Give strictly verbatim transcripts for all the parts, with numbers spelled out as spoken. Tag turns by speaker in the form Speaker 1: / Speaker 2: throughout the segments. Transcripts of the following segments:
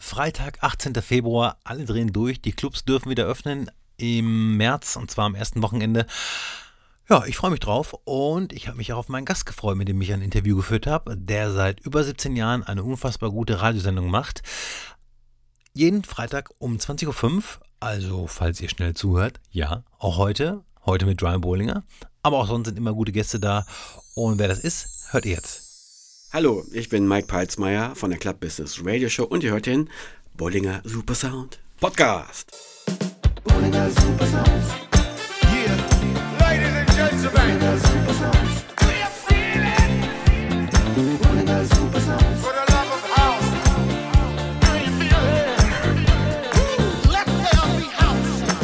Speaker 1: Freitag, achtzehnter Februar, alle drehen durch. Die Clubs dürfen wieder öffnen im März und zwar am ersten Wochenende. Ja, ich freue mich drauf und ich habe mich auch auf meinen Gast gefreut, mit dem ich ein Interview geführt habe, der seit über siebzehn Jahren eine unfassbar gute Radiosendung macht. Jeden Freitag um zwanzig Uhr fünf, also falls ihr schnell zuhört, ja, auch heute, heute mit Brian Bollinger. Aber auch sonst sind immer gute Gäste da und wer das ist, hört ihr jetzt.
Speaker 2: Hallo, ich bin Mike Palzmeier von der Club Business Radio Show und ihr hört den Bollinger Supersound Podcast.
Speaker 3: Bollinger Supersound.
Speaker 4: Yeah, ladies and gentlemen.
Speaker 3: Bollinger Supersound.
Speaker 4: We are feeling
Speaker 3: Bollinger Supersound.
Speaker 4: for the love of house. Do you feel it? Let there be house.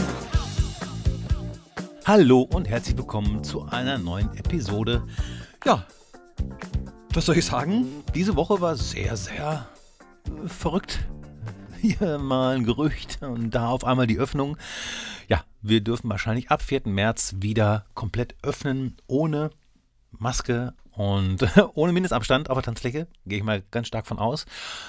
Speaker 1: Hallo und herzlich willkommen zu einer neuen Episode. Ja, was soll ich sagen? Diese Woche war sehr, sehr äh, verrückt. Hier mal ein Gerücht und da auf einmal die Öffnung. Ja, wir dürfen wahrscheinlich ab vierten März wieder komplett öffnen, ohne Maske und ohne Mindestabstand auf der Tanzfläche. Gehe ich mal ganz stark von aus.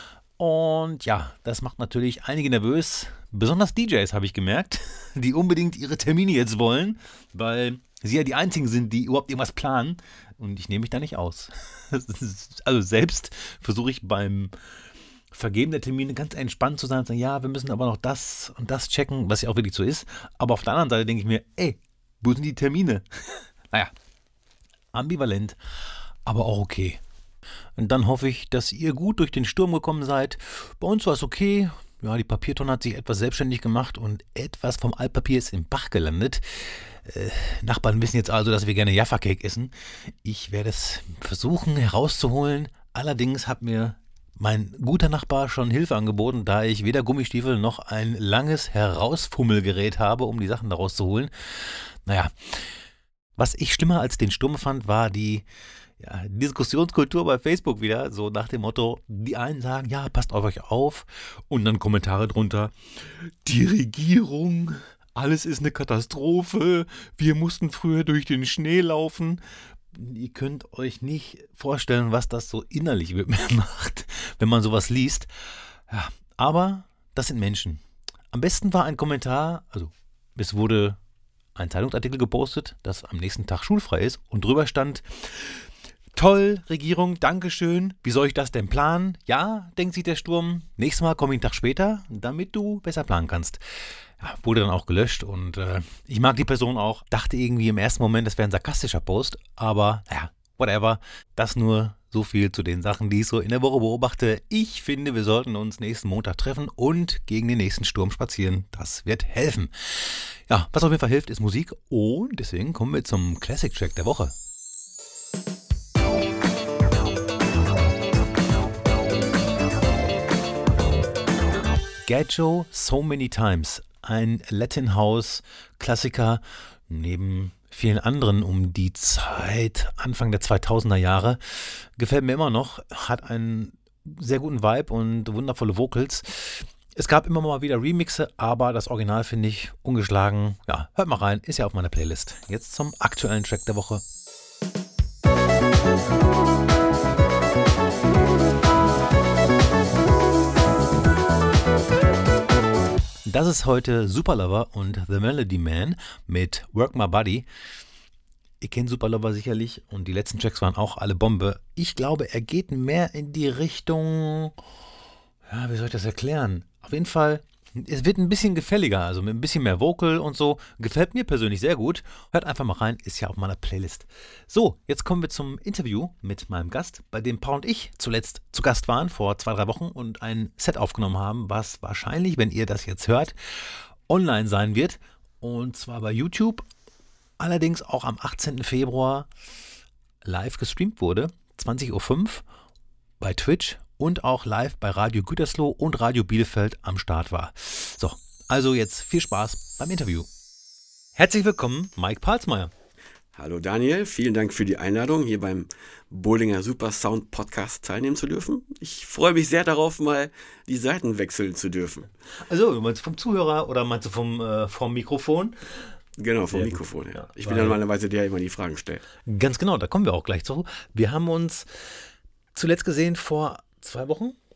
Speaker 1: Und ja, das macht natürlich einige nervös. Besonders D Js habe ich gemerkt, die unbedingt ihre Termine jetzt wollen, weil sie ja die einzigen sind, die überhaupt irgendwas planen. Und ich nehme mich da nicht aus. Also selbst versuche ich beim Vergeben der Termine ganz entspannt zu sein und sagen, ja, wir müssen aber noch das und das checken, was ja auch wirklich so ist. Aber auf der anderen Seite denke ich mir, ey, wo sind die Termine? Naja, ambivalent, aber auch okay. Und dann hoffe ich, dass ihr gut durch den Sturm gekommen seid. Bei uns war es okay. Ja, die Papiertonne hat sich etwas selbstständig gemacht und etwas vom Altpapier ist im Bach gelandet. Äh, Nachbarn wissen jetzt also, dass wir gerne Jaffa-Cake essen. Ich werde es versuchen herauszuholen. Allerdings hat mir mein guter Nachbar schon Hilfe angeboten, da ich weder Gummistiefel noch ein langes Herausfummelgerät habe, um die Sachen da rauszuholen. Naja, was ich schlimmer als den Sturm fand, war die ja, Diskussionskultur bei Facebook wieder. So nach dem Motto, die einen sagen, ja, passt auf euch auf. Und dann Kommentare drunter, die Regierung, alles ist eine Katastrophe, wir mussten früher durch den Schnee laufen. Ihr könnt euch nicht vorstellen, was das so innerlich mit mir macht, wenn man sowas liest. Ja, aber das sind Menschen. Am besten war ein Kommentar, also es wurde ein Zeitungsartikel gepostet, dass am nächsten Tag schulfrei ist und drüber stand, toll, Regierung, Dankeschön, wie soll ich das denn planen? Ja, denkt sich der Sturm, nächstes Mal komme ich einen Tag später, damit du besser planen kannst. Ja, wurde dann auch gelöscht und äh, ich mag die Person auch, dachte irgendwie im ersten Moment, das wäre ein sarkastischer Post, aber naja, whatever, das nur so viel zu den Sachen, die ich so in der Woche beobachte. Ich finde, wir sollten uns nächsten Montag treffen und gegen den nächsten Sturm spazieren, das wird helfen. Ja, was auf jeden Fall hilft, ist Musik und deswegen kommen wir zum Classic Track der Woche. Gadjo, So Many Times, ein Latin House Klassiker, neben vielen anderen um die Zeit, Anfang der zweitausender Jahre, gefällt mir immer noch, hat einen sehr guten Vibe und wundervolle Vocals. Es gab immer mal wieder Remixe, aber das Original finde ich ungeschlagen. Ja, hört mal rein, ist ja auf meiner Playlist. Jetzt zum aktuellen Track der Woche. Das ist heute Superlover und The Melody Man mit Work My Body. Ihr kennt Superlover sicherlich und die letzten Tracks waren auch alle Bombe. Ich glaube, er geht mehr in die Richtung, ja, wie soll ich das erklären? Auf jeden Fall, es wird ein bisschen gefälliger, also mit ein bisschen mehr Vocal und so. Gefällt mir persönlich sehr gut. Hört einfach mal rein, ist ja auf meiner Playlist. So, jetzt kommen wir zum Interview mit meinem Gast, bei dem Paul und ich zuletzt zu Gast waren, vor zwei, drei Wochen und ein Set aufgenommen haben, was wahrscheinlich, wenn ihr das jetzt hört, online sein wird. Und zwar bei YouTube, allerdings auch am achtzehnten Februar live gestreamt wurde, zwanzig Uhr fünf bei Twitch. Und auch live bei Radio Gütersloh und Radio Bielefeld am Start war. So, also jetzt viel Spaß beim Interview. Herzlich willkommen, Mike Palzmeier.
Speaker 2: Hallo Daniel, vielen Dank für die Einladung, hier beim Bollinger Supersound Podcast teilnehmen zu dürfen. Ich freue mich sehr darauf, mal die Seiten wechseln zu dürfen.
Speaker 1: Also, meinst du vom Zuhörer oder meinst du vom, äh, vom Mikrofon?
Speaker 2: Genau, vom
Speaker 1: Sehr
Speaker 2: Mikrofon her.
Speaker 1: Ja,
Speaker 2: Ich bin ja normalerweise der, der immer die Fragen stellt.
Speaker 1: Ganz genau, da kommen wir auch gleich zu. Wir haben uns zuletzt gesehen vor zwei Wochen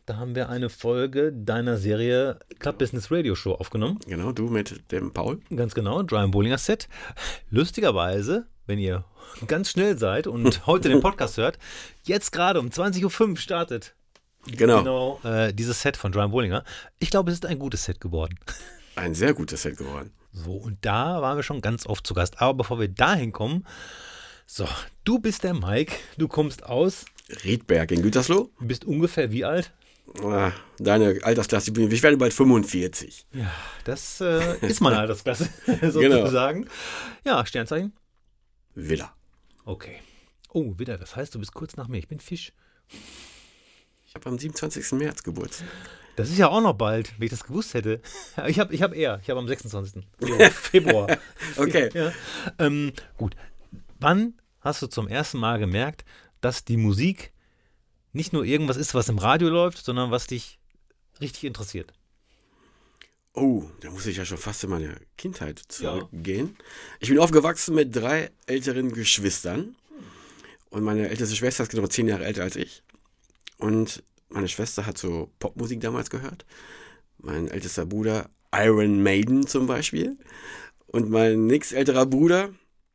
Speaker 1: Da haben wir eine Folge deiner Serie Club Business Radio Show aufgenommen.
Speaker 2: Genau, du mit dem Paul.
Speaker 1: Ganz genau, Brian Bollinger Set. Lustigerweise, wenn ihr ganz schnell seid und heute den Podcast hört, jetzt gerade um zwanzig Uhr fünf startet
Speaker 2: Genau.
Speaker 1: genau äh, dieses Set von Brian Bollinger. Ich glaube, es ist ein gutes Set geworden.
Speaker 2: Ein sehr gutes Set geworden.
Speaker 1: So, und da waren wir schon ganz oft zu Gast. Aber bevor wir dahin kommen, so, du bist der Mike, du kommst aus,
Speaker 2: Riedberg in Gütersloh.
Speaker 1: bist ungefähr wie alt?
Speaker 2: Ah, Deine Altersklasse, ich werde bald fünfundvierzig.
Speaker 1: Ja, das äh, ist meine Altersklasse, sozusagen. Ja, Sternzeichen?
Speaker 2: Widder.
Speaker 1: Okay. Oh, wieder, das heißt, du bist kurz nach mir. Ich bin Fisch.
Speaker 2: Ich habe am siebenundzwanzigsten März Geburtstag.
Speaker 1: Das ist ja auch noch bald, wenn ich das gewusst hätte. Ich habe ich hab eher, ich habe am sechsundzwanzigsten Februar.
Speaker 2: Okay.
Speaker 1: Ja. Ähm, gut. Wann hast du zum ersten Mal gemerkt, dass die Musik nicht nur irgendwas ist, was im Radio läuft, sondern was dich richtig interessiert?
Speaker 2: Oh, da muss ich ja schon fast in meine Kindheit zurückgehen. Ja. Ich bin aufgewachsen mit drei älteren Geschwistern. Und meine älteste Schwester ist genau zehn Jahre älter als ich. Und meine Schwester hat so Popmusik damals gehört. Mein ältester Bruder Iron Maiden zum Beispiel. Und mein nächstälterer Bruder,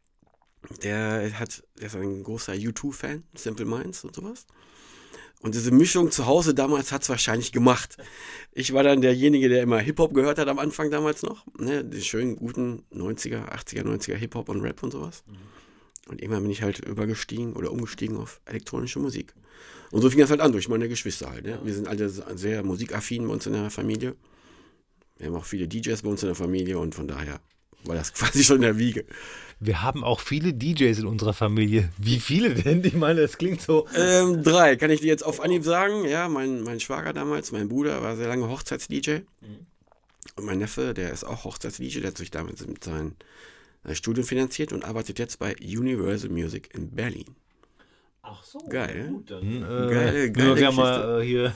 Speaker 2: der hat, der ist ein großer U zwei Fan, Simple Minds und sowas. Und diese Mischung zu Hause damals hat es wahrscheinlich gemacht. Ich war dann derjenige, der immer Hip-Hop gehört hat am Anfang damals noch. Ne, die schönen, guten neunziger, achtziger, neunziger Hip-Hop und Rap und sowas. Und irgendwann bin ich halt übergestiegen oder umgestiegen auf elektronische Musik. Und so fing das halt an, durch meine Geschwister halt. Ne? Wir sind alle sehr musikaffin bei uns in der Familie. Wir haben auch viele D Js bei uns in der Familie und von daher war das quasi schon in der Wiege.
Speaker 1: Wir haben auch viele D Js in unserer Familie. Wie viele denn? Ich meine, das klingt so.
Speaker 2: Ähm, drei, kann ich dir jetzt auf Anhieb sagen. Ja, mein, mein Schwager damals, mein Bruder war sehr lange Hochzeits-D J. Mhm. Und mein Neffe, der ist auch Hochzeits-D J, der hat sich damals mit seinem sein Studium finanziert und arbeitet jetzt bei Universal Music in Berlin.
Speaker 1: Ach so.
Speaker 2: Geil.
Speaker 1: Gut, dann, äh,
Speaker 2: geile, geile
Speaker 1: gerne mal äh, hier.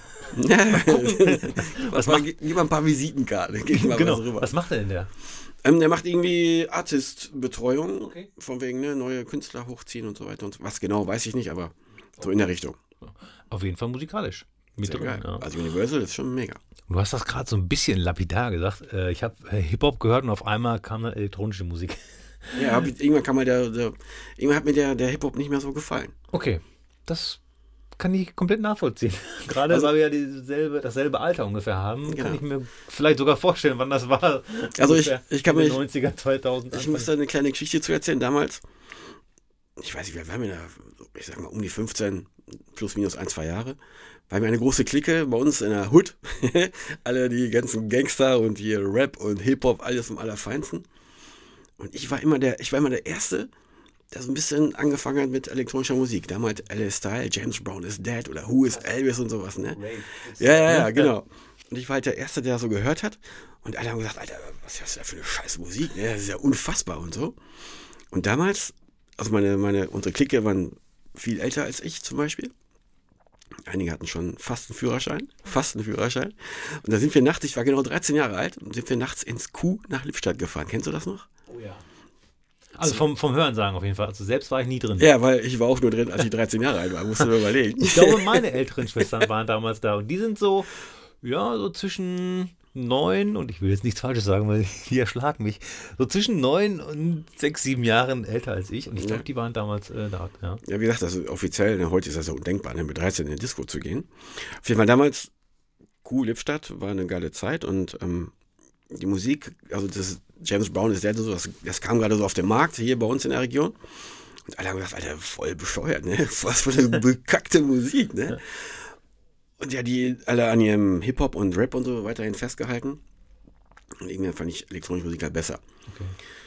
Speaker 2: was macht, gib mal ein paar Visitenkarten. Gib mal
Speaker 1: genau.
Speaker 2: was rüber.
Speaker 1: Was macht er denn der?
Speaker 2: Ähm, der macht irgendwie Artist-Betreuung.
Speaker 1: Okay.
Speaker 2: Von wegen ne, neue Künstler hochziehen und so weiter. Und so. Was genau, weiß ich nicht, aber so in der Richtung.
Speaker 1: Auf jeden Fall musikalisch. Mit
Speaker 2: Sehr
Speaker 1: drin,
Speaker 2: geil.
Speaker 1: ja.
Speaker 2: Also Universal ist schon mega.
Speaker 1: Du hast das gerade so ein bisschen lapidar gesagt. Äh, ich habe Hip-Hop gehört und auf einmal kam dann elektronische Musik.
Speaker 2: Ja, hab ich, irgendwann kam mir der, der, irgendwann hat mir der, der Hip-Hop nicht mehr so gefallen.
Speaker 1: Okay, das kann ich komplett nachvollziehen. Gerade
Speaker 2: Also-
Speaker 1: weil wir ja dieselbe, dasselbe Alter ungefähr haben,
Speaker 2: Genau.
Speaker 1: kann ich mir vielleicht sogar vorstellen, wann das war.
Speaker 2: Also ich-
Speaker 1: Ungefähr
Speaker 2: ich kann
Speaker 1: in den
Speaker 2: mich-
Speaker 1: neunziger, zweitausend.
Speaker 2: Ich muss da eine kleine Geschichte zu erzählen. Damals, ich weiß nicht, wir waren da, ich sag mal, um die fünfzehn, plus minus ein, zwei Jahre, war mir eine große Clique bei uns in der Hood. Alle die ganzen Gangster und hier Rap und Hip-Hop, alles vom Allerfeinsten. Und ich war immer der, ich war immer der Erste, der so ein bisschen angefangen hat mit elektronischer Musik. Damals L A Style, James Brown is Dead oder Who is Elvis und sowas, ne? Ja, ja, ja, genau. Und ich war halt der Erste, der das so gehört hat. Und alle haben gesagt, Alter, was ist das für eine scheiß Musik? Ne? Das ist ja unfassbar und so. Und damals, also meine, meine, unsere Clique waren viel älter als ich zum Beispiel. Einige hatten schon fast einen Führerschein. Fast einen Führerschein. Und da sind wir nachts, ich war genau dreizehn Jahre alt, und sind wir nachts ins Q nach Lippstadt gefahren. Kennst du das noch?
Speaker 1: Oh ja. Also vom, vom Hören sagen auf jeden Fall. Also selbst war ich nie drin.
Speaker 2: Ja, weil ich war auch nur drin, als ich dreizehn Jahre alt war. Musst du mir überlegen.
Speaker 1: Ich glaube, meine älteren Schwestern waren damals da und die sind so, ja, so zwischen neun und ich will jetzt nichts Falsches sagen, weil die erschlagen mich. So zwischen neun und sechs, sieben Jahren älter als ich und ich glaube,
Speaker 2: Ja.
Speaker 1: die waren damals äh, da. Ja.
Speaker 2: Ja, wie gesagt, das ist offiziell, ne, heute ist das ja undenkbar, ne, mit dreizehn in eine Disco zu gehen. Auf jeden Fall damals, Q, Lippstadt, war eine geile Zeit und ähm, die Musik, also das James Brown ist der so, das, das kam gerade so auf den Markt hier bei uns in der Region. Und alle haben gesagt, Alter, voll bescheuert, ne? Was für eine bekackte Musik, ne? Und ja, die alle an ihrem Hip-Hop und Rap und so weiterhin festgehalten. Und irgendwann fand ich elektronische Musik halt besser.
Speaker 1: Okay.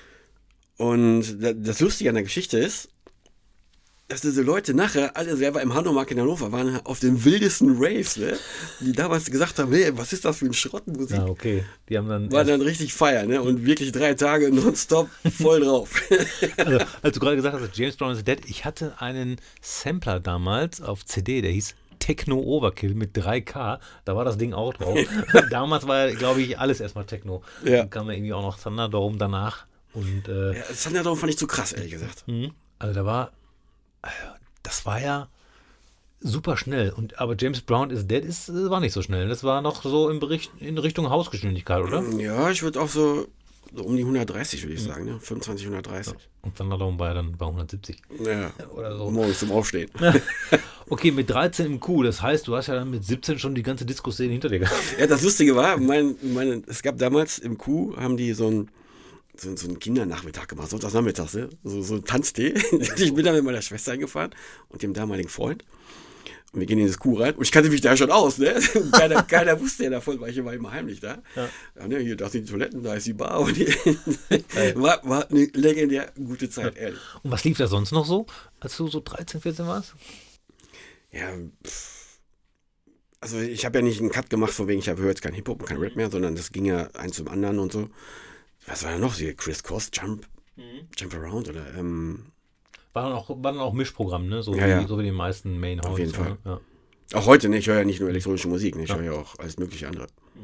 Speaker 2: Und da- das Lustige an der Geschichte ist, dass diese Leute nachher alle selber im Hannomark in Hannover waren auf den wildesten Raves, ne? Die damals gesagt haben, hey, was ist das für ein Schrottenmusik?
Speaker 1: Ja, okay. Die haben dann.
Speaker 2: War dann richtig feiern, ne? Und wirklich drei Tage nonstop voll drauf.
Speaker 1: Also, als du gerade gesagt hast, James Brown is Dead, ich hatte einen Sampler damals auf C D, der hieß Techno Overkill mit drei K. Da war das Ding auch drauf. Damals war, glaube ich, alles erstmal Techno.
Speaker 2: Ja.
Speaker 1: Dann kam da irgendwie auch noch Thunderdome danach. Und äh,
Speaker 2: Ja, Thunderdome fand ich zu krass, ehrlich gesagt.
Speaker 1: mhm. also da war, das war ja super schnell. Und, aber James Brown is Dead ist, äh, war nicht so schnell. Das war noch so im Bericht in Richtung Hausgeschwindigkeit, oder?
Speaker 2: Ja, ich würde auch so, so um die hundertdreißig, würde ich sagen, ne? fünfundzwanzig, hundertdreißig.
Speaker 1: Und Thunderdome war ja dann bei hundertsiebzig.
Speaker 2: Ja,
Speaker 1: Oder so.
Speaker 2: morgens zum Aufstehen.
Speaker 1: Okay, mit dreizehn im Q, das heißt, du hast ja dann mit siebzehn schon die ganze Disco-Szene hinter dir gehabt.
Speaker 2: Ja, das Lustige war, mein, meine, es gab damals im Q, haben die so ein so, so einen Kindernachmittag gemacht, sonntags nachmittags, ne? so, so ein Tanztee. Ich bin da mit meiner Schwester hingefahren und dem damaligen Freund. Und wir gehen in das Q rein. Und ich kannte mich da schon aus, ne? Keiner, keiner wusste ja davon, weil ich war immer heimlich da. Ja. Ja, ne, hier, da sind die Toiletten, da ist die Bar. Und die, war, war eine legendär gute Zeit, ehrlich.
Speaker 1: Und was lief da sonst noch so, als du so dreizehn, vierzehn warst?
Speaker 2: Ja, pff. Also ich habe ja nicht einen Cut gemacht, von wegen, ich höre jetzt kein Hip-Hop und kein Rap mehr, sondern das ging ja eins zum anderen und so. Was war da noch? Die Chris Cross, Jump, mhm. Jump Around oder... Ähm,
Speaker 1: War dann auch, war dann auch Mischprogramm, ne? So,
Speaker 2: ja,
Speaker 1: wie,
Speaker 2: ja.
Speaker 1: so wie die meisten Main
Speaker 2: Auf jeden Fall.
Speaker 1: Ja.
Speaker 2: Auch heute, ne? Ich höre ja nicht nur elektronische Musik, ne? Ich
Speaker 1: ja.
Speaker 2: höre ja auch alles mögliche andere.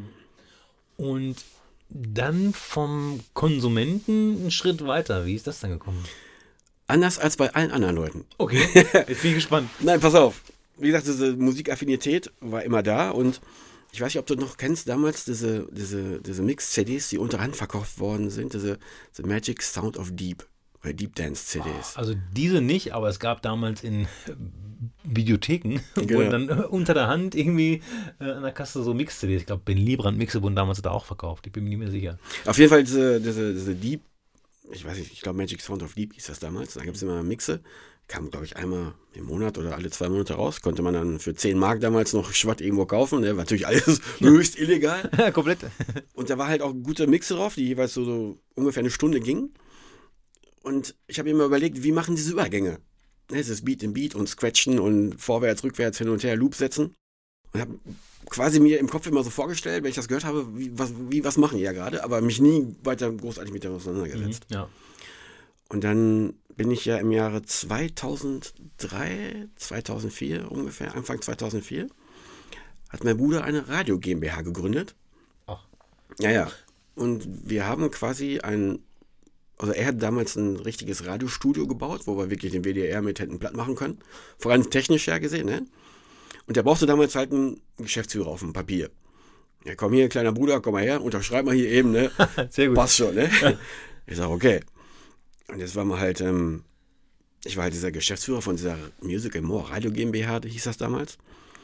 Speaker 1: Und dann vom Konsumenten einen Schritt weiter. Wie ist das dann gekommen?
Speaker 2: Anders als bei allen anderen Leuten.
Speaker 1: Okay, jetzt bin ich gespannt.
Speaker 2: Nein, pass auf. Wie gesagt, diese Musikaffinität war immer da und ich weiß nicht, ob du noch kennst, damals diese, diese, diese Mix-C Ds, die unter Hand verkauft worden sind, diese The Magic Sound of Deep. Bei Deep Dance C Ds.
Speaker 1: Also diese nicht, aber es gab damals in Videotheken,
Speaker 2: genau.
Speaker 1: wo dann unter der Hand irgendwie äh, an der Kasse so Mix-C Ds, ich glaube, Ben Liebrand Mixe wurden damals da auch verkauft, ich bin mir nicht mehr sicher.
Speaker 2: Auf jeden Fall diese, diese, diese Deep, ich weiß nicht, ich glaube Magic Sound of Deep hieß das damals, da gibt es immer Mixe, kam glaube ich einmal im Monat oder alle zwei Monate raus, konnte man dann für zehn Mark damals noch Schwatt irgendwo kaufen, ne? War natürlich alles höchst illegal.
Speaker 1: Ja, komplett.
Speaker 2: Und da war halt auch gute Mixe drauf, die jeweils so, so ungefähr eine Stunde gingen. Und ich habe mir mal überlegt, wie machen diese Übergänge? Es ist Beat in Beat und Scratchen und vorwärts, rückwärts, hin und her, Loop setzen. Und habe quasi mir im Kopf immer so vorgestellt, wenn ich das gehört habe, wie was, wie, was machen die ja gerade, aber mich nie weiter großartig mit dem auseinandergesetzt.
Speaker 1: Mhm, ja.
Speaker 2: Und dann bin ich ja im Jahre zweitausenddrei, zweitausendvier ungefähr, Anfang zweitausendvier, hat mein Bruder eine Radio GmbH gegründet.
Speaker 1: Ach.
Speaker 2: Ja, ja. Und wir haben quasi ein Also er hat damals ein richtiges Radiostudio gebaut, wo wir wirklich den W D R mit hätten platt machen können. Vor allem technisch her gesehen, ne? Und der brauchte damals halt einen Geschäftsführer auf dem Papier. Ja, komm hier, kleiner Bruder, komm mal her, unterschreib mal hier eben, ne?
Speaker 1: Sehr gut.
Speaker 2: Passt schon, ne? Ich sag, okay. Und jetzt war mal halt, ähm, ich war halt dieser Geschäftsführer von dieser Music and More Radio GmbH, hieß das damals.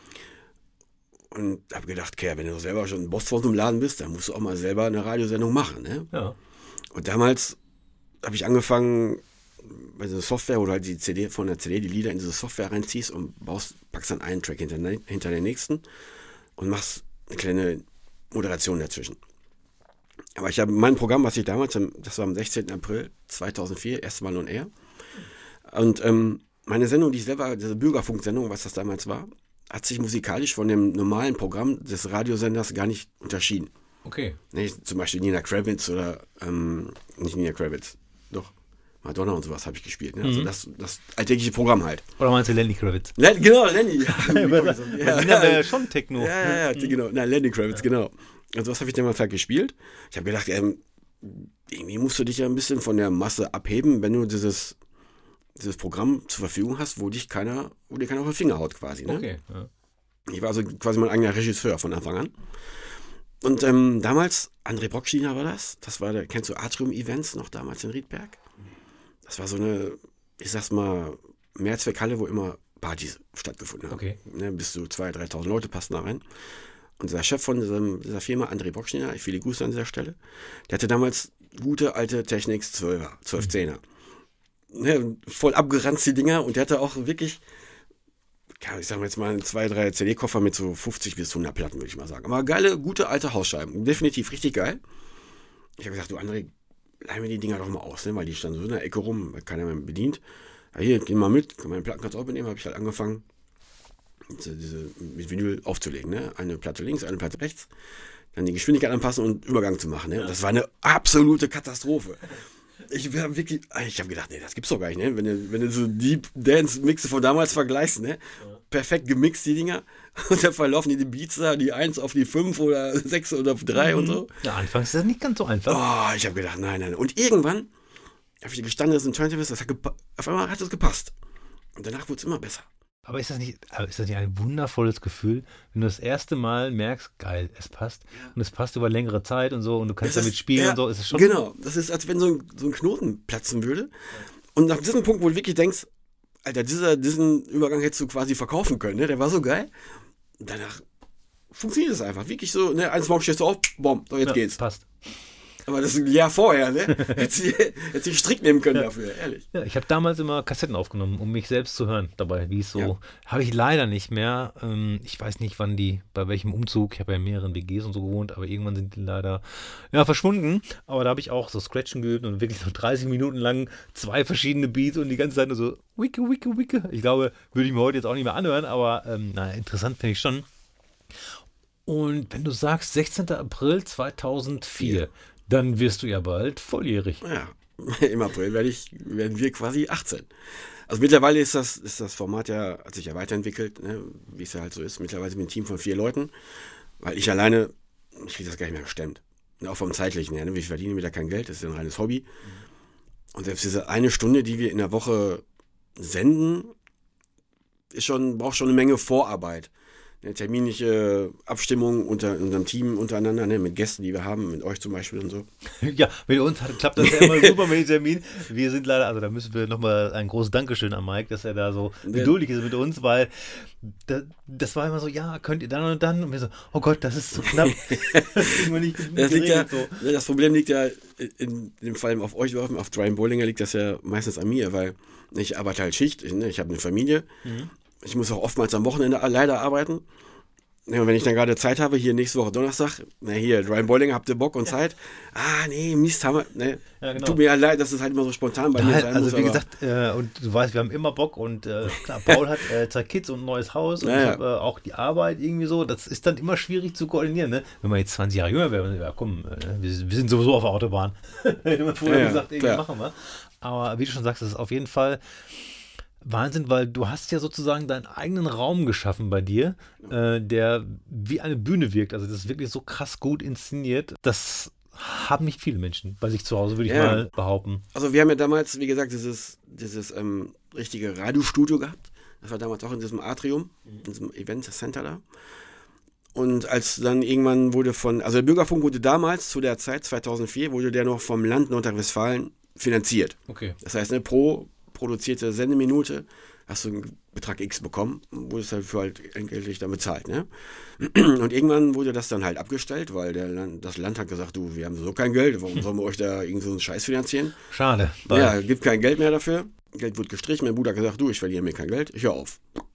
Speaker 2: Und hab gedacht, okay, wenn du selber schon Boss von so einem Laden bist, dann musst du auch mal selber eine Radiosendung machen, ne?
Speaker 1: Ja.
Speaker 2: Und damals habe ich angefangen, bei dieser Software, wo du halt die C D von der C D, die Lieder in diese Software reinziehst und baust, packst dann einen Track hinter, hinter den nächsten und machst eine kleine Moderation dazwischen. Aber ich habe mein Programm, was ich damals, das war am sechzehnten April zweitausendvier, erstmal on air. Und ähm, meine Sendung, die ich selber, diese Bürgerfunksendung, was das damals war, hat sich musikalisch von dem normalen Programm des Radiosenders gar nicht unterschieden.
Speaker 1: Okay.
Speaker 2: Nee, zum Beispiel Nina Kravitz oder, ähm, nicht Nina Kravitz, doch, Madonna und sowas habe ich gespielt. Ne? Also
Speaker 1: Mhm.
Speaker 2: das, das alltägliche Programm halt.
Speaker 1: Oder meinst du Lenny Kravitz?
Speaker 2: Len, genau, Lenny. Ja,
Speaker 1: Weil
Speaker 2: ja,
Speaker 1: Nina wäre ja schon Techno.
Speaker 2: ja, ja, ja, genau. Nein, Lenny Kravitz, genau. Und sowas habe ich damals halt gespielt. Ich habe gedacht, ähm, irgendwie musst du dich ja ein bisschen von der Masse abheben, wenn du dieses, dieses Programm zur Verfügung hast, wo dich keiner, wo dir keiner auf den Finger haut quasi. Ne?
Speaker 1: Okay. Ja.
Speaker 2: Ich war also quasi mein eigener Regisseur von Anfang an. Und ähm, damals, André Brockschiner war das, das war der, kennst du Atrium Events noch damals in Riedberg? Das war so eine, ich sag's mal, Mehrzweckhalle, wo immer Partys stattgefunden haben.
Speaker 1: Okay.
Speaker 2: Ne, bis zu zweitausend, dreitausend Leute passten da rein. Und dieser Chef von diesem, dieser Firma, André Brockschiner, viele Grüße an dieser Stelle, der hatte damals gute alte Technics zwölfer, zwölf Zehner. Ne, voll abgeranzt die Dinger und der hatte auch wirklich, ich sag mal jetzt mal, zwei, drei C D-Koffer mit so fünfzig bis hundert Platten, würde ich mal sagen. Aber geile, gute alte Hausscheiben. Definitiv richtig geil. Ich habe gesagt, du André, leih mir die Dinger doch mal aus, ne? Weil die standen so in der Ecke rum, weil keiner mehr bedient. Ja, hier, geh mal mit, kann meine Platten kannst du auch mitnehmen, habe ich halt angefangen, diese, diese, mit Vinyl aufzulegen. Ne? Eine Platte links, eine Platte rechts, dann die Geschwindigkeit anpassen und Übergang zu machen. Ne? Das war eine absolute Katastrophe. Ich habe wirklich, ich habe gedacht, nee, das gibt's doch gar nicht, ne? Wenn du, wenn du so Deep Dance Mixe von damals vergleichst, ne? Ja. Perfekt gemixt, die Dinger. Und dann verlaufen die, die Beats da, die eins auf die fünf oder sechs oder auf drei mhm. und so.
Speaker 1: Ja, anfangs ist das nicht ganz so einfach.
Speaker 2: Oh, ich habe gedacht, nein, nein. Und irgendwann habe ich gestanden, das ist ein Turntables, das hat gepa- auf einmal hat es gepasst. Und danach wurde es immer besser.
Speaker 1: Aber ist das nicht, aber ist das nicht ein wundervolles Gefühl, wenn du das erste Mal merkst, geil, es passt und es passt über längere Zeit und so und du kannst
Speaker 2: Das
Speaker 1: damit
Speaker 2: ist-
Speaker 1: spielen
Speaker 2: ja,
Speaker 1: und so, ist es schon.
Speaker 2: Genau, das ist, als wenn so ein, so ein Knoten platzen würde. Und nach diesem Punkt, wo du wirklich denkst, Alter, dieser, diesen Übergang hättest du quasi verkaufen können, ne? Der war so geil. Und danach funktioniert es einfach. Wirklich so, ne? Eines Morgens stehst du auf, bom, so jetzt
Speaker 1: Ja,
Speaker 2: geht's.
Speaker 1: passt.
Speaker 2: Aber das ist ein Jahr vorher, ne? Hättest du hättest du einen Strick nehmen können dafür, ehrlich.
Speaker 1: Ja, ich habe damals immer Kassetten aufgenommen, um mich selbst zu hören dabei, wie es so.
Speaker 2: Ja.
Speaker 1: Habe ich leider nicht mehr. Ähm, ich weiß nicht, wann die, bei welchem Umzug. Ich habe ja in mehreren W Gs und so gewohnt, aber irgendwann sind die leider ja, verschwunden. Aber da habe ich auch so Scratchen geübt und wirklich so dreißig Minuten lang zwei verschiedene Beats und die ganze Zeit nur so wicke, wicke, wicke. Ich glaube, würde ich mir heute jetzt auch nicht mehr anhören, aber ähm, na, interessant finde ich schon. Und wenn du sagst sechzehnter April zweitausendvier, dann wirst du ja bald volljährig.
Speaker 2: Ja, im April werde ich, werden wir quasi achtzehn. Also mittlerweile ist das, ist das Format ja, hat sich ja weiterentwickelt, ne? Wie es ja halt so ist. Mittlerweile sind wir ein Team von vier Leuten, weil ich alleine, ich kriege das gar nicht mehr gestemmt. Und auch vom Zeitlichen her, ne? Wir verdienen wieder kein Geld, das ist ja ein reines Hobby. Und selbst diese eine Stunde, die wir in der Woche senden, ist schon, braucht schon eine Menge Vorarbeit. Eine terminliche Abstimmung unter unserem Team untereinander, ne, mit Gästen, die wir haben, mit euch zum Beispiel und so.
Speaker 1: Ja, mit uns hat, klappt das ja immer super mit dem Termin. Wir sind leider, also da müssen wir nochmal ein großes Dankeschön an Mike, dass er da so geduldig ist mit uns, weil da, das war immer so, ja, könnt ihr dann und dann? Und wir so, oh Gott, das ist zu knapp. Das kriegen wir nicht
Speaker 2: Das, liegt ja,
Speaker 1: geregelt, so.
Speaker 2: das Problem liegt ja in dem Fall auf euch, auf Brian Bollinger liegt das ja meistens an mir, weil ich arbeite halt Schicht, ich, ne, ich habe eine Familie. Mhm. Ich muss auch oftmals am Wochenende leider arbeiten. Ja, und wenn ich dann gerade Zeit habe, hier nächste Woche Donnerstag, na hier, Brian Bollinger, habt ihr Bock und Zeit? Ah, nee, Mist, haben wir, ne.
Speaker 1: Ja, genau.
Speaker 2: Tut mir ja leid, dass es halt immer so spontan bei
Speaker 1: Ja,
Speaker 2: mir
Speaker 1: halt,
Speaker 2: sein
Speaker 1: also
Speaker 2: muss.
Speaker 1: wie
Speaker 2: aber-
Speaker 1: gesagt, äh, und du weißt, wir haben immer Bock und äh, klar, Paul hat äh, zwei Kids und ein neues Haus und
Speaker 2: Ja,
Speaker 1: ich
Speaker 2: ja.
Speaker 1: habe äh, auch die Arbeit irgendwie so, das ist dann immer schwierig zu koordinieren, ne? Wenn man jetzt zwanzig Jahre jünger wäre, ja komm, äh, wir, wir sind sowieso auf der Autobahn. Hätte man vorher
Speaker 2: Ja, ja,
Speaker 1: gesagt, irgendwie
Speaker 2: klar.
Speaker 1: machen wir. Aber wie du schon sagst, das ist auf jeden Fall Wahnsinn, weil du hast ja sozusagen deinen eigenen Raum geschaffen bei dir, äh, der wie eine Bühne wirkt. Also das ist wirklich so krass gut inszeniert. Das haben nicht viele Menschen bei sich zu Hause, würde ich
Speaker 2: Ja.
Speaker 1: mal behaupten.
Speaker 2: Also wir haben ja damals, wie gesagt, dieses, dieses ähm, richtige Radiostudio gehabt. Das war damals auch in diesem Atrium, in diesem Event Center da. Und als dann irgendwann wurde von, also der Bürgerfunk wurde damals, zu der Zeit, zweitausendvier, wurde der noch vom Land Nordrhein-Westfalen finanziert.
Speaker 1: Okay.
Speaker 2: Das heißt, ne, pro produzierte Sendeminute hast du einen Betrag X bekommen, wurdest dafür halt entgeltlich dann bezahlt. Ne? Und irgendwann wurde das dann halt abgestellt, weil der Land, das Land hat gesagt, du, wir haben so kein Geld, warum sollen wir euch da irgend so einen Scheiß finanzieren?
Speaker 1: Schade. weil-
Speaker 2: Ja, gibt kein Geld mehr dafür. Geld wird gestrichen. Mein Bruder hat gesagt, du, ich verliere mir kein Geld, ich höre auf.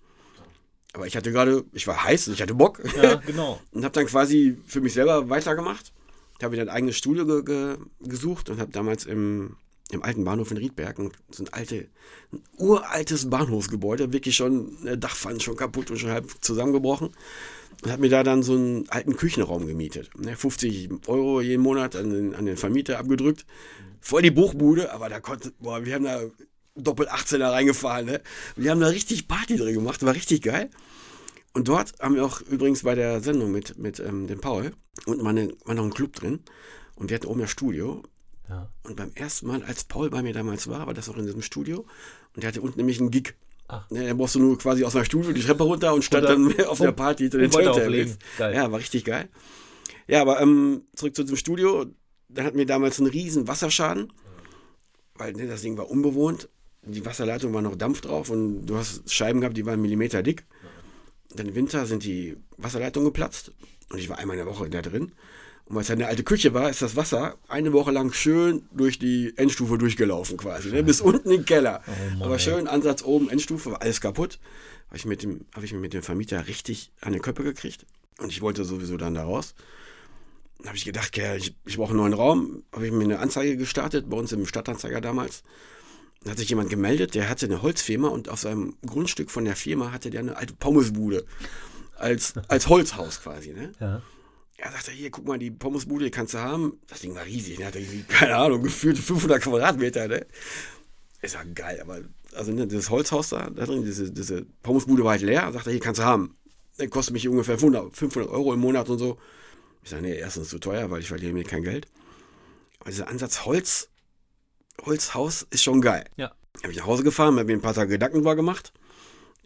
Speaker 2: Aber ich hatte gerade, ich war heiß und ich hatte Bock.
Speaker 1: Ja, genau.
Speaker 2: Und habe dann quasi für mich selber weitergemacht. Habe mir ein eigenes Studio ge ge gesucht und habe damals im, im alten Bahnhof in Riedberg ein, so ein, alte, ein uraltes Bahnhofsgebäude, wirklich schon, der Dachpfanne schon kaputt und schon halb zusammengebrochen. Und habe mir da dann so einen alten Küchenraum gemietet. Ne, fünfzig Euro jeden Monat an den, an den Vermieter abgedrückt. Voll die Bruchbude, aber da konnte, boah, wir haben da doppelt achtzehner reingefahren. Ne? Und wir haben da richtig Party drin gemacht, war richtig geil. Und dort haben wir auch übrigens bei der Sendung mit, mit ähm, dem Paul, unten war, eine, war noch ein Club drin und der hatte oben das Studio.
Speaker 1: Ja.
Speaker 2: Und beim ersten Mal, als Paul bei mir damals war, war das auch in diesem Studio und der hatte unten nämlich einen Gig.
Speaker 1: Ach.
Speaker 2: Ne, dann brauchst du nur quasi aus dem Studio die Treppe runter und stand
Speaker 1: Und dann-
Speaker 2: dann auf
Speaker 1: und-
Speaker 2: der Party hinter den
Speaker 1: und weiter
Speaker 2: Turntables.
Speaker 1: auflegen. Geil.
Speaker 2: Ja, war richtig geil. Ja, aber ähm, zurück zu diesem Studio. Dann hatten wir damals einen riesen Wasserschaden, weil ne, das Ding war unbewohnt. Die Wasserleitung war noch Dampf drauf und du hast Scheiben gehabt, die waren Millimeter dick. Dann im Winter sind die Wasserleitungen geplatzt und ich war einmal in der Woche da drin. Und weil es halt eine alte Küche war, ist das Wasser eine Woche lang schön durch die Endstufe durchgelaufen quasi, ne? Bis unten in den Keller.
Speaker 1: Oh Mann,
Speaker 2: Aber
Speaker 1: ey.
Speaker 2: schön Ansatz oben, Endstufe, war alles kaputt. Habe ich, mit dem- hab ich mir mit dem Vermieter richtig an den Köppe gekriegt und ich wollte sowieso dann da raus. Dann habe ich gedacht, okay, ich, ich brauche einen neuen Raum. Habe ich mir eine Anzeige gestartet, bei uns im Stadtanzeiger damals. Dann hat sich jemand gemeldet, der hatte eine Holzfirma und auf seinem Grundstück von der Firma hatte der eine alte Pommesbude als, als Holzhaus quasi. Ne?
Speaker 1: Ja.
Speaker 2: Er sagte, hier, guck mal, die Pommesbude, die kannst du haben. Das Ding war riesig, der hatte irgendwie, keine Ahnung, gefühlt fünfhundert Quadratmeter. Ne? Ist ja geil, aber also ne, das Holzhaus da, da drin, diese, diese Pommesbude war halt leer. Er sagte, hier, kannst du haben. Der kostet mich ungefähr fünfhundert Euro im Monat und so. Ich sage, nee, erstens zu teuer, weil ich verliere mir kein Geld. Aber dieser Ansatz Holz, Holzhaus ist schon geil.
Speaker 1: Ja.
Speaker 2: Habe ich nach Hause gefahren, habe mir ein paar Tage Gedanken drüber gemacht.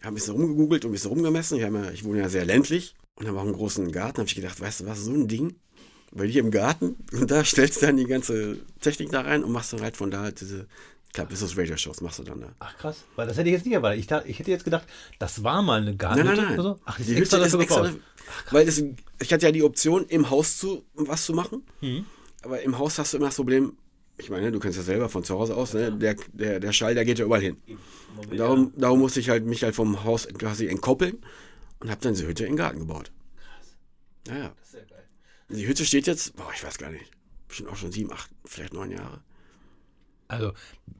Speaker 2: Habe ein bisschen rumgegoogelt und ein bisschen rumgemessen. Ich, ja, ich wohne ja sehr ländlich und habe auch einen großen Garten. Habe ich gedacht, weißt du was, so ein Ding, bei dir im Garten und da stellst du dann die ganze Technik da rein und machst dann halt von da halt diese Club Business Radio Shows machst du dann da.
Speaker 1: Ach krass, weil das hätte ich jetzt nicht erwartet. Ich, dachte, ich hätte jetzt gedacht, das war mal eine Gartenhütte
Speaker 2: Nein, nein, nein.
Speaker 1: oder so. Ach, die,
Speaker 2: Die
Speaker 1: ist extra
Speaker 2: Hütte ist
Speaker 1: dafür
Speaker 2: extra,
Speaker 1: gebaut.
Speaker 2: weil es, ich hatte ja die Option, im Haus zu was zu machen,
Speaker 1: Mhm.
Speaker 2: aber im Haus hast du immer das Problem, ich meine, du kennst ja selber von zu Hause aus, ne? der, der, der Schall, der geht ja überall hin. Und darum, darum musste ich halt mich halt vom Haus quasi entkoppeln und habe dann diese Hütte in den Garten gebaut. Krass. Ja, ja.
Speaker 1: Das ist sehr geil.
Speaker 2: Die Hütte steht jetzt, boah, ich weiß gar nicht, bestimmt auch schon sieben, acht, vielleicht neun Jahre.
Speaker 1: Also,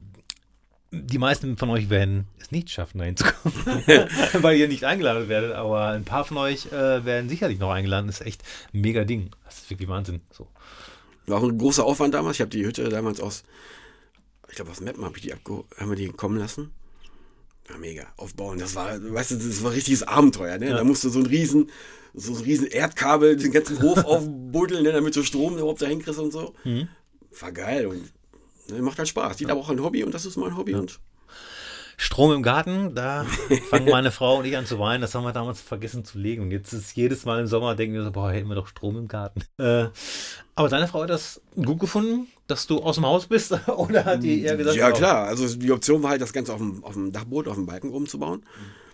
Speaker 1: die meisten von euch werden es nicht schaffen, da hinzukommen, weil ihr nicht eingeladen werdet, aber ein paar von euch äh, werden sicherlich noch eingeladen. Das ist echt ein mega Ding. Das ist wirklich Wahnsinn. So.
Speaker 2: War auch ein großer Aufwand damals. Ich habe die Hütte damals aus, ich glaube aus Meppen habe ich die abge haben wir die kommen lassen. Ja, mega. Aufbauen. Das war, weißt du, das war ein richtiges Abenteuer. Ne?
Speaker 1: Ja.
Speaker 2: Da musst du so ein riesen, so ein riesen Erdkabel den ganzen Hof aufbuddeln, ne? Damit du Strom überhaupt dahin kriegst und so.
Speaker 1: Mhm.
Speaker 2: War geil und ne, macht halt Spaß. Jeder braucht ein Hobby und das ist mein Hobby.
Speaker 1: Ja.
Speaker 2: Und
Speaker 1: Strom im Garten, da fangen meine Frau und ich an zu weinen. Das haben wir damals vergessen zu legen. Und jetzt ist jedes Mal im Sommer, denken wir so, boah, hätten wir doch Strom im Garten. Äh, aber deine Frau hat das gut gefunden, dass du aus dem Haus bist? Oder hat die eher gesagt,
Speaker 2: ja,
Speaker 1: oh,
Speaker 2: klar. Also die Option war halt, das Ganze auf dem, auf dem Dachboot, auf dem Balken oben zu bauen.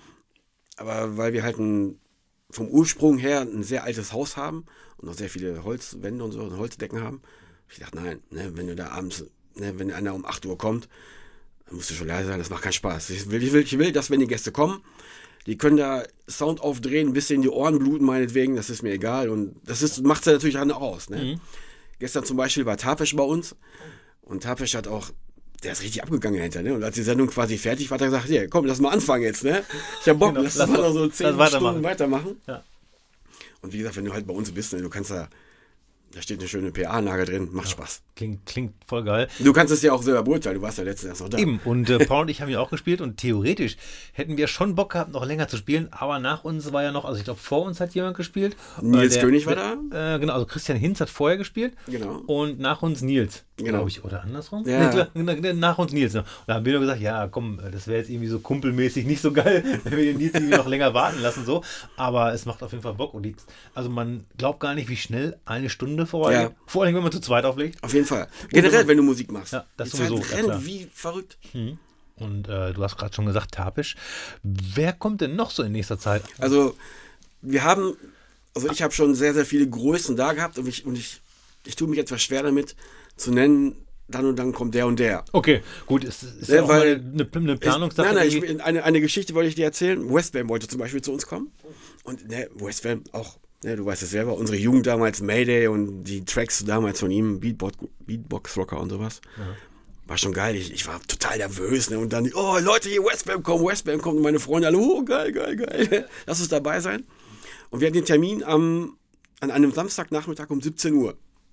Speaker 2: Aber weil wir halt ein, vom Ursprung her ein sehr altes Haus haben und noch sehr viele Holzwände und so und Holzdecken haben, hab ich dachte, nein, ne, wenn du da abends, ne, wenn einer um acht Uhr kommt, dann musst du schon leise sein, das macht keinen Spaß. Ich will, ich will, ich will, dass wenn die Gäste kommen, die können da Sound aufdrehen, ein bisschen in die Ohren bluten meinetwegen, das ist mir egal. Und das macht es ja natürlich auch aus. Ne?
Speaker 1: Mhm.
Speaker 2: Gestern zum Beispiel war Tapesch bei uns und Tapesch hat auch, der ist richtig abgegangen dahinter. Ne? Und als die Sendung quasi fertig war, hat er gesagt, hier, komm, lass mal anfangen jetzt. Ne? Ich hab Bock,
Speaker 1: Genau,
Speaker 2: lass,
Speaker 1: lass
Speaker 2: mal
Speaker 1: mal-
Speaker 2: noch so zehn
Speaker 1: lass
Speaker 2: Stunden
Speaker 1: weitermachen.
Speaker 2: weitermachen.
Speaker 1: Ja.
Speaker 2: Und wie gesagt, wenn du halt bei uns bist, ne, du kannst da, da steht eine schöne P A-Anlage drin, macht Spaß.
Speaker 1: Klingt, klingt voll geil.
Speaker 2: Du kannst es ja auch selber beurteilen, du warst ja letztens erst noch da.
Speaker 1: Eben, und äh, Paul und ich haben ja auch gespielt und theoretisch hätten wir schon Bock gehabt, noch länger zu spielen, aber nach uns war ja noch, also ich glaube, vor uns hat jemand gespielt.
Speaker 2: Nils
Speaker 1: Äh, der-
Speaker 2: König war
Speaker 1: der- Äh, genau, also Christian Hinz hat vorher gespielt.
Speaker 2: Genau.
Speaker 1: Und nach uns Nils,
Speaker 2: Genau.
Speaker 1: glaube ich, oder andersrum?
Speaker 2: Ja.
Speaker 1: Nee, klar, na- nach uns Nils. Und da haben wir nur gesagt, ja, komm, das wäre jetzt irgendwie so kumpelmäßig nicht so geil, wenn wir den Nils irgendwie noch länger warten lassen, so. Aber es macht auf jeden Fall Bock. Und die, also man glaubt gar nicht, wie schnell eine Stunde vorbei
Speaker 2: Ja.
Speaker 1: Vor allem, wenn man zu zweit auflegt.
Speaker 2: Auf jeden Fall. Generell, wenn du Musik machst.
Speaker 1: Ja, das
Speaker 2: die
Speaker 1: sowieso,
Speaker 2: Zeit
Speaker 1: ja,
Speaker 2: rennt
Speaker 1: klar.
Speaker 2: wie verrückt.
Speaker 1: Und äh, du hast gerade schon gesagt, Tapisch. Wer kommt denn noch so in nächster Zeit?
Speaker 2: Also, wir haben, also ich habe schon sehr, sehr viele Größen da gehabt und ich, und ich, ich tue mich etwas schwer damit zu nennen, dann und dann kommt der und der.
Speaker 1: Okay, gut, es ist
Speaker 2: Ja,
Speaker 1: ja auch
Speaker 2: weil-
Speaker 1: mal eine, eine
Speaker 2: Ich,
Speaker 1: Planungssache.
Speaker 2: nein, nein,
Speaker 1: irgendwie.
Speaker 2: ich, eine, eine Geschichte wollte ich dir erzählen. Westbam wollte zum Beispiel zu uns kommen. Und ne, Westbam auch, ne, du weißt es selber, unsere Jugend damals, Mayday und die Tracks damals von ihm, Beatbox, Beatbox-Rocker und sowas. War schon geil. Ich, ich war total nervös. Ne? Und dann, oh Leute, hier Westbam kommt, Westbam kommt. Und meine Freunde alle, oh geil, geil, geil. Lass uns dabei sein. Und wir hatten den Termin am, an einem Samstagnachmittag um siebzehn Uhr.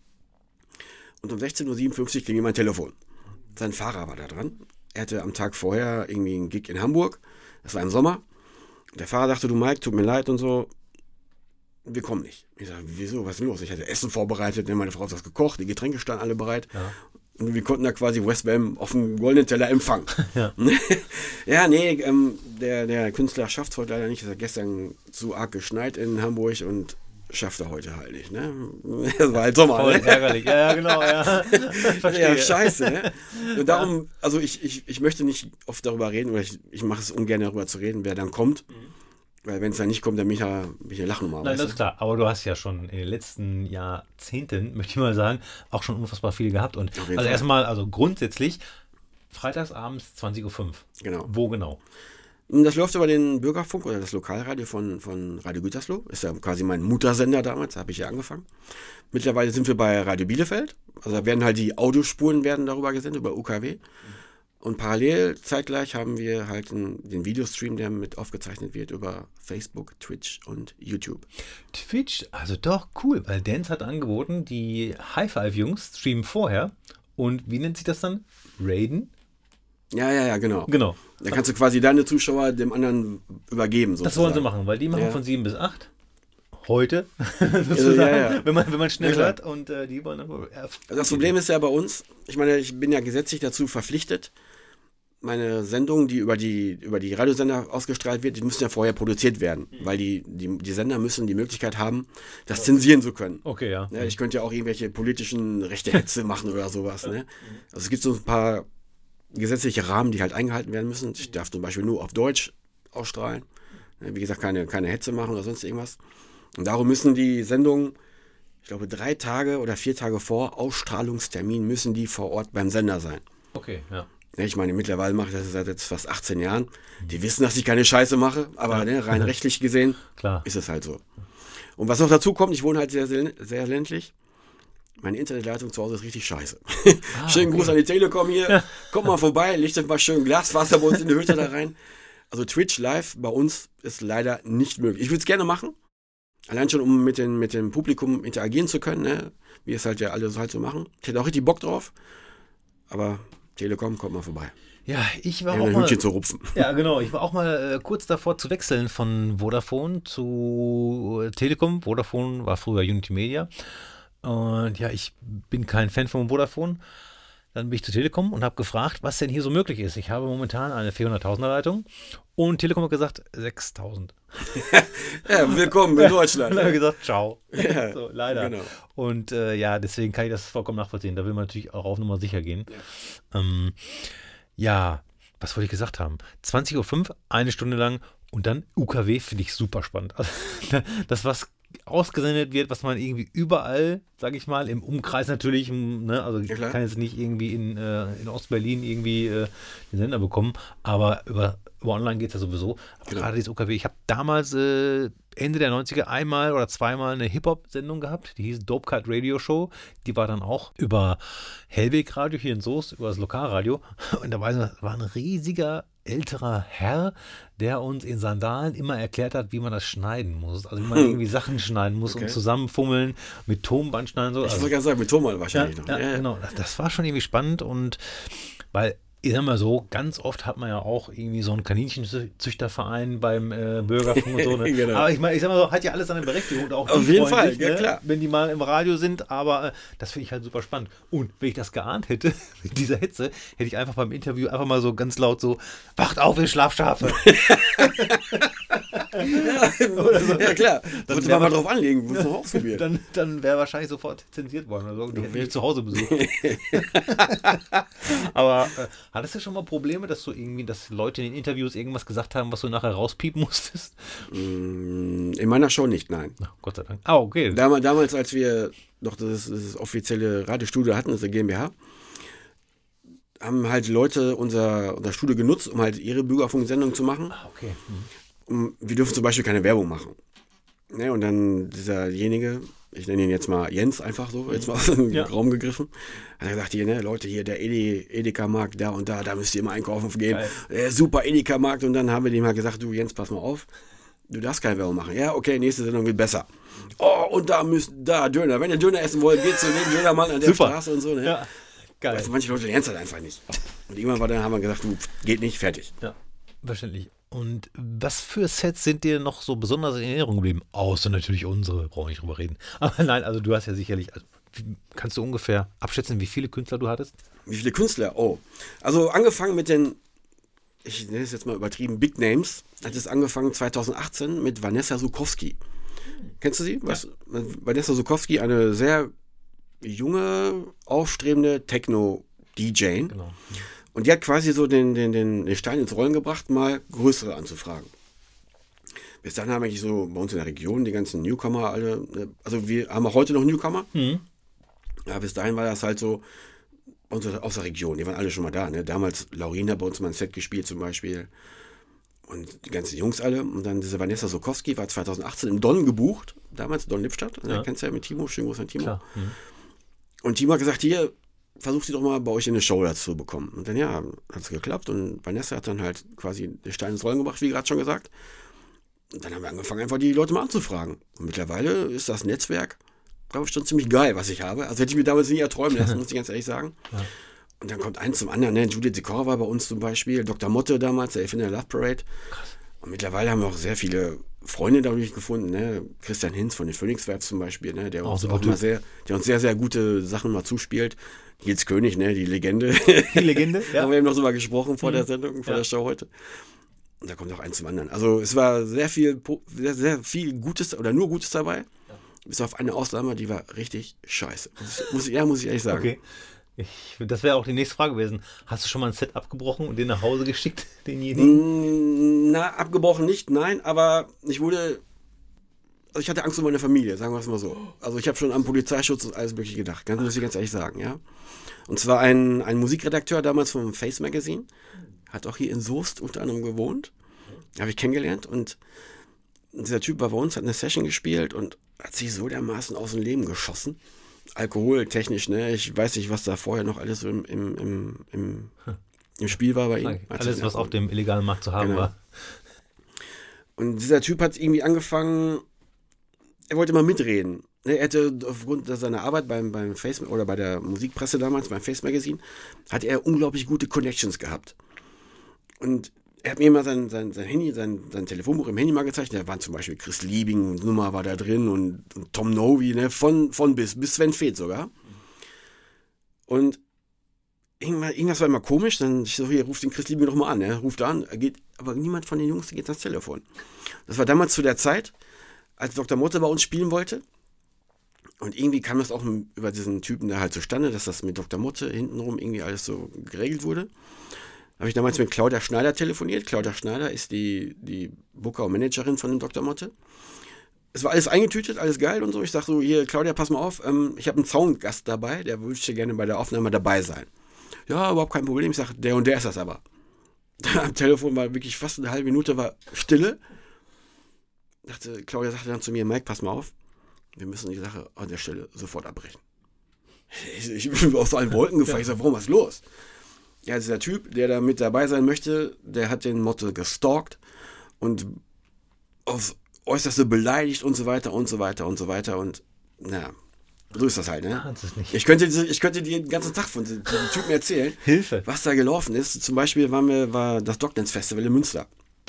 Speaker 2: Und um sechzehn Uhr siebenundfünfzig klingelt mein Telefon. Sein Fahrer war da dran. Er hatte am Tag vorher irgendwie einen Gig in Hamburg. Das war im Sommer. Und der Fahrer sagte, du Mike, tut mir leid und so. Wir kommen nicht. Ich sage, wieso, was ist denn los? Ich hatte Essen vorbereitet, meine Frau hat was gekocht, die Getränke standen alle bereit.
Speaker 1: Ja.
Speaker 2: Und wir konnten da quasi Westbam auf dem goldenen Teller empfangen.
Speaker 1: Ja.
Speaker 2: Ja, nee, ähm, der, der Künstler schafft es heute leider nicht. Es hat gestern zu arg geschneit in Hamburg und schafft er heute halt nicht. Ne? Das war halt Sommer.
Speaker 1: Voll
Speaker 2: Ne?
Speaker 1: ärgerlich. Ja, ja, genau, ja. Verstehe.
Speaker 2: Ja, scheiße. Ne? Und darum, also ich, ich, ich möchte nicht oft darüber reden, oder ich, ich mache es ungern darüber zu reden, wer dann kommt. Weil wenn es dann nicht kommt, dann bin ich ja, bin ich ja lachen normal.
Speaker 1: Nein,
Speaker 2: weißt
Speaker 1: das
Speaker 2: du?
Speaker 1: ist klar. Aber du hast ja schon in den letzten Jahrzehnten, möchte ich mal sagen, auch schon unfassbar viel gehabt. Und
Speaker 2: Auf jeden
Speaker 1: also
Speaker 2: Fall.
Speaker 1: erstmal, also grundsätzlich, freitagsabends zwanzig Uhr fünf.
Speaker 2: Genau.
Speaker 1: Wo genau?
Speaker 2: Und das läuft über den Bürgerfunk oder das Lokalradio von, von Radio Gütersloh. Ist ja quasi mein Muttersender damals, da habe ich ja angefangen. Mittlerweile sind wir bei Radio Bielefeld. Also da werden halt die Audiospuren werden darüber gesendet, über U K W. Und parallel, zeitgleich, haben wir halt einen, den Videostream, der mit aufgezeichnet wird über Facebook, Twitch und YouTube.
Speaker 1: Twitch, also doch cool, weil Dance hat angeboten, die High-Five-Jungs streamen vorher. Und wie nennt sich das dann? Raiden?
Speaker 2: Ja, ja, ja, genau.
Speaker 1: Genau.
Speaker 2: Da kannst du quasi deine Zuschauer dem anderen übergeben.
Speaker 1: Das
Speaker 2: Sozusagen.
Speaker 1: wollen sie machen, weil die machen
Speaker 2: Ja.
Speaker 1: von sieben bis acht. Heute,
Speaker 2: Also,
Speaker 1: sozusagen,
Speaker 2: ja, ja.
Speaker 1: Wenn, man, wenn man schnell
Speaker 2: Ja, klar.
Speaker 1: hört. Und äh, die wollen dann. Ja,
Speaker 2: Also das Problem ist ja bei uns, ich meine, ich bin ja gesetzlich dazu verpflichtet, meine Sendungen, die über die, über die Radiosender ausgestrahlt wird, die müssen ja vorher produziert werden, mhm. weil die, die, die Sender müssen die Möglichkeit haben, das zensieren zu können.
Speaker 1: Okay, ja.
Speaker 2: ja ich könnte ja auch irgendwelche politischen rechte Hetze machen oder sowas. Ne? Also es gibt so ein paar gesetzliche Rahmen, die halt eingehalten werden müssen. Ich darf zum Beispiel nur auf Deutsch ausstrahlen. Wie gesagt, keine, keine Hetze machen oder sonst irgendwas. Und darum müssen die Sendungen, ich glaube, drei Tage oder vier Tage vor Ausstrahlungstermin müssen die vor Ort beim Sender sein.
Speaker 1: Okay, ja.
Speaker 2: Ich meine, mittlerweile mache ich das seit jetzt fast achtzehn Jahren. Die wissen, dass ich keine Scheiße mache, aber ja. ne, rein rechtlich gesehen
Speaker 1: Klar.
Speaker 2: ist es halt so. Und was noch dazu kommt, ich wohne halt sehr, sehr ländlich. Meine Internetleitung zu Hause ist richtig scheiße. Ah, Schönen okay. Gruß an die Telekom hier. Ja. Kommt mal vorbei, legt euch mal schön Glaswasser bei uns in die Hütte da rein. Also Twitch live bei uns ist leider nicht möglich. Ich würde es gerne machen. Allein schon, um mit, den, mit dem Publikum interagieren zu können, ne? Wie es halt ja alle so halt so machen. Ich hätte auch richtig Bock drauf. Aber Telekom, kommt mal vorbei.
Speaker 1: Ja, ich war
Speaker 2: ja,
Speaker 1: auch
Speaker 2: ein
Speaker 1: mal...
Speaker 2: Hühnchen zu rupfen.
Speaker 1: Ja, genau. Ich war auch mal äh, kurz davor zu wechseln von Vodafone zu äh, Telekom. Vodafone war früher Unity Media. Und ja, ich bin kein Fan von Vodafone. Dann bin ich zu Telekom und habe gefragt, was denn hier so möglich ist. Ich habe momentan eine vierhunderttausender Leitung und Telekom hat gesagt sechstausend.
Speaker 2: Ja, willkommen in Deutschland.
Speaker 1: Und dann habe ich gesagt, ciao.
Speaker 2: Ja,
Speaker 1: so, leider. Genau. Und äh, ja, deswegen kann ich das vollkommen nachvollziehen. Da will man natürlich auch auf Nummer sicher gehen. Ja, ähm, ja was wollte ich gesagt haben? zwanzig Uhr fünf, eine Stunde lang und dann U K W finde ich super spannend. Also, das, was ausgesendet wird, was man irgendwie überall, sage ich mal, im Umkreis natürlich, ne, also ich ja, kann jetzt nicht irgendwie in, äh, in Ostberlin irgendwie äh, den Sender bekommen, aber über, über online geht es ja sowieso. Aber genau. Gerade dieses U K W, ich habe damals äh, Ende der neunziger einmal oder zweimal eine Hip-Hop-Sendung gehabt, die hieß Dope Cut Radio Show, die war dann auch über Hellweg Radio hier in Soest, über das Lokalradio und da war, war ein riesiger älterer Herr, der uns in Sandalen immer erklärt hat, wie man das schneiden muss. Also wie man irgendwie Sachen schneiden muss okay. und zusammenfummeln, mit Tonband schneiden. So.
Speaker 2: Ich
Speaker 1: also,
Speaker 2: wollte gerade sagen, mit Tonband wahrscheinlich
Speaker 1: ja,
Speaker 2: noch.
Speaker 1: Ja, ja, genau. Das, das war schon irgendwie spannend und weil, ich sag mal so, ganz oft hat man ja auch irgendwie so einen Kaninchenzüchterverein beim äh, Bürgerfunk und so. Ne? Genau. Aber ich meine, ich sag mal so, hat ja alles seine Berechtigung. Und auch
Speaker 2: auf jeden Fall, ja,
Speaker 1: ne?
Speaker 2: klar.
Speaker 1: Wenn die mal im Radio sind, aber äh, das finde ich halt super spannend. Und wenn ich das geahnt hätte, mit dieser Hetze, hätte ich einfach beim Interview einfach mal so ganz laut so, wacht auf, ihr Schlafschafe.
Speaker 2: ja, so. Ja, klar. Dann würde man mal drauf anlegen, wo es noch ausprobiert.
Speaker 1: Dann, dann wäre wahrscheinlich sofort zensiert worden. Also, die hätten mich zu Hause besucht. Aber äh, hattest du schon mal Probleme, dass du irgendwie, dass Leute in den Interviews irgendwas gesagt haben, was du nachher rauspiepen musstest?
Speaker 2: In meiner Show nicht, nein.
Speaker 1: Ach, Gott sei Dank. Ah, okay.
Speaker 2: Damals, damals als wir noch das, das offizielle Radiostudio hatten, das ist der GmbH, haben halt Leute unser, unser Studio genutzt, um halt ihre Bürgerfunksendung zu machen.
Speaker 1: Ah, okay.
Speaker 2: Mhm. Wir dürfen zum Beispiel keine Werbung machen. Ne, und dann dieserjenige, ich nenne ihn jetzt mal Jens, einfach so, jetzt mal aus dem ja. Raum gegriffen, hat er gesagt, hier, ne, Leute, hier der Edi, Edeka-Markt da und da, da müsst ihr immer einkaufen gehen. Äh, super Edeka-Markt. Und dann haben wir dem halt gesagt, du Jens, pass mal auf, du darfst keine Werbung machen. Ja, okay, nächste Sendung wird besser. Oh, und da müsst, da Döner. Wenn ihr Döner essen wollt, geht zu dem Dönermann an der super. Straße und so. Ne? Ja, geil. Also manche Leute lernen es halt einfach nicht. Und irgendwann war dann, haben wir gesagt, du, geht nicht, fertig.
Speaker 1: Ja, verständlich. Und was für Sets sind dir noch so besonders in Erinnerung geblieben? Außer natürlich unsere, brauchen wir nicht drüber reden. Aber nein, also du hast ja sicherlich, also, kannst du ungefähr abschätzen, wie viele Künstler du hattest?
Speaker 2: Wie viele Künstler? Oh, also angefangen mit den, ich nenne es jetzt mal übertrieben, Big Names, hat es angefangen zweitausendachtzehn mit Vanessa Sukowski. Kennst du sie? Was? Ja. Vanessa Sukowski, eine sehr junge, aufstrebende Techno-D J. Genau. Und die hat quasi so den, den, den Stein ins Rollen gebracht, mal größere anzufragen. Bis dann haben eigentlich so bei uns in der Region die ganzen Newcomer alle, also wir haben auch heute noch Newcomer. Mhm. Ja, bis dahin war das halt so aus der Region, die waren alle schon mal da. Ne? Damals Laurina bei uns mal ein Set gespielt zum Beispiel. Und die ganzen Jungs alle. Und dann diese Vanessa Sokowski war zweitausendachtzehn im Don gebucht, damals Don Lippstadt. Ja. Kennst du ja mit Timo, schönen Gruß an Timo. Mhm. Und Timo hat gesagt, hier, versucht sie doch mal bei euch in eine Show dazu bekommen. Und dann ja, hat es geklappt und Vanessa hat dann halt quasi den Stein ins Rollen gebracht, wie gerade schon gesagt. Und dann haben wir angefangen, einfach die Leute mal anzufragen. Und mittlerweile ist das Netzwerk, glaube ich, schon ziemlich geil, was ich habe. Also hätte ich mir damals nie erträumen lassen, muss ich ganz ehrlich sagen. Ja. Und dann kommt eins zum anderen, ne? Judith Sikora war bei uns zum Beispiel, Doktor Motte damals, der Erfinder der Love Parade. Krass. Und mittlerweile haben wir auch sehr viele Freunde dadurch gefunden, ne? Christian Hinz von den Phoenix Verbs zum Beispiel, ne? Der
Speaker 1: Auch
Speaker 2: uns
Speaker 1: super
Speaker 2: auch mal
Speaker 1: Typ.
Speaker 2: sehr, der uns sehr, sehr gute Sachen mal zuspielt. Nils König, ne? Die Legende.
Speaker 1: Die Legende,
Speaker 2: Da haben wir eben noch drüber gesprochen vor
Speaker 1: Mhm.
Speaker 2: der Sendung, vor
Speaker 1: Ja.
Speaker 2: der Show heute. Und da kommt auch eins zum anderen. Also es war sehr viel, po- sehr, sehr viel Gutes oder nur Gutes dabei. Bis auf eine Ausnahme, die war richtig scheiße. Muss ich, muss ich, ja, muss ich ehrlich sagen.
Speaker 1: Okay. Ich, das wäre auch die nächste Frage gewesen. Hast du schon mal ein Set abgebrochen und den nach Hause geschickt, denjenigen?
Speaker 2: Mm, Na, abgebrochen nicht, nein, aber ich wurde, also ich hatte Angst um meine Familie, sagen wir es mal so. Also ich habe schon am Polizeischutz und alles mögliche gedacht, ganz, muss ich ganz ehrlich sagen, ja. Und zwar ein, ein Musikredakteur damals vom Face Magazine, hat auch hier in Soest unter anderem gewohnt, habe ich kennengelernt und dieser Typ war bei uns, hat eine Session gespielt und hat sich so dermaßen aus dem Leben geschossen. Alkoholtechnisch, ne? Ich weiß nicht, was da vorher noch alles so im, im, im, im, im Spiel war bei ihm. Hat
Speaker 1: Alles,
Speaker 2: sich
Speaker 1: was
Speaker 2: nach-
Speaker 1: auf dem illegalen Markt zu haben
Speaker 2: Genau.
Speaker 1: war.
Speaker 2: Und dieser Typ hat irgendwie angefangen, er wollte mal mitreden. Ne, Er hatte aufgrund seiner Arbeit beim, beim Face oder bei der Musikpresse damals, beim Face Magazine, hat er unglaublich gute Connections gehabt. Und er hat mir mal sein, sein, sein Handy, sein, sein Telefonbuch im Handy mal gezeigt. Da waren zum Beispiel Chris Liebing, Nummer war da drin und, und Tom Novi, ne, von, von bis, bis Sven Feth sogar. Und irgendwas, irgendwas war immer komisch, dann ich so, hier, ruft den Chris Liebing doch mal an. Er ruft an, er geht, aber niemand von den Jungs geht ans Telefon. Das war damals zu der Zeit, als Doktor Motte bei uns spielen wollte. Und irgendwie kam das auch über diesen Typen da halt zustande, dass das mit Doktor Motte hintenrum irgendwie alles so geregelt wurde. Habe ich damals mit Claudia Schneider telefoniert. Claudia Schneider ist die, die Booker und Managerin von dem Doktor Motte. Es war alles eingetütet, alles geil und so. Ich sage so, hier, Claudia, pass mal auf, ähm, ich habe einen Soundgast dabei, der wünschte gerne bei der Aufnahme dabei sein. Ja, überhaupt kein Problem. Ich sage, der und der ist das aber. Am Telefon war wirklich fast eine halbe Minute war Stille. Dachte, Claudia sagte dann zu mir, Mike, pass mal auf, wir müssen die Sache an der Stelle sofort abbrechen. Ich, ich bin aus allen Wolken gefallen. Ich sage, warum, was ist los? Ja, dieser Typ, der da mit dabei sein möchte, der hat den Motte gestalkt und aufs Äußerste beleidigt und so weiter und so weiter und so weiter und na, so ist das halt, ne?
Speaker 1: Ah, das ist nicht.
Speaker 2: Ich könnte, ich könnte dir den ganzen Tag von diesem Typen erzählen,
Speaker 1: Hilfe.
Speaker 2: was da gelaufen ist. Zum Beispiel waren wir, war das Docklands Festival in Münster.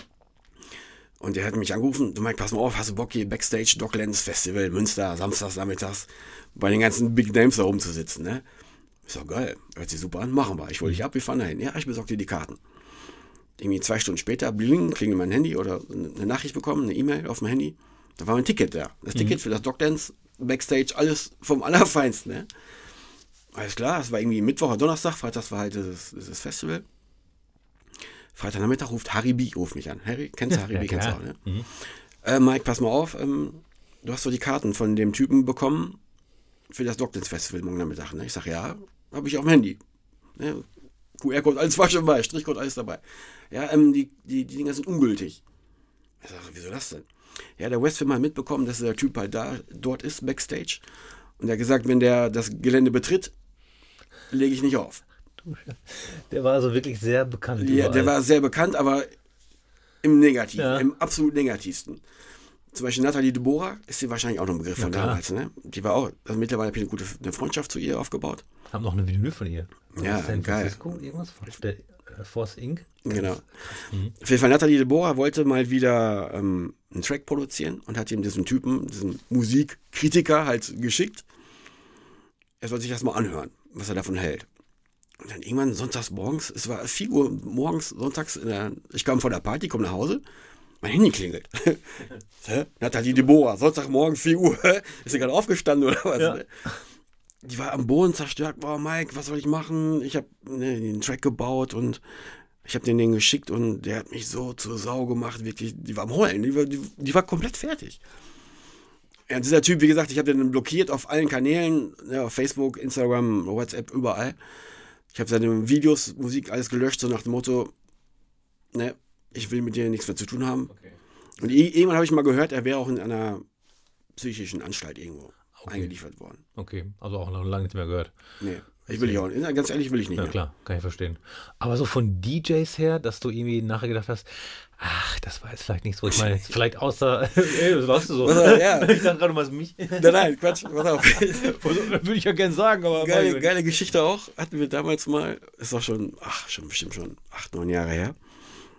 Speaker 2: Und der hat mich angerufen, du Mike, pass mal auf, hast du Bock hier Backstage Docklands Festival Münster, samstags, nachmittags, bei den ganzen Big Names da rumzusitzen, ne? Ist doch geil, hört sich super an, machen wir. Ich hole dich ab, wir fahren dahin. Ja, ich besorge dir die Karten. Irgendwie zwei Stunden später, bling, klingelt mein Handy oder eine Nachricht bekommen, eine E-Mail auf dem Handy. Da war mein Ticket da. Das mhm. Ticket für das Docklands, Backstage, alles vom Allerfeinsten, ne? Alles klar, es war irgendwie Mittwoch oder Donnerstag, Freitag war halt das, das Festival. Freitagnachmittag ruft Harry B. ruft mich an. Harry, kennst du Harry
Speaker 1: Ja,
Speaker 2: B? Kennst du
Speaker 1: klar.
Speaker 2: auch, ne?
Speaker 1: Mhm.
Speaker 2: Äh, Mike, pass mal auf, ähm, du hast so die Karten von dem Typen bekommen für das Docklands Festival morgen Nachmittag, ne? Ich sag, ja, habe ich auf dem Handy. Ne? Q R-Code, alles war schon dabei, Strichcode, alles dabei. Ja, ähm, die, die, die Dinger sind ungültig. Ich sag, wieso das denn? Ja, der Westfilm hat mitbekommen, dass der Typ halt da, dort ist, Backstage. Und er hat gesagt, wenn der das Gelände betritt, lege ich nicht auf.
Speaker 1: Der war also wirklich sehr bekannt.
Speaker 2: Ja, der
Speaker 1: überall.
Speaker 2: war sehr bekannt, aber im Negativen,
Speaker 1: Ja.
Speaker 2: im absolut Negativsten. Zum Beispiel Nathalie Deborah, ist sie wahrscheinlich auch noch ein Begriff von
Speaker 1: klar.
Speaker 2: damals, ne? Die war auch, also mittlerweile habe ich eine gute eine Freundschaft zu ihr aufgebaut.
Speaker 1: Haben noch eine Vinyl von ihr.
Speaker 2: Ja,
Speaker 1: San
Speaker 2: geil.
Speaker 1: Francisco, irgendwas? Auf der äh, Force Incorporated.
Speaker 2: Genau.
Speaker 1: Mhm.
Speaker 2: Auf jeden Fall, Nathalie Deborah wollte mal wieder ähm, einen Track produzieren und hat ihm diesen Typen, diesen Musikkritiker halt geschickt. Er soll sich das mal anhören, was er davon hält. Und dann irgendwann sonntags morgens, es war vier Uhr morgens, sonntags, in der, ich kam von der Party, komme nach Hause, mein Handy klingelt. Hä? Nathalie Deborah, Sonntagmorgen vier Uhr, ist sie gerade aufgestanden oder was?
Speaker 1: Ja.
Speaker 2: Ne? Die war am Boden zerstört, boah Mike, was soll ich machen? Ich habe ne, den Track gebaut und ich habe den den geschickt und der hat mich so zur Sau gemacht, wirklich, die war am Heulen, die war, die, die war komplett fertig. Ja, dieser Typ, wie gesagt, ich habe den blockiert auf allen Kanälen, ja, auf Facebook, Instagram, WhatsApp, überall. Ich habe seine Videos, Musik, alles gelöscht, so nach dem Motto, ne, ich will mit dir nichts mehr zu tun haben.
Speaker 1: Okay.
Speaker 2: Und i- irgendwann habe ich mal gehört, er wäre auch in einer psychischen Anstalt irgendwo
Speaker 1: Okay.
Speaker 2: eingeliefert worden.
Speaker 1: Okay, also auch noch lange nichts mehr gehört.
Speaker 2: Nee, ich will ich auch nicht. Ganz ehrlich, will ich nicht
Speaker 1: Ja
Speaker 2: mehr.
Speaker 1: klar, kann ich verstehen. Aber so von D Js her, dass du irgendwie nachher gedacht hast, ach, das war jetzt vielleicht nichts, wo ich meine, vielleicht außer, ey, was machst du so?
Speaker 2: Was, ja.
Speaker 1: Ich dachte gerade, was mich.
Speaker 2: Nein, nein, Quatsch, pass auf.
Speaker 1: Würde ich ja gern sagen, aber
Speaker 2: Geile, geile Geschichte auch. Hatten wir damals mal, ist auch schon, ach, schon bestimmt schon acht, neun Jahre her.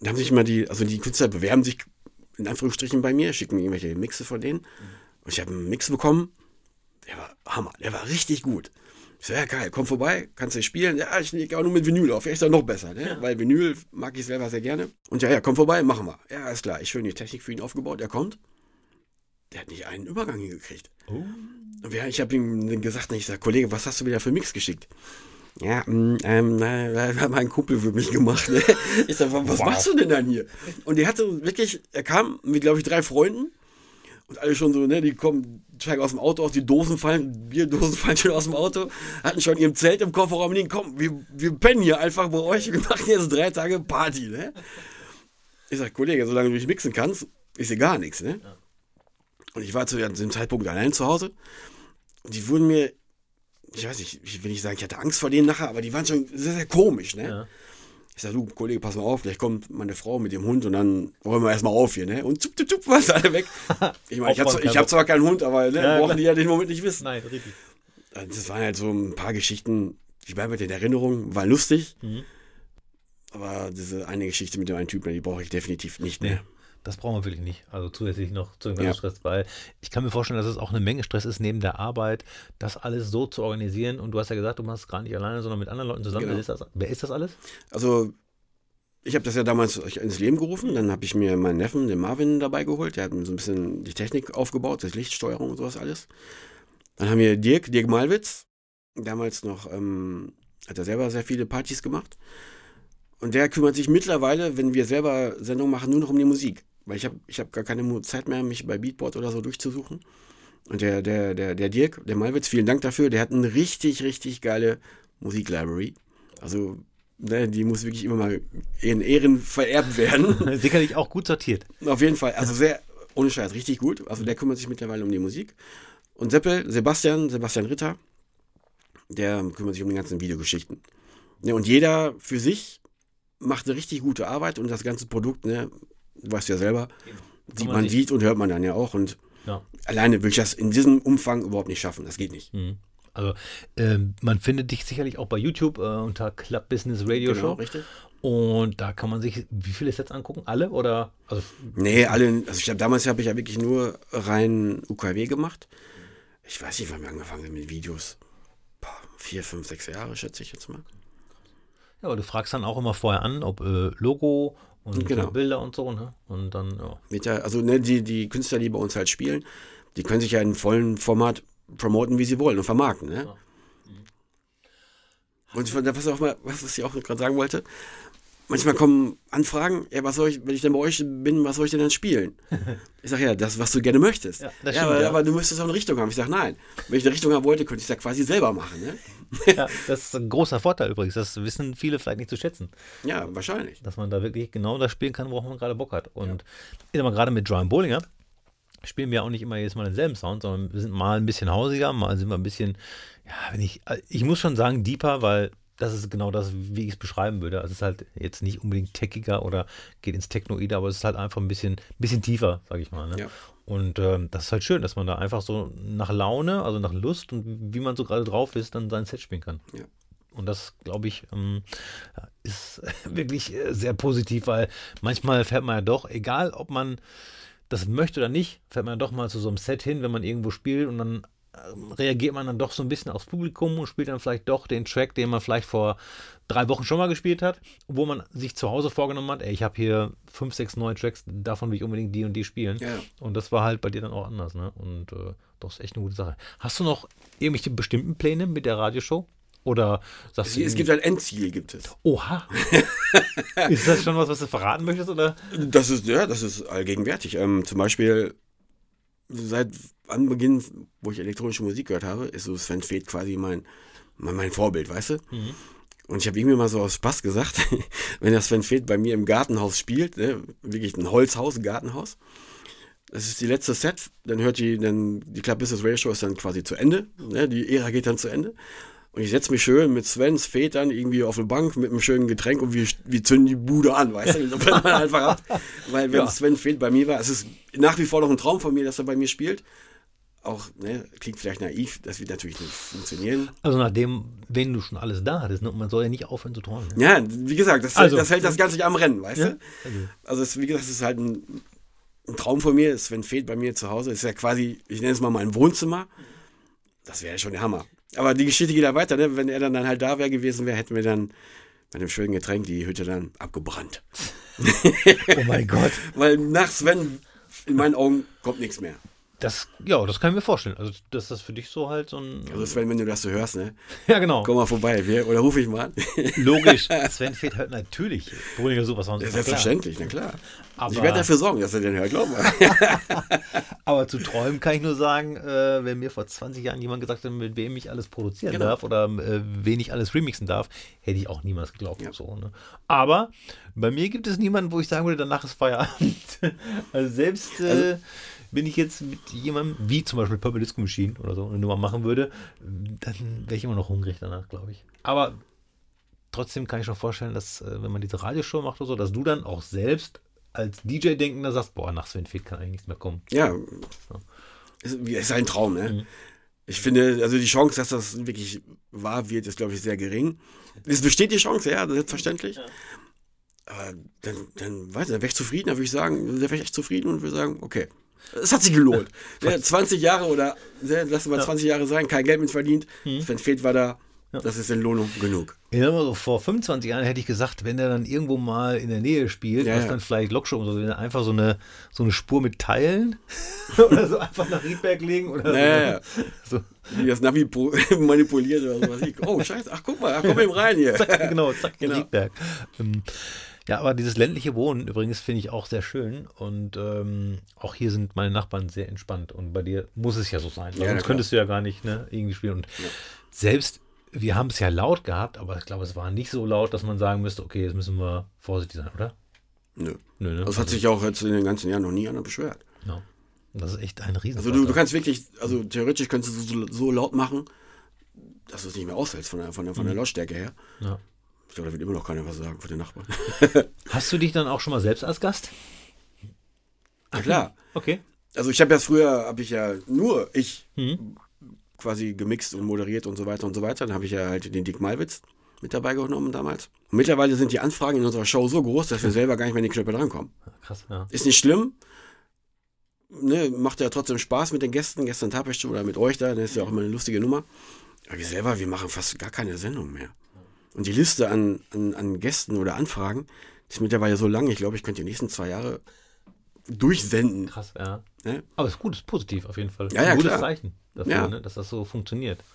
Speaker 2: da haben sich immer die, also die Künstler bewerben sich in Anführungsstrichen bei mir, schicken mir irgendwelche Mixe von denen. Und ich habe einen Mix bekommen, der war Hammer, der war richtig gut. Ich so, ja geil, komm vorbei, kannst du spielen? Ja, ich lege auch nur mit Vinyl auf, ja, ist ja noch besser, ne? Ja. Weil Vinyl mag ich selber sehr gerne. Und ja, ja, komm vorbei, machen wir. Ja, ist klar, ich schön die Technik für ihn aufgebaut, er kommt. Der hat nicht einen Übergang hingekriegt. Oh. Und ich habe ihm gesagt, ich sage, Kollege, was hast du wieder für Mix geschickt? Ja, ähm, na, hat mein Kumpel für mich gemacht. Ne? Ich sag, was wow. machst du denn dann hier? Und der hatte wirklich, er kam mit, glaube ich, drei Freunden. Und alle schon so, ne, die kommen, steigen aus dem Auto aus, die Dosen fallen, Bierdosen fallen schon aus dem Auto, hatten schon ihrem Zelt im Kofferraum liegen, komm, wir, wir pennen hier einfach bei euch, wir machen jetzt drei Tage Party, ne? Ich sag, Kollege, solange du nicht mixen kannst, ist hier gar nichts, ne? Ja. Und ich war zu dem Zeitpunkt allein zu Hause und die wurden mir, ich weiß nicht, ich will nicht sagen, ich hatte Angst vor denen nachher, aber die waren schon sehr, sehr komisch, ne? Ja. Ich sag, du, Kollege, pass mal auf, gleich kommt meine Frau mit dem Hund und dann räumen wir erstmal auf hier, ne? Und zup, zup, zup, was alle weg. Ich meine, ich habe zwar, hab zwar keinen Hund, aber ne, ja, brauchen die ja den Moment nicht wissen.
Speaker 5: Nein, richtig.
Speaker 2: Das waren halt so ein paar Geschichten, die bleiben mit in Erinnerung, war lustig. Mhm. Aber diese eine Geschichte mit dem einen Typen, die brauche ich definitiv nicht mehr. Nee.
Speaker 5: Das brauchen wir wirklich nicht. Also zusätzlich noch zu dem ganzen ja. Stress, weil ich kann mir vorstellen, dass es auch eine Menge Stress ist, neben der Arbeit, das alles so zu organisieren. Und du hast ja gesagt, du machst es gar nicht alleine, sondern mit anderen Leuten zusammen. Genau. Wer ist das, wer ist das alles?
Speaker 2: Also, ich habe das ja damals ins Leben gerufen. Dann habe ich mir meinen Neffen, den Marvin, dabei geholt. Der hat mir so ein bisschen die Technik aufgebaut, das Lichtsteuerung und sowas alles. Dann haben wir Dirk, Dirk Malwitz. Damals noch, ähm, hat er selber sehr viele Partys gemacht. Und der kümmert sich mittlerweile, wenn wir selber Sendungen machen, nur noch um die Musik. Weil ich habe ich hab gar keine Zeit mehr, mich bei Beatport oder so durchzusuchen. Und der, der, der, der Dirk, der Malwitz, vielen Dank dafür, der hat eine richtig, richtig geile Musiklibrary. Also, ne, die muss wirklich immer mal in Ehren vererbt werden.
Speaker 5: Sicherlich auch gut sortiert.
Speaker 2: Auf jeden Fall, also sehr, ohne Scheiß, richtig gut. Also der kümmert sich mittlerweile um die Musik. Und Seppel, Sebastian, Sebastian Ritter, der kümmert sich um die ganzen Videogeschichten. Ja, und jeder für sich macht eine richtig gute Arbeit und das ganze Produkt, ne, du weißt ja selber, die man, man sieht und hört man dann ja auch. Und ja. alleine will ich das in diesem Umfang überhaupt nicht schaffen. Das geht nicht.
Speaker 5: Mhm. Also äh, man findet dich sicherlich auch bei YouTube äh, unter Club Business Radio
Speaker 2: genau,
Speaker 5: Show.
Speaker 2: Richtig.
Speaker 5: Und da kann man sich wie viele Sets angucken? Alle? Oder? Also,
Speaker 2: nee, alle. Also ich habe damals habe ich ja wirklich nur rein U K W gemacht. Ich weiß nicht, wann wir angefangen haben mit Videos. Boah, vier, fünf, sechs Jahre, schätze ich jetzt mal.
Speaker 5: Ja, aber du fragst dann auch immer vorher an, ob äh, Logo und genau. Bilder und so, ne? Und dann, ja.
Speaker 2: Mit der, also ne, die, die Künstler, die bei uns halt spielen, die können sich ja in vollen Format promoten, wie sie wollen und vermarkten, ne? Ja. Mhm. Und was, auch mal, was ich auch gerade sagen wollte, manchmal kommen Anfragen, ja, was soll ich, wenn ich dann bei euch bin, was soll ich denn dann spielen? Ich sage, ja, das, was du gerne möchtest. Ja, das ja, stimmt, aber, ja. aber du müsstest auch eine Richtung haben. Ich sage, nein, wenn ich eine Richtung haben wollte, könnte ich es ja quasi selber machen, ne?
Speaker 5: Ja, das ist ein großer Vorteil übrigens. Das wissen viele vielleicht nicht zu schätzen.
Speaker 2: Ja, wahrscheinlich.
Speaker 5: Dass man da wirklich genau das spielen kann, worauf man gerade Bock hat. Und ja. ich sag mal, gerade mit Brian Bollinger spielen wir auch nicht immer jedes Mal denselben Sound, sondern wir sind mal ein bisschen hausiger, mal sind wir ein bisschen, ja, wenn ich, ich muss schon sagen, deeper, weil das ist genau das, wie ich es beschreiben würde. Also es ist halt jetzt nicht unbedingt techiger oder geht ins Technoide, aber es ist halt einfach ein bisschen, bisschen tiefer, sage ich mal. Ne? Ja. Und ähm, das ist halt schön, dass man da einfach so nach Laune, also nach Lust und wie man so gerade drauf ist, dann sein Set spielen kann.
Speaker 2: Ja.
Speaker 5: Und das, glaube ich, ähm, ist wirklich sehr positiv, weil manchmal fährt man ja doch, egal ob man das möchte oder nicht, fährt man ja doch mal zu so einem Set hin, wenn man irgendwo spielt und dann reagiert man dann doch so ein bisschen aufs Publikum und spielt dann vielleicht doch den Track, den man vielleicht vor drei Wochen schon mal gespielt hat, wo man sich zu Hause vorgenommen hat, ey, ich habe hier fünf, sechs neue Tracks, davon will ich unbedingt die und die spielen. Ja. Und das war halt bei dir dann auch anders, ne? Und äh, das ist echt eine gute Sache. Hast du noch irgendwelche bestimmten Pläne mit der Radioshow? Oder sagst
Speaker 2: es, du, es gibt ein Endziel, gibt es.
Speaker 5: Oha. Ist das schon was, was du verraten möchtest, oder?
Speaker 2: Das ist, ja, das ist allgegenwärtig. Ähm, zum Beispiel seit Anbeginn, wo ich elektronische Musik gehört habe, ist so Sven Väth quasi mein, mein, mein Vorbild, weißt du? Mhm. Und ich habe irgendwie mal so aus Spaß gesagt, wenn das Sven Väth bei mir im Gartenhaus spielt, ne, wirklich ein Holzhaus, ein Gartenhaus, das ist die letzte Set, dann hört die, dann die Club Business Radio Show ist dann quasi zu Ende, ne, die Ära geht dann zu Ende. Und ich setze mich schön mit Svens Väth dann irgendwie auf eine Bank mit einem schönen Getränk und wir, wir zünden die Bude an, weißt du? So brennt man einfach ab. Weil wenn ja. Sven Väth bei mir war, es ist nach wie vor noch ein Traum von mir, dass er bei mir spielt. auch, ne, klingt vielleicht naiv, das wird natürlich nicht funktionieren.
Speaker 5: Also nachdem, wenn du schon alles da hattest, ne? Und man soll ja nicht aufhören zu träumen. Ne?
Speaker 2: Ja, wie gesagt, das,
Speaker 5: Also,
Speaker 2: das hält das Ganze nicht am Rennen, weißt
Speaker 5: Ja?
Speaker 2: du?
Speaker 5: Also,
Speaker 2: Also, es, wie gesagt, es ist halt ein, ein Traum von mir. Sven Feth bei mir zu Hause ist ja quasi, ich nenne es mal mein Wohnzimmer. Das wäre ja schon der Hammer. Aber die Geschichte geht ja weiter, ne? Wenn er dann, dann halt da wäre gewesen wäre, hätten wir dann bei einem schönen Getränk die Hütte dann abgebrannt.
Speaker 5: oh mein Gott.
Speaker 2: Weil nach Sven, in meinen Augen, kommt nichts mehr.
Speaker 5: Das, ja, das kann ich mir vorstellen. Also, dass das für dich so halt so ein.
Speaker 2: Also Sven, wenn du das so hörst, ne?
Speaker 5: ja, genau.
Speaker 2: Komm mal vorbei, wir, oder ruf ich mal an.
Speaker 5: Logisch. Sven Feth hört natürlich Bohlinger Super Sounds.
Speaker 2: Ja,
Speaker 5: ist ja klar.
Speaker 2: selbstverständlich, na klar.
Speaker 5: Aber,
Speaker 2: Ich werde dafür sorgen, dass er den hört, glaub mal.
Speaker 5: aber zu träumen kann ich nur sagen, äh, wenn mir vor zwanzig Jahren jemand gesagt hätte, mit wem ich alles produzieren
Speaker 2: Genau.
Speaker 5: darf oder äh, wen ich alles remixen darf, hätte ich auch niemals geglaubt.
Speaker 2: Ja.
Speaker 5: So, ne? Aber bei mir gibt es niemanden, wo ich sagen würde, danach ist Feierabend. also selbst äh,
Speaker 2: Also-
Speaker 5: wenn ich jetzt mit jemandem, wie zum Beispiel Purple Disco Machine oder so, eine Nummer machen würde, dann wäre ich immer noch hungrig danach, glaube ich. Aber trotzdem kann ich schon vorstellen, dass, äh, wenn man diese Radioshow macht oder so, dass du dann auch selbst als D J-Denkender sagst, boah, nach Sven Feth kann eigentlich nichts mehr kommen.
Speaker 2: Ja, ist, ist ein Traum, ne?
Speaker 5: Mhm.
Speaker 2: Ich finde, also die Chance, dass das wirklich wahr wird, ist, glaube ich, sehr gering. Es besteht die Chance, ja, selbstverständlich. Aber dann, dann, weiß ich, dann wäre ich zufrieden, dann würde ich sagen, dann wäre ich echt zufrieden und würde sagen, okay, es hat sich gelohnt. Ja, zwanzig Jahre oder, ja, lass mal zwanzig Jahre sein, kein Geld mit verdient. Sven Feth war da, das ist Entlohnung genug.
Speaker 5: Ja, aber so vor fünfundzwanzig Jahren hätte ich gesagt, wenn der dann irgendwo mal in der Nähe spielt,
Speaker 2: Ja,
Speaker 5: was
Speaker 2: ja.
Speaker 5: dann vielleicht Lokshow und so, wenn er einfach so eine, so eine Spur mit Teilen oder so einfach nach Riedberg legen oder
Speaker 2: Ja, ja.
Speaker 5: so.
Speaker 2: Wie das Navi po- manipuliert oder sowas. Oh, scheiße, ach guck mal, ach, komm eben rein hier.
Speaker 5: Zack, genau, zack, in
Speaker 2: Genau.
Speaker 5: Riedberg. Ähm, ja, aber dieses ländliche Wohnen übrigens finde ich auch sehr schön und ähm, auch hier sind meine Nachbarn sehr entspannt und bei dir muss es ja so sein, weil
Speaker 2: Ja, na
Speaker 5: sonst
Speaker 2: klar.
Speaker 5: könntest du ja gar nicht ne, irgendwie spielen und selbst, wir haben es ja laut gehabt, aber ich glaube, es war nicht so laut, dass man sagen müsste, okay, jetzt müssen wir vorsichtig sein, oder?
Speaker 2: Nö.
Speaker 5: Nö, ne?
Speaker 2: Das hat sich auch jetzt in den ganzen Jahren noch nie einer beschwert.
Speaker 5: Ja. Das ist echt ein Riesen.
Speaker 2: Also du, du kannst wirklich, also theoretisch könntest du so, so laut machen, dass du es nicht mehr aushältst von der, von der, von der Lautstärke her.
Speaker 5: Ja.
Speaker 2: Ich glaube, da wird immer noch keiner was sagen von den Nachbarn.
Speaker 5: Hast du dich dann auch schon mal selbst als Gast?
Speaker 2: Na klar.
Speaker 5: Okay.
Speaker 2: Also ich habe ja früher, habe ich ja nur ich
Speaker 5: Mhm.
Speaker 2: quasi gemixt und moderiert und so weiter und so weiter. Dann habe ich ja halt den Dick Malwitz mit dabei genommen damals. Und mittlerweile sind die Anfragen in unserer Show so groß, dass wir selber gar nicht mehr in die Knöpfe drankommen.
Speaker 5: Krass, ja.
Speaker 2: Ist nicht schlimm. Ne, macht ja trotzdem Spaß mit den Gästen, gestern Tapestu oder mit euch da, das ist ja auch immer eine lustige Nummer. Aber wir selber, wir machen fast gar keine Sendung mehr. Und die Liste an, an, an Gästen oder Anfragen die ist mittlerweile so lang, ich glaube, ich könnte die nächsten zwei Jahre durchsenden.
Speaker 5: Krass, ja.
Speaker 2: Ne?
Speaker 5: Aber es ist gut, es ist positiv auf jeden Fall.
Speaker 2: Ja, ja,
Speaker 5: ein gutes
Speaker 2: klar.
Speaker 5: Zeichen dafür,
Speaker 2: Ja.
Speaker 5: ne, dass das so funktioniert.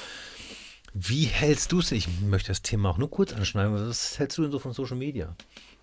Speaker 5: Wie hältst du es? Ich möchte das Thema auch nur kurz anschneiden. Was hältst du denn so von Social Media?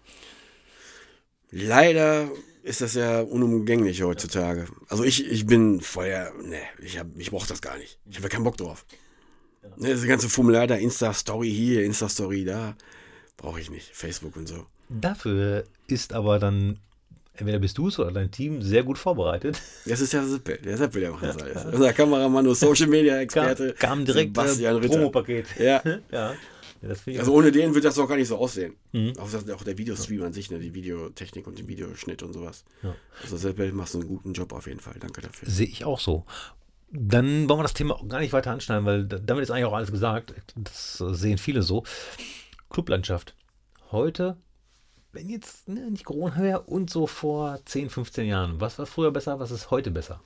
Speaker 2: Leider ist das ja unumgänglich heutzutage. Also ich, ich bin vorher, ne, ich, hab- ich brauche das gar nicht. Ich habe ja keinen Bock drauf. Ne, diese ganze Formular da, Insta-Story hier, Insta-Story da, brauche ich nicht. Facebook und so.
Speaker 5: Dafür ist aber dann, entweder bist du es oder dein Team sehr gut vorbereitet.
Speaker 2: Das ist ja Seppel, der Seppel, der macht das alles. Unser Kameramann und Social-Media-Experte.
Speaker 5: Kam, kam direkt
Speaker 2: Sebastian
Speaker 5: äh,
Speaker 2: Ritter.
Speaker 5: Promopaket.
Speaker 2: Ja,
Speaker 5: ja. Ja, das finde ich
Speaker 2: also ohne den wird das auch gar nicht so aussehen.
Speaker 5: Mhm.
Speaker 2: Auch, das- auch der Videostream an sich, ne, die Videotechnik und den Videoschnitt und sowas.
Speaker 5: Ja.
Speaker 2: Also Seppel, machst einen guten Job auf jeden Fall. Danke dafür.
Speaker 5: Sehe ich auch so. Dann wollen wir das Thema auch gar nicht weiter anschneiden, weil da- damit ist eigentlich auch alles gesagt. Das äh, sehen viele so. Clublandschaft. Heute, wenn jetzt ne, nicht Corona wäre und so vor zehn, fünfzehn Jahren. Was war früher besser, was ist heute besser?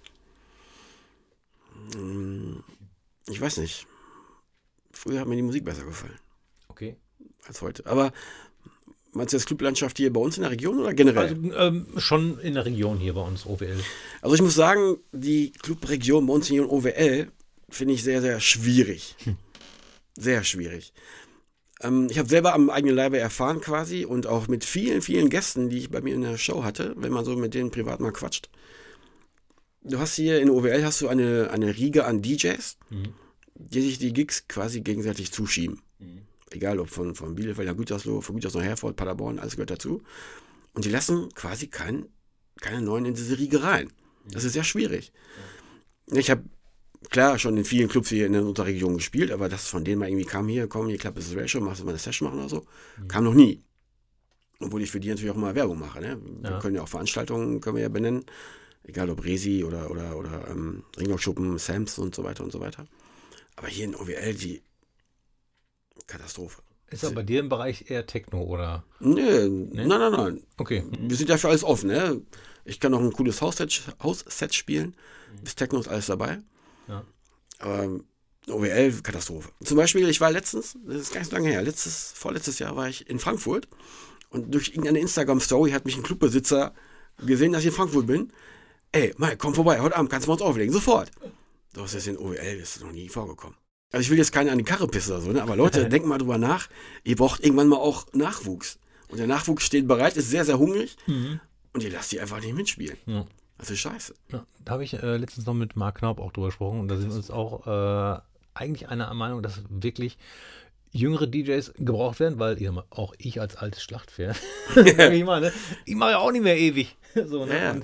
Speaker 2: Ich weiß nicht. Früher hat mir die Musik besser gefallen
Speaker 5: Okay.
Speaker 2: als heute. Aber meinst du jetzt Clublandschaft hier bei uns in der Region oder generell?
Speaker 5: Also ähm, schon in der Region hier bei uns, O W L.
Speaker 2: Also ich muss sagen, die Clubregion bei uns hier in O W L finde ich sehr, sehr schwierig. Sehr schwierig. Ähm, ich habe selber am eigenen Leibe erfahren quasi und auch mit vielen, vielen Gästen, die ich bei mir in der Show hatte, wenn man so mit denen privat mal quatscht. Du hast hier in O W L hast du eine, eine Riege an D Js,
Speaker 5: Mhm.
Speaker 2: die sich die Gigs quasi gegenseitig zuschieben.
Speaker 5: Mhm.
Speaker 2: Egal ob von, von Bielefeld, ja, Gütersloh, von Gütersloh, Herford, Paderborn, alles gehört dazu. Und die lassen quasi kein, keine neuen in diese Riege rein. Das ist sehr schwierig. Ich habe klar schon in vielen Clubs hier in unserer Region gespielt, aber das von denen mal irgendwie kam, hier, komm, hier klappt es Ratio, machst du mal eine Session machen oder so, kam noch nie. Obwohl ich für die natürlich auch mal Werbung mache. Ne? Wir
Speaker 5: Ja.
Speaker 2: können ja auch Veranstaltungen, können wir ja benennen. Egal ob Resi oder, oder, oder ähm, Ringlockschuppen, Sams und so weiter und so weiter. Aber hier in O W L, die Katastrophe.
Speaker 5: Ist aber bei dir im Bereich eher Techno, oder?
Speaker 2: Nee, nein, nein, nein.
Speaker 5: Okay.
Speaker 2: Wir sind ja für alles offen, ne? Ich kann noch ein cooles Hausset, Hausset spielen. Bis Techno ist alles dabei.
Speaker 5: Ja.
Speaker 2: Aber O W L, Katastrophe. Zum Beispiel, ich war letztens, das ist gar nicht so lange her, letztes, vorletztes Jahr war ich in Frankfurt und durch irgendeine Instagram-Story hat mich ein Clubbesitzer gesehen, dass ich in Frankfurt bin. Ey, Mike, komm vorbei, heute Abend kannst du mal uns auflegen, sofort. Das ist in O W L, das ist noch nie vorgekommen. Also ich will jetzt keinen an die Karre pissen oder so, ne? Aber Leute, denkt mal drüber nach, ihr braucht irgendwann mal auch Nachwuchs. Und der Nachwuchs steht bereit, ist sehr, sehr hungrig
Speaker 5: Mhm.
Speaker 2: und ihr lasst die einfach nicht mitspielen.
Speaker 5: Ja.
Speaker 2: Das ist scheiße.
Speaker 5: Ja, da habe ich äh, letztens noch mit Mark Knaub auch drüber gesprochen und da sind wir uns auch äh, eigentlich einer Meinung, dass wirklich jüngere D Js gebraucht werden, weil ich sag mal, auch ich als altes Schlachtpferd, ich meine, ich mache ja auch nicht mehr ewig. So, ne?
Speaker 2: Ja, ja.
Speaker 5: Und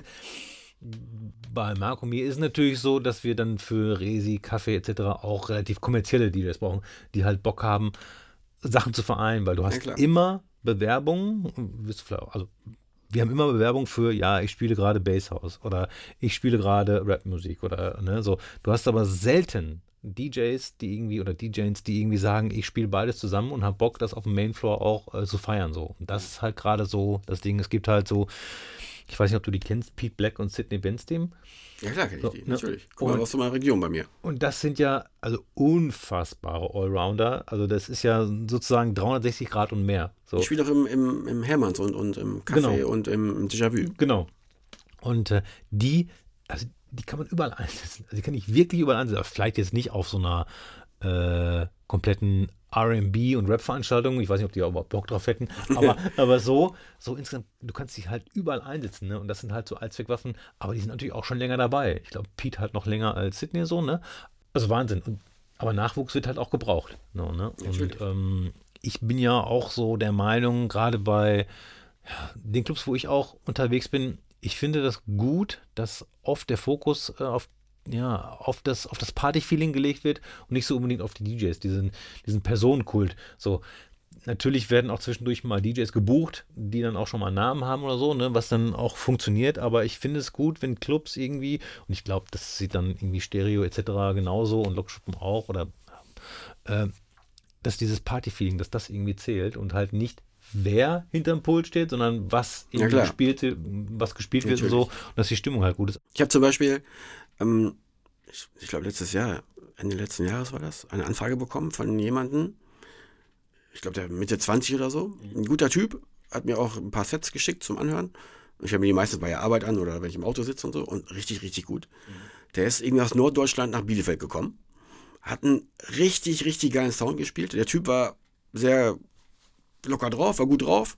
Speaker 5: bei Marco mir ist es natürlich so, dass wir dann für Resi, Kaffee et cetera auch relativ kommerzielle D Js brauchen, die halt Bock haben, Sachen zu vereinen, weil du hast
Speaker 2: klar.
Speaker 5: immer Bewerbungen, wirst du vielleicht auch- also wir haben immer Bewerbung für, ja, ich spiele gerade Basshouse oder ich spiele gerade Rapmusik oder ne, so. Du hast aber selten D Js, die irgendwie oder D Js, die irgendwie sagen, ich spiele beides zusammen und habe Bock, das auf dem Mainfloor auch äh, zu feiern so. Und das ist halt gerade so das Ding. Es gibt halt so, ich weiß nicht, ob du die kennst, Pete Black und Sidney Benstim.
Speaker 2: Ja klar, kenn ich
Speaker 5: So,
Speaker 2: die,
Speaker 5: ne?
Speaker 2: natürlich. Guck mal,
Speaker 5: Und-
Speaker 2: aus meiner Region bei mir.
Speaker 5: Und das sind ja also unfassbare Allrounder. Also das ist ja sozusagen dreihundertsechzig Grad und mehr. So.
Speaker 2: Ich spiele doch im, im, im Hermanns und, und im Café
Speaker 5: Genau.
Speaker 2: und im, im Déjà-vu.
Speaker 5: Genau. Und äh, die, also die kann man überall einsetzen. Also die kann ich wirklich überall einsetzen. Aber vielleicht jetzt nicht auf so einer äh, kompletten R and B und Rap-Veranstaltung. Ich weiß nicht, ob die auch überhaupt Bock drauf hätten. Aber, aber so, so insgesamt, du kannst dich halt überall einsetzen. Ne? Und das sind halt so Allzweckwaffen. Aber die sind natürlich auch schon länger dabei. Ich glaube, Pete halt noch länger als Sidney so. Ne? Also Wahnsinn. Und, aber Nachwuchs wird halt auch gebraucht. No, ne? Und
Speaker 2: Natürlich.
Speaker 5: ähm, ich bin ja auch so der Meinung, gerade bei ja, den Clubs, wo ich auch unterwegs bin, ich finde das gut, dass oft der Fokus äh, auf, ja, auf das, auf das Party-Feeling gelegt wird und nicht so unbedingt auf die D Js, diesen, diesen Personenkult. So, natürlich werden auch zwischendurch mal D Js gebucht, die dann auch schon mal einen Namen haben oder so, ne, was dann auch funktioniert, aber ich finde es gut, wenn Clubs irgendwie, und ich glaube, das sieht dann irgendwie Stereo et cetera genauso und Lokschuppen auch, oder äh, dass dieses Party-Feeling, dass das irgendwie zählt und halt nicht wer hinterm Pult steht, sondern was
Speaker 2: Ja,
Speaker 5: irgendwie
Speaker 2: klar.
Speaker 5: gespielt, was gespielt wird und
Speaker 2: Natürlich.
Speaker 5: so, und dass die Stimmung halt gut ist.
Speaker 2: Ich habe zum Beispiel, ähm, ich, ich glaube letztes Jahr, Ende letzten Jahres war das, eine Anfrage bekommen von jemandem, ich glaube der Mitte zwanzig oder so, ein guter Typ, hat mir auch ein paar Sets geschickt zum Anhören. Ich habe mir die meistens bei der Arbeit an oder wenn ich im Auto sitze und so und richtig, richtig gut. Der ist irgendwie aus Norddeutschland nach Bielefeld gekommen, hat einen richtig, richtig geilen Sound gespielt. Der Typ war sehr locker drauf, war gut drauf.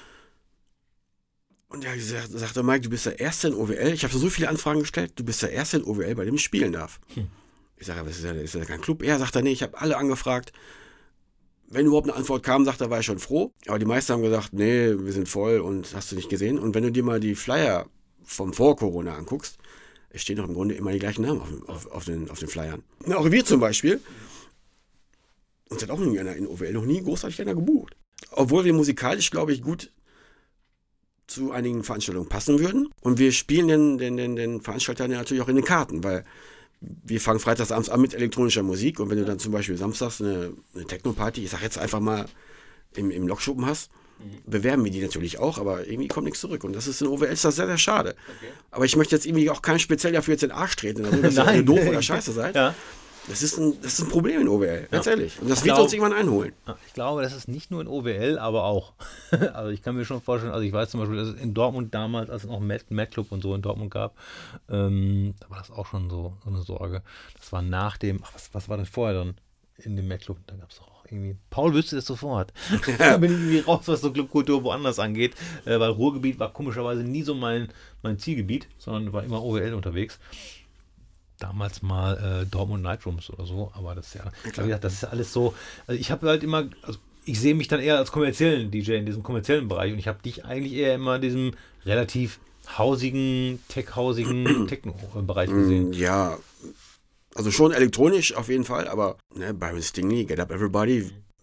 Speaker 2: Und er gesagt, sagte, Mike, du bist der Erste in O W L. Ich habe so viele Anfragen gestellt, du bist der Erste in O W L, bei dem ich spielen darf.
Speaker 5: Hm.
Speaker 2: Ich sage, aber ist ja, ist ja kein Club. Er sagt er, nee, ich habe alle angefragt. Wenn überhaupt eine Antwort kam, sagt er, war ich schon froh. Aber die meisten haben gesagt, nee, wir sind voll und hast du nicht gesehen. Und wenn du dir mal die Flyer vom Vor-Corona anguckst, es stehen doch im Grunde immer die gleichen Namen auf, auf, auf, den, auf den Flyern. Na, auch wir zum Beispiel. Uns hat auch nie einer in O W L noch nie großartig einer gebucht. Obwohl wir musikalisch, glaube ich, gut zu einigen Veranstaltungen passen würden. Und wir spielen den, den, den, den Veranstaltern ja natürlich auch in den Karten, weil wir fangen freitags abends an mit elektronischer Musik und wenn du dann zum Beispiel samstags eine, eine Techno-Party, ich sag jetzt einfach mal, im, im Lokschuppen hast, bewerben wir die natürlich auch, aber irgendwie kommt nichts zurück. Und das ist in O W L ist das sehr, sehr schade. Aber ich möchte jetzt irgendwie auch keinen speziell dafür jetzt in den Arsch treten, also, dass ihr alle doof oder scheiße seid.
Speaker 5: Ja.
Speaker 2: Das ist, ein, das ist ein Problem in O W L, ganz
Speaker 5: Ja.
Speaker 2: ehrlich. Und das
Speaker 5: Ich
Speaker 2: wird
Speaker 5: glaub-
Speaker 2: uns irgendwann einholen.
Speaker 5: Ja, ich glaube, das ist nicht nur in O W L, aber auch. Also ich kann mir schon vorstellen, also ich weiß zum Beispiel, dass es in Dortmund damals, als es noch Mad, Mad Club und so in Dortmund gab, ähm, da war das auch schon so, so eine Sorge. Das war nach dem, ach, was, was war denn vorher dann in dem Mad Club? Da gab es doch auch irgendwie, Paul wüsste das sofort. Da bin ich irgendwie raus, was so Clubkultur woanders angeht, äh, weil Ruhrgebiet war komischerweise nie so mein, mein Zielgebiet, sondern war immer O W L unterwegs. Damals mal äh, Dortmund Nightrooms oder so, aber das ist ja, wie gesagt, das ist ja alles so, also ich habe halt immer, also ich sehe mich dann eher als kommerziellen D J in diesem kommerziellen Bereich und ich habe dich eigentlich eher immer in diesem relativ hausigen, tech-hausigen Techno-Bereich gesehen.
Speaker 2: Ja, also schon elektronisch auf jeden Fall, aber ne, Byron Stingley, Get Up Everybody,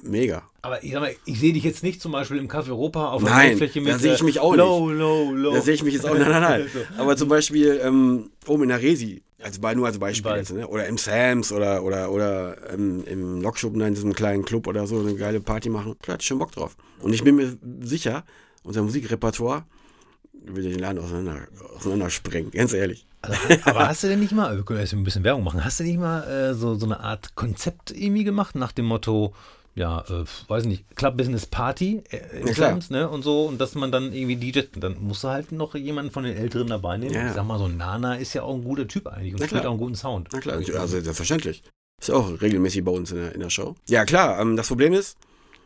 Speaker 2: mega.
Speaker 5: Aber ich sag mal, ich sehe dich jetzt nicht zum Beispiel im Café Europa auf der
Speaker 2: Nein,
Speaker 5: Oberfläche mit
Speaker 2: da sehe ich
Speaker 5: äh,
Speaker 2: mich auch
Speaker 5: low, low, low.
Speaker 2: Da sehe ich mich jetzt auch, nein, nein, nein.
Speaker 5: So.
Speaker 2: Aber zum Beispiel ähm, oben in der Resi, also bei, nur als Beispiel
Speaker 5: Bei-
Speaker 2: jetzt, ne? Oder im Sam's oder, oder, oder ähm, im Lokschuppen, in diesem kleinen Club oder so, eine geile Party machen. Klar, hatte ich schon Bock drauf. Und ich bin mir sicher, unser Musikrepertoire will den Laden auseinander, auseinander sprengen, ganz ehrlich.
Speaker 5: Also, aber hast du denn nicht mal, wir können jetzt ein bisschen Werbung machen, hast du nicht mal äh, so, so eine Art Konzept irgendwie gemacht nach dem Motto, ja, äh, weiß nicht, Club Business Party äh, in
Speaker 2: Ja, klar.
Speaker 5: Slums, ne, und so, und dass man dann irgendwie D J, dann musst du halt noch jemanden von den Älteren dabei nehmen.
Speaker 2: Ja.
Speaker 5: Ich sag mal, so ein Nana ist ja auch ein guter Typ eigentlich und
Speaker 2: Na
Speaker 5: spielt
Speaker 2: klar.
Speaker 5: auch einen guten Sound.
Speaker 2: Na klar, also selbstverständlich. Ist ja auch regelmäßig bei uns in der, in der Show. Ja, klar, ähm, das Problem ist,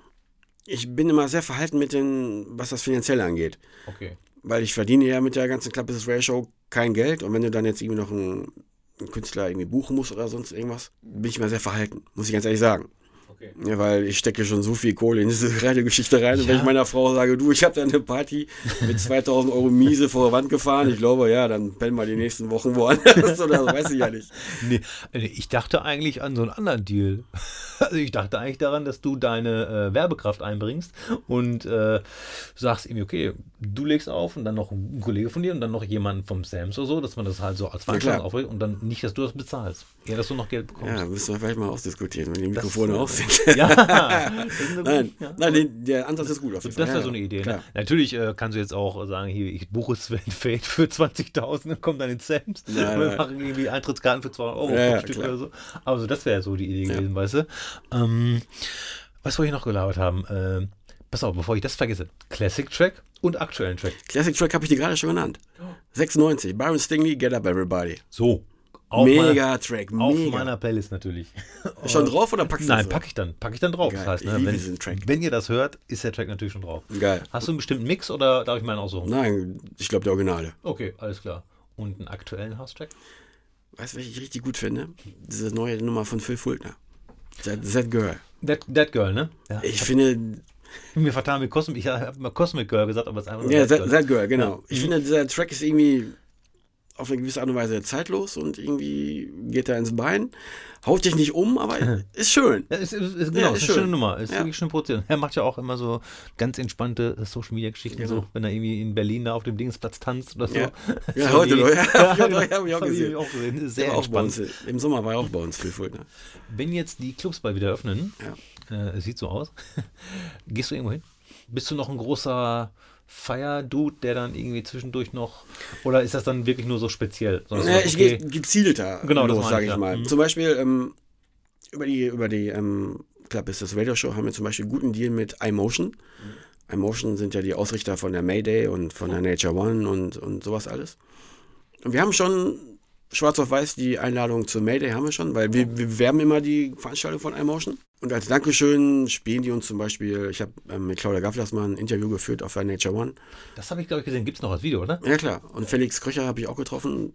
Speaker 2: ich bin immer sehr verhalten mit den, was das Finanzielle angeht.
Speaker 5: Okay.
Speaker 2: Weil ich verdiene ja mit der ganzen Club Business Radio Show kein Geld und wenn du dann jetzt irgendwie noch einen, einen Künstler irgendwie buchen musst oder sonst irgendwas, bin ich immer sehr verhalten, muss ich ganz ehrlich sagen.
Speaker 5: Okay.
Speaker 2: Ja, weil ich stecke schon so viel Kohle in diese Radiogeschichte rein und wenn
Speaker 5: Ja.
Speaker 2: ich meiner Frau sage, du, ich habe da eine Party mit zweitausend Euro Miese vor der Wand gefahren, ich glaube, ja, dann pennen wir die nächsten Wochen woanders oder so, weiß ich ja nicht.
Speaker 5: Nee, äh, ich dachte eigentlich an so einen anderen Deal. Also ich dachte eigentlich daran, dass du deine äh, Werbekraft einbringst und äh, sagst irgendwie, okay, du legst auf und dann noch ein Kollege von dir und dann noch jemand vom Sams oder so, dass man das halt so als Veranstaltung
Speaker 2: klar.
Speaker 5: aufregt und dann nicht, dass du das bezahlst. Eher, dass du noch Geld bekommst.
Speaker 2: Ja, müssen wir vielleicht mal ausdiskutieren, wenn die
Speaker 5: Das-
Speaker 2: Mikrofone aus sind.
Speaker 5: Ja, das ist eine
Speaker 2: Nein,
Speaker 5: gute- ja.
Speaker 2: nein, den, der Ansatz ist gut auf jeden
Speaker 5: Das
Speaker 2: Fall.
Speaker 5: wäre
Speaker 2: Ja,
Speaker 5: so eine Idee. Ne?
Speaker 2: klar.
Speaker 5: Natürlich äh, kannst du jetzt auch sagen, hier, ich buche Sven Fate für zwanzigtausend und komme dann in Sams
Speaker 2: Nein,
Speaker 5: und wir
Speaker 2: nein.
Speaker 5: machen irgendwie Eintrittskarten für zweihundert Euro
Speaker 2: Ja,
Speaker 5: pro
Speaker 2: ja,
Speaker 5: Stück
Speaker 2: klar.
Speaker 5: oder so. Aber so, das wäre ja so die Idee
Speaker 2: Ja.
Speaker 5: gewesen, weißt du. Ähm, was wollte ich noch gelabert haben? Ähm, pass auf, bevor ich das vergesse. Classic Track und aktuellen Track.
Speaker 2: Classic Track habe ich dir gerade schon genannt. sechsundneunzig, Byron Stingley, Get Up Everybody.
Speaker 5: So. Auf
Speaker 2: Mega
Speaker 5: meiner,
Speaker 2: Track,
Speaker 5: auf
Speaker 2: mega.
Speaker 5: meiner Playlist natürlich.
Speaker 2: Schon drauf oder packst du
Speaker 5: Nein,
Speaker 2: das
Speaker 5: packe ich dann. Packe ich dann drauf.
Speaker 2: Geil,
Speaker 5: Das heißt,
Speaker 2: ich
Speaker 5: ne,
Speaker 2: liebe
Speaker 5: wenn,
Speaker 2: diesen Track.
Speaker 5: wenn ihr das hört, ist der Track natürlich schon drauf.
Speaker 2: Geil.
Speaker 5: Hast du einen bestimmten Mix oder darf ich meinen aussuchen?
Speaker 2: Nein, ich glaube der Originale.
Speaker 5: Okay, alles klar. Und einen aktuellen House-Track?
Speaker 2: Weißt du, was ich richtig gut finde? Diese neue Nummer von Phil Fultner. That, that Girl.
Speaker 5: That, that Girl, ne? Ja,
Speaker 2: Ich finde,
Speaker 5: mir vertan mit Cosmic, ich habe mal Cosmic Girl gesagt, aber es ist einfach nur
Speaker 2: ja,
Speaker 5: That
Speaker 2: that,
Speaker 5: Girl.
Speaker 2: that Girl, genau.
Speaker 5: Ja.
Speaker 2: Ich
Speaker 5: Mhm.
Speaker 2: finde, dieser Track ist irgendwie auf eine gewisse Art und Weise zeitlos und irgendwie geht er ins Bein. Haut dich nicht um, aber ist schön.
Speaker 5: Ja, ist, ist, ist, genau,
Speaker 2: Ja,
Speaker 5: ist
Speaker 2: ist
Speaker 5: eine
Speaker 2: schön.
Speaker 5: schöne Nummer. Ist
Speaker 2: Ja.
Speaker 5: wirklich schön produziert. Er macht ja auch immer so ganz entspannte Social Media Geschichten,
Speaker 2: Genau.
Speaker 5: so, wenn er irgendwie in Berlin da auf dem Dingsplatz tanzt oder so.
Speaker 2: Ja. Ja,
Speaker 5: So
Speaker 2: heute
Speaker 5: die-
Speaker 2: noch, ja. Hab ich auch-
Speaker 5: genau.
Speaker 2: hab ich auch
Speaker 5: Das hab
Speaker 2: gesehen.
Speaker 5: auch gesehen. Ist
Speaker 2: Der
Speaker 5: sehr
Speaker 2: war auch bei
Speaker 5: entspannt.
Speaker 2: uns, im Sommer war er auch bei uns, Phil Fultner.
Speaker 5: Wenn jetzt die Clubs bald wieder öffnen,
Speaker 2: Ja.
Speaker 5: äh, es sieht so aus, gehst du irgendwo hin? Bist du noch ein großer Feier-Dude, der dann irgendwie zwischendurch noch, oder ist das dann wirklich nur so speziell? Sondern
Speaker 2: Ja,
Speaker 5: so,
Speaker 2: ich
Speaker 5: okay,
Speaker 2: gehe gezielter
Speaker 5: Genau, das
Speaker 2: los,
Speaker 5: meine
Speaker 2: sage
Speaker 5: ich,
Speaker 2: ich
Speaker 5: ja.
Speaker 2: mal.
Speaker 5: Mhm.
Speaker 2: Zum Beispiel ähm, über die, über die ähm, Club Business Radio Show haben wir zum Beispiel einen guten Deal mit iMotion.
Speaker 5: Mhm.
Speaker 2: iMotion sind ja die Ausrichter von der Mayday und von der Nature One und, und sowas alles. Und wir haben schon schwarz auf weiß die Einladung zur Mayday haben wir schon, weil wir, wir bewerben immer die Veranstaltung von iMotion. Und als Dankeschön spielen die uns zum Beispiel, ich habe ähm, mit Claudia Gafflers mal ein Interview geführt auf der Nature One.
Speaker 5: das habe ich, glaube ich, gesehen. Gibt es noch als Video, oder?
Speaker 2: Ja, klar. Und Felix Kröcher habe ich auch getroffen.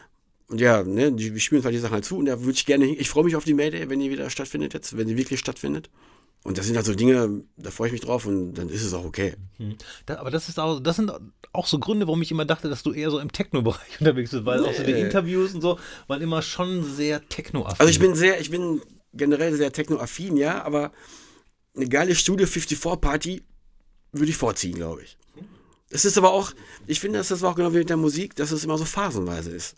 Speaker 2: Und ja, ne, die, wir spielen zwar die Sachen halt zu und da würde ich gerne hin. Ich freue mich auf die Mayday, wenn die wieder stattfindet jetzt, wenn sie wirklich stattfindet. Und das sind halt so Dinge, da freue ich mich drauf und dann ist es auch okay.
Speaker 5: Hm. Da, aber das, ist auch, das sind auch so Gründe, warum ich immer dachte, dass du eher so im Techno-Bereich unterwegs bist, weil auch so die
Speaker 2: Nee.
Speaker 5: Interviews und so waren immer schon sehr techno-affin.
Speaker 2: Also ich bin sehr, ich bin generell sehr techno-affin, ja, aber eine geile Studio vierundfünfzig Party würde ich vorziehen, glaube ich. Es ist aber auch, ich finde, dass das auch genau wie mit der Musik, dass es immer so phasenweise ist.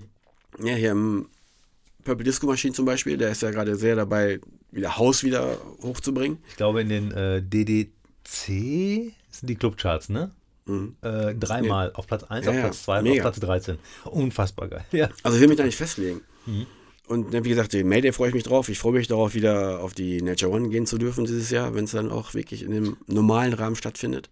Speaker 2: Ja, hier im Purple Disco Machine zum Beispiel, der ist ja gerade sehr dabei, wieder House wieder hochzubringen.
Speaker 5: Ich glaube, in den äh, D D C sind die Clubcharts, ne?
Speaker 2: Mhm.
Speaker 5: Äh, dreimal auf Platz eins,
Speaker 2: Ja,
Speaker 5: auf
Speaker 2: ja,
Speaker 5: Platz zwei und auf
Speaker 2: mega.
Speaker 5: Platz dreizehn. Unfassbar geil. Ja.
Speaker 2: Also ich will mich da nicht festlegen.
Speaker 5: Mhm.
Speaker 2: Und ne, wie gesagt, die Mayday freue ich mich drauf. Ich freue mich darauf, wieder auf die Nature One gehen zu dürfen dieses Jahr, wenn es dann auch wirklich in dem normalen Rahmen stattfindet.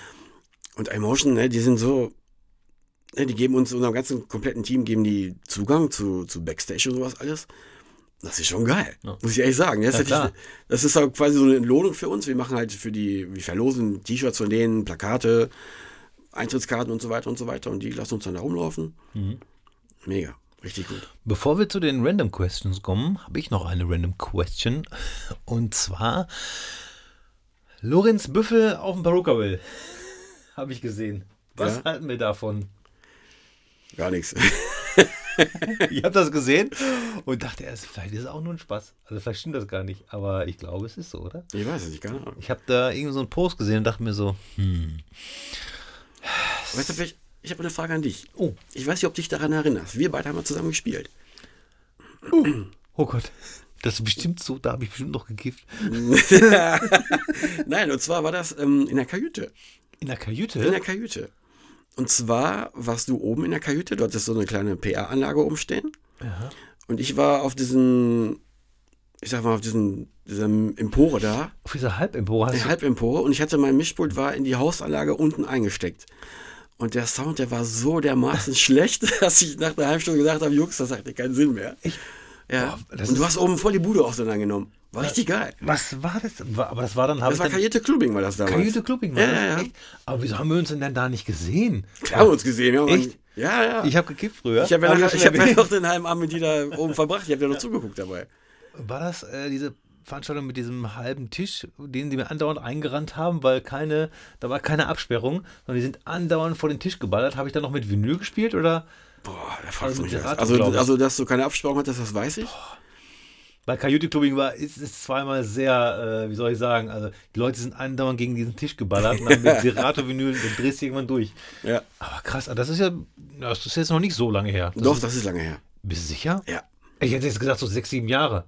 Speaker 2: Und iMotion, ne, die sind so, ne, die geben uns, unserem ganzen kompletten Team, geben die Zugang zu, zu Backstage und sowas alles. Das ist schon geil,
Speaker 5: Ja.
Speaker 2: muss ich ehrlich sagen. Das,
Speaker 5: Ja,
Speaker 2: ist,
Speaker 5: klar.
Speaker 2: das ist auch quasi so eine Entlohnung für uns. Wir machen halt für die, wir verlosen T-Shirts von denen, Plakate, Eintrittskarten und so weiter und so weiter. Und die lassen uns dann da rumlaufen.
Speaker 5: Mhm.
Speaker 2: Mega, richtig gut.
Speaker 5: Bevor wir zu den Random Questions kommen, habe ich noch eine Random Question. Und zwar Lorenz Büffel auf dem Perukaville. Habe ich gesehen. Was
Speaker 2: Ja.
Speaker 5: halten wir davon?
Speaker 2: Gar nichts.
Speaker 5: Ich habe das gesehen und dachte erst, vielleicht ist es auch nur ein Spaß. Also vielleicht stimmt das gar nicht, aber ich glaube, es ist so, oder?
Speaker 2: Ich weiß es nicht, keine Ahnung.
Speaker 5: Ich habe da irgendwie so einen Post gesehen und dachte mir so, hm.
Speaker 2: Weißt du, vielleicht, ich habe eine Frage an dich.
Speaker 5: Oh.
Speaker 2: Ich weiß nicht, ob du dich daran erinnerst. Wir beide haben mal zusammen gespielt.
Speaker 5: Oh Gott, das ist bestimmt so, da habe ich bestimmt noch gekifft.
Speaker 2: Nein, und zwar war das ähm, in der Kajüte.
Speaker 5: In der Kajüte?
Speaker 2: In der Kajüte. Und zwar warst du oben in der Kajüte, du hattest so eine kleine P R-Anlage umstehen.
Speaker 5: Ja.
Speaker 2: Und ich war auf diesen, ich sag mal, auf diesen, dieser Empore da,
Speaker 5: Auf dieser Halbempore hast
Speaker 2: eine
Speaker 5: du...
Speaker 2: Halbempore, und ich hatte mein Mischpult war in die Hausanlage unten eingesteckt. Und der Sound, der war so dermaßen schlecht, dass ich nach einer halben Stunde gesagt habe, Jungs, das hat keinen Sinn mehr.
Speaker 5: Echt?
Speaker 2: Ja.
Speaker 5: Boah, das
Speaker 2: und du
Speaker 5: ist-
Speaker 2: hast oben voll die Bude auseinandergenommen. War richtig geil.
Speaker 5: Was war das? War- Aber das war dann... hab
Speaker 2: Das
Speaker 5: ich
Speaker 2: war
Speaker 5: dann
Speaker 2: Kajüte Clubbing, war das damals.
Speaker 5: Kajüte Clubbing war
Speaker 2: Ja,
Speaker 5: das?
Speaker 2: ja, ja.
Speaker 5: Echt? Aber wieso haben wir uns denn dann da nicht gesehen?
Speaker 2: Klar haben wir uns gesehen. Ja,
Speaker 5: Echt?
Speaker 2: Ja, ja.
Speaker 5: Ich habe gekifft früher.
Speaker 2: Ich habe ja,
Speaker 5: Hab
Speaker 2: noch-
Speaker 5: schon
Speaker 2: ich hab ja
Speaker 5: erwähnt.
Speaker 2: noch den halben Abend mit dir da oben verbracht. Ich habe ja noch zugeguckt dabei.
Speaker 5: War das äh, diese Veranstaltung mit diesem halben Tisch, den die mir andauernd eingerannt haben, weil keine, da war keine Absperrung, sondern die sind andauernd vor den Tisch geballert. Habe ich dann noch mit Vinyl gespielt oder?
Speaker 2: Boah, da fragst
Speaker 5: Also
Speaker 2: du mich
Speaker 5: mit
Speaker 2: was.
Speaker 5: Serato,
Speaker 2: Also,
Speaker 5: glaub ich.
Speaker 2: also, dass du keine Absprache hattest, das weiß ich.
Speaker 5: Bei Kajüte Clubbing war, ist es zweimal sehr, äh, wie soll ich sagen, also die Leute sind andauernd gegen diesen Tisch geballert und dann mit Serato-Vinyl, dann drehst du irgendwann durch.
Speaker 2: Ja.
Speaker 5: Aber krass, das ist ja, das ist jetzt noch nicht so lange her. Das
Speaker 2: Doch,
Speaker 5: ist,
Speaker 2: das ist lange her.
Speaker 5: bist du sicher?
Speaker 2: Ja.
Speaker 5: Ich hätte jetzt gesagt so sechs, sieben Jahre.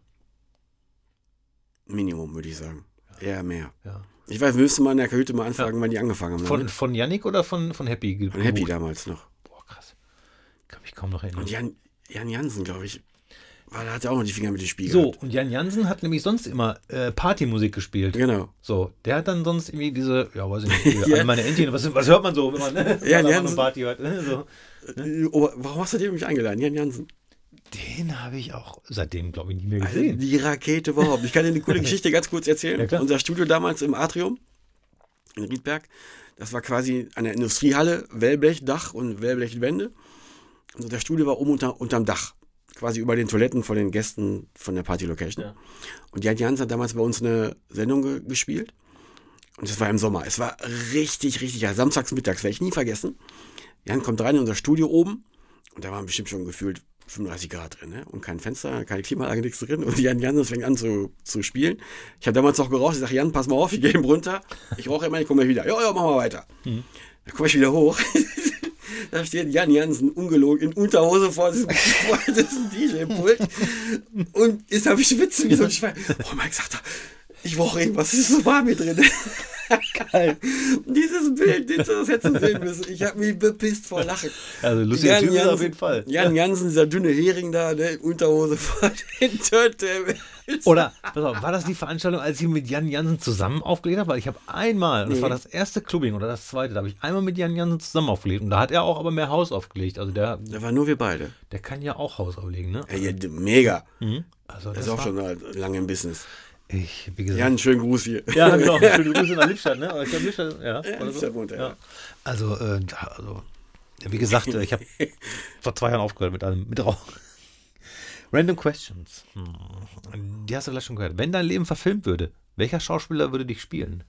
Speaker 2: Minimum, würde ich sagen. Eher mehr.
Speaker 5: Ja.
Speaker 2: Ich weiß, wir müssen mal in der Kajüte mal anfragen, wann die angefangen haben.
Speaker 5: Von,
Speaker 2: ne?
Speaker 5: von Yannick oder von, von Happy?
Speaker 2: Von Happy
Speaker 5: gebucht?
Speaker 2: damals noch.
Speaker 5: Boah, krass. Kann mich kaum noch erinnern.
Speaker 2: Und Jan, Jan Jansen, glaube ich, war, da hat er auch noch die Finger mit dem Spiel
Speaker 5: So,
Speaker 2: gehabt.
Speaker 5: und Jan Jansen hat nämlich sonst immer äh, Partymusik gespielt.
Speaker 2: Genau.
Speaker 5: So, der hat dann sonst irgendwie diese, ja, weiß ich nicht,
Speaker 2: Ja.
Speaker 5: alle meine Entchen, was, was hört man so, wenn man, ne,
Speaker 2: Jan
Speaker 5: wenn man
Speaker 2: Jansen.
Speaker 5: eine Party hört? Ne, so.
Speaker 2: Äh, Oh, warum hast du den mich eingeladen? Jan Jansen.
Speaker 5: Den habe ich auch seitdem, glaube ich, nicht mehr
Speaker 2: Also,
Speaker 5: gesehen.
Speaker 2: die Rakete überhaupt. Ich kann dir eine coole Geschichte ganz kurz erzählen.
Speaker 5: Ja, klar.
Speaker 2: Unser Studio damals im Atrium in Riedberg, das war quasi eine Industriehalle, Wellblechdach und Wellblechwände. Und unser Studio war oben unter, unterm Dach, quasi über den Toiletten von den Gästen von der Party-Location.
Speaker 5: Ja.
Speaker 2: Und Jan Jans hat damals bei uns eine Sendung ge gespielt. Und es war im Sommer. Es war richtig, richtig, ja, samstags mittags, werde ich nie vergessen. Jan kommt rein in unser Studio oben und da waren bestimmt schon gefühlt fünfunddreißig Grad drin, ne? Und kein Fenster, keine Klimaanlage, nichts drin. Und Jan Jansen fängt an zu, zu spielen. Ich habe damals noch geraucht. Ich sage, Jan, pass mal auf, ich gehe eben runter. Ich rauche immer, ich komme gleich wieder. Ja, ja, machen wir weiter.
Speaker 5: Mhm.
Speaker 2: Dann komme ich wieder hoch. Da steht Jan Jansen ungelogen in Unterhose vor diesem, vor diesem D J-Pult und ist am Schwitzen wie so ein Schwein. Oh, Mike sagt er, ich brauche irgendwas, es ist so warm hier drin. Geil. Dieses Bild, das hättest du sehen müssen. Ich habe mich bepisst vor Lachen.
Speaker 5: Also lustiger
Speaker 2: Jan
Speaker 5: Typ ist er auf
Speaker 2: Jansen-
Speaker 5: jeden Fall.
Speaker 2: Jan Jansen, dieser dünne Hering da, ne, Unterhose vor den Turntable.
Speaker 5: Oder, pass auf, war das die Veranstaltung, als ich mit Jan Jansen zusammen aufgelegt habe? Weil ich habe einmal, und das
Speaker 2: Nee.
Speaker 5: war das erste Clubbing oder das zweite, da habe ich einmal mit Jan Jansen zusammen aufgelegt. Und da hat er auch aber mehr Haus aufgelegt. Also der,
Speaker 2: Da waren nur wir beide.
Speaker 5: der kann ja auch Haus auflegen, ne?
Speaker 2: Ey, ja, mega.
Speaker 5: Mhm. Also
Speaker 2: Er
Speaker 5: das
Speaker 2: ist auch
Speaker 5: war,
Speaker 2: schon halt lange im Business.
Speaker 5: ich, wie gesagt,
Speaker 2: Jan, schönen Gruß hier.
Speaker 5: ja, genau. Schöne Grüße nach Lippstadt, ne? Aber ich glaube, Lippstadt, ja.
Speaker 2: Ja,
Speaker 5: oder
Speaker 2: Lippstadt wohnt er, ja.
Speaker 5: Also, äh, da- also, ja, wie gesagt, äh, ich habe vor zwei Jahren aufgehört mit allem, mit Rauchen. Random Questions. Hm. Die hast du vielleicht schon gehört. Wenn dein Leben verfilmt würde, welcher Schauspieler würde dich spielen?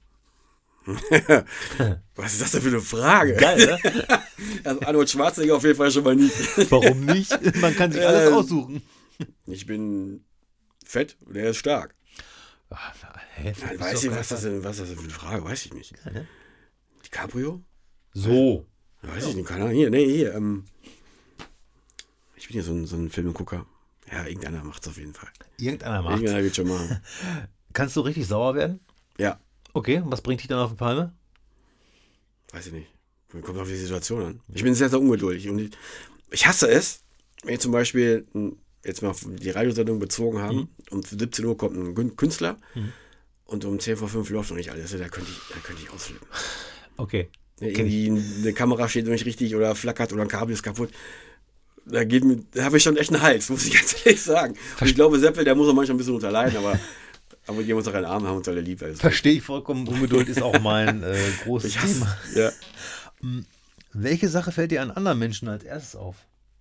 Speaker 2: Was ist das denn für eine Frage?
Speaker 5: Geil, ne?
Speaker 2: Also Arnold Schwarzenegger auf jeden Fall schon mal nicht.
Speaker 5: Warum nicht? Man kann sich alles
Speaker 2: Ähm,
Speaker 5: aussuchen.
Speaker 2: Ich bin fett und er ist stark.
Speaker 5: Ah, hä?
Speaker 2: Nein,
Speaker 5: Ist
Speaker 2: weiß
Speaker 5: doch
Speaker 2: ich,
Speaker 5: geil.
Speaker 2: was das, denn, was das denn für eine Frage? Weiß ich nicht.
Speaker 5: Ja, ne?
Speaker 2: DiCaprio?
Speaker 5: So.
Speaker 2: Weiß ich nicht, keine Ahnung. Hier, nee, hier. Ähm, ich bin hier so ein, so ein Filmegucker. Ja, irgendeiner macht es auf jeden Fall.
Speaker 5: Irgendeiner macht.
Speaker 2: Irgendeiner wird schon machen.
Speaker 5: Kannst du richtig sauer werden?
Speaker 2: Ja,
Speaker 5: Okay, und was bringt dich dann auf die Palme?
Speaker 2: weiß ich nicht. Kommt auf die Situation an. Ich bin sehr, sehr ungeduldig. Und ich, ich hasse es, wenn ich zum Beispiel m, jetzt mal auf die Radiosendung bezogen haben,
Speaker 5: Mhm.
Speaker 2: um siebzehn Uhr kommt ein Kün- Künstler
Speaker 5: Mhm.
Speaker 2: und um zehn vor fünf läuft noch nicht alles. Da könnte ich, da könnte ich ausflippen.
Speaker 5: Okay.
Speaker 2: Ne,
Speaker 5: Kenn ich.
Speaker 2: irgendwie eine Kamera steht noch nicht richtig oder flackert oder ein Kabel ist kaputt. Da, geht mir- da habe ich schon echt einen Hals, muss ich ganz ehrlich sagen. Und ich glaube, Seppel, der muss auch manchmal ein bisschen unterleiden, aber, aber die haben uns auch einen Arm, haben uns alle lieb. Also.
Speaker 5: Verstehe ich vollkommen. Ungeduld ist auch mein äh, großes
Speaker 2: Ich hasse-
Speaker 5: Thema.
Speaker 2: Ja.
Speaker 5: Welche Sache fällt dir an anderen Menschen als erstes auf?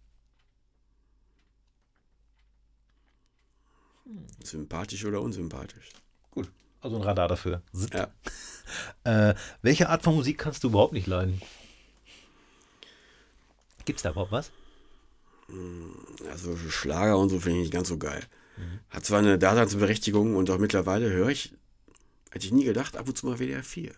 Speaker 2: Sympathisch oder unsympathisch.
Speaker 5: Gut. Also ein Radar dafür.
Speaker 2: Ja.
Speaker 5: Äh, welche Art von Musik kannst du überhaupt nicht leiden? Gibt's da überhaupt was?
Speaker 2: Also Schlager und so finde ich nicht ganz so geil. Hat zwar eine Daseinsberechtigung und auch mittlerweile höre ich, hätte ich nie gedacht, ab und zu mal W D R vier.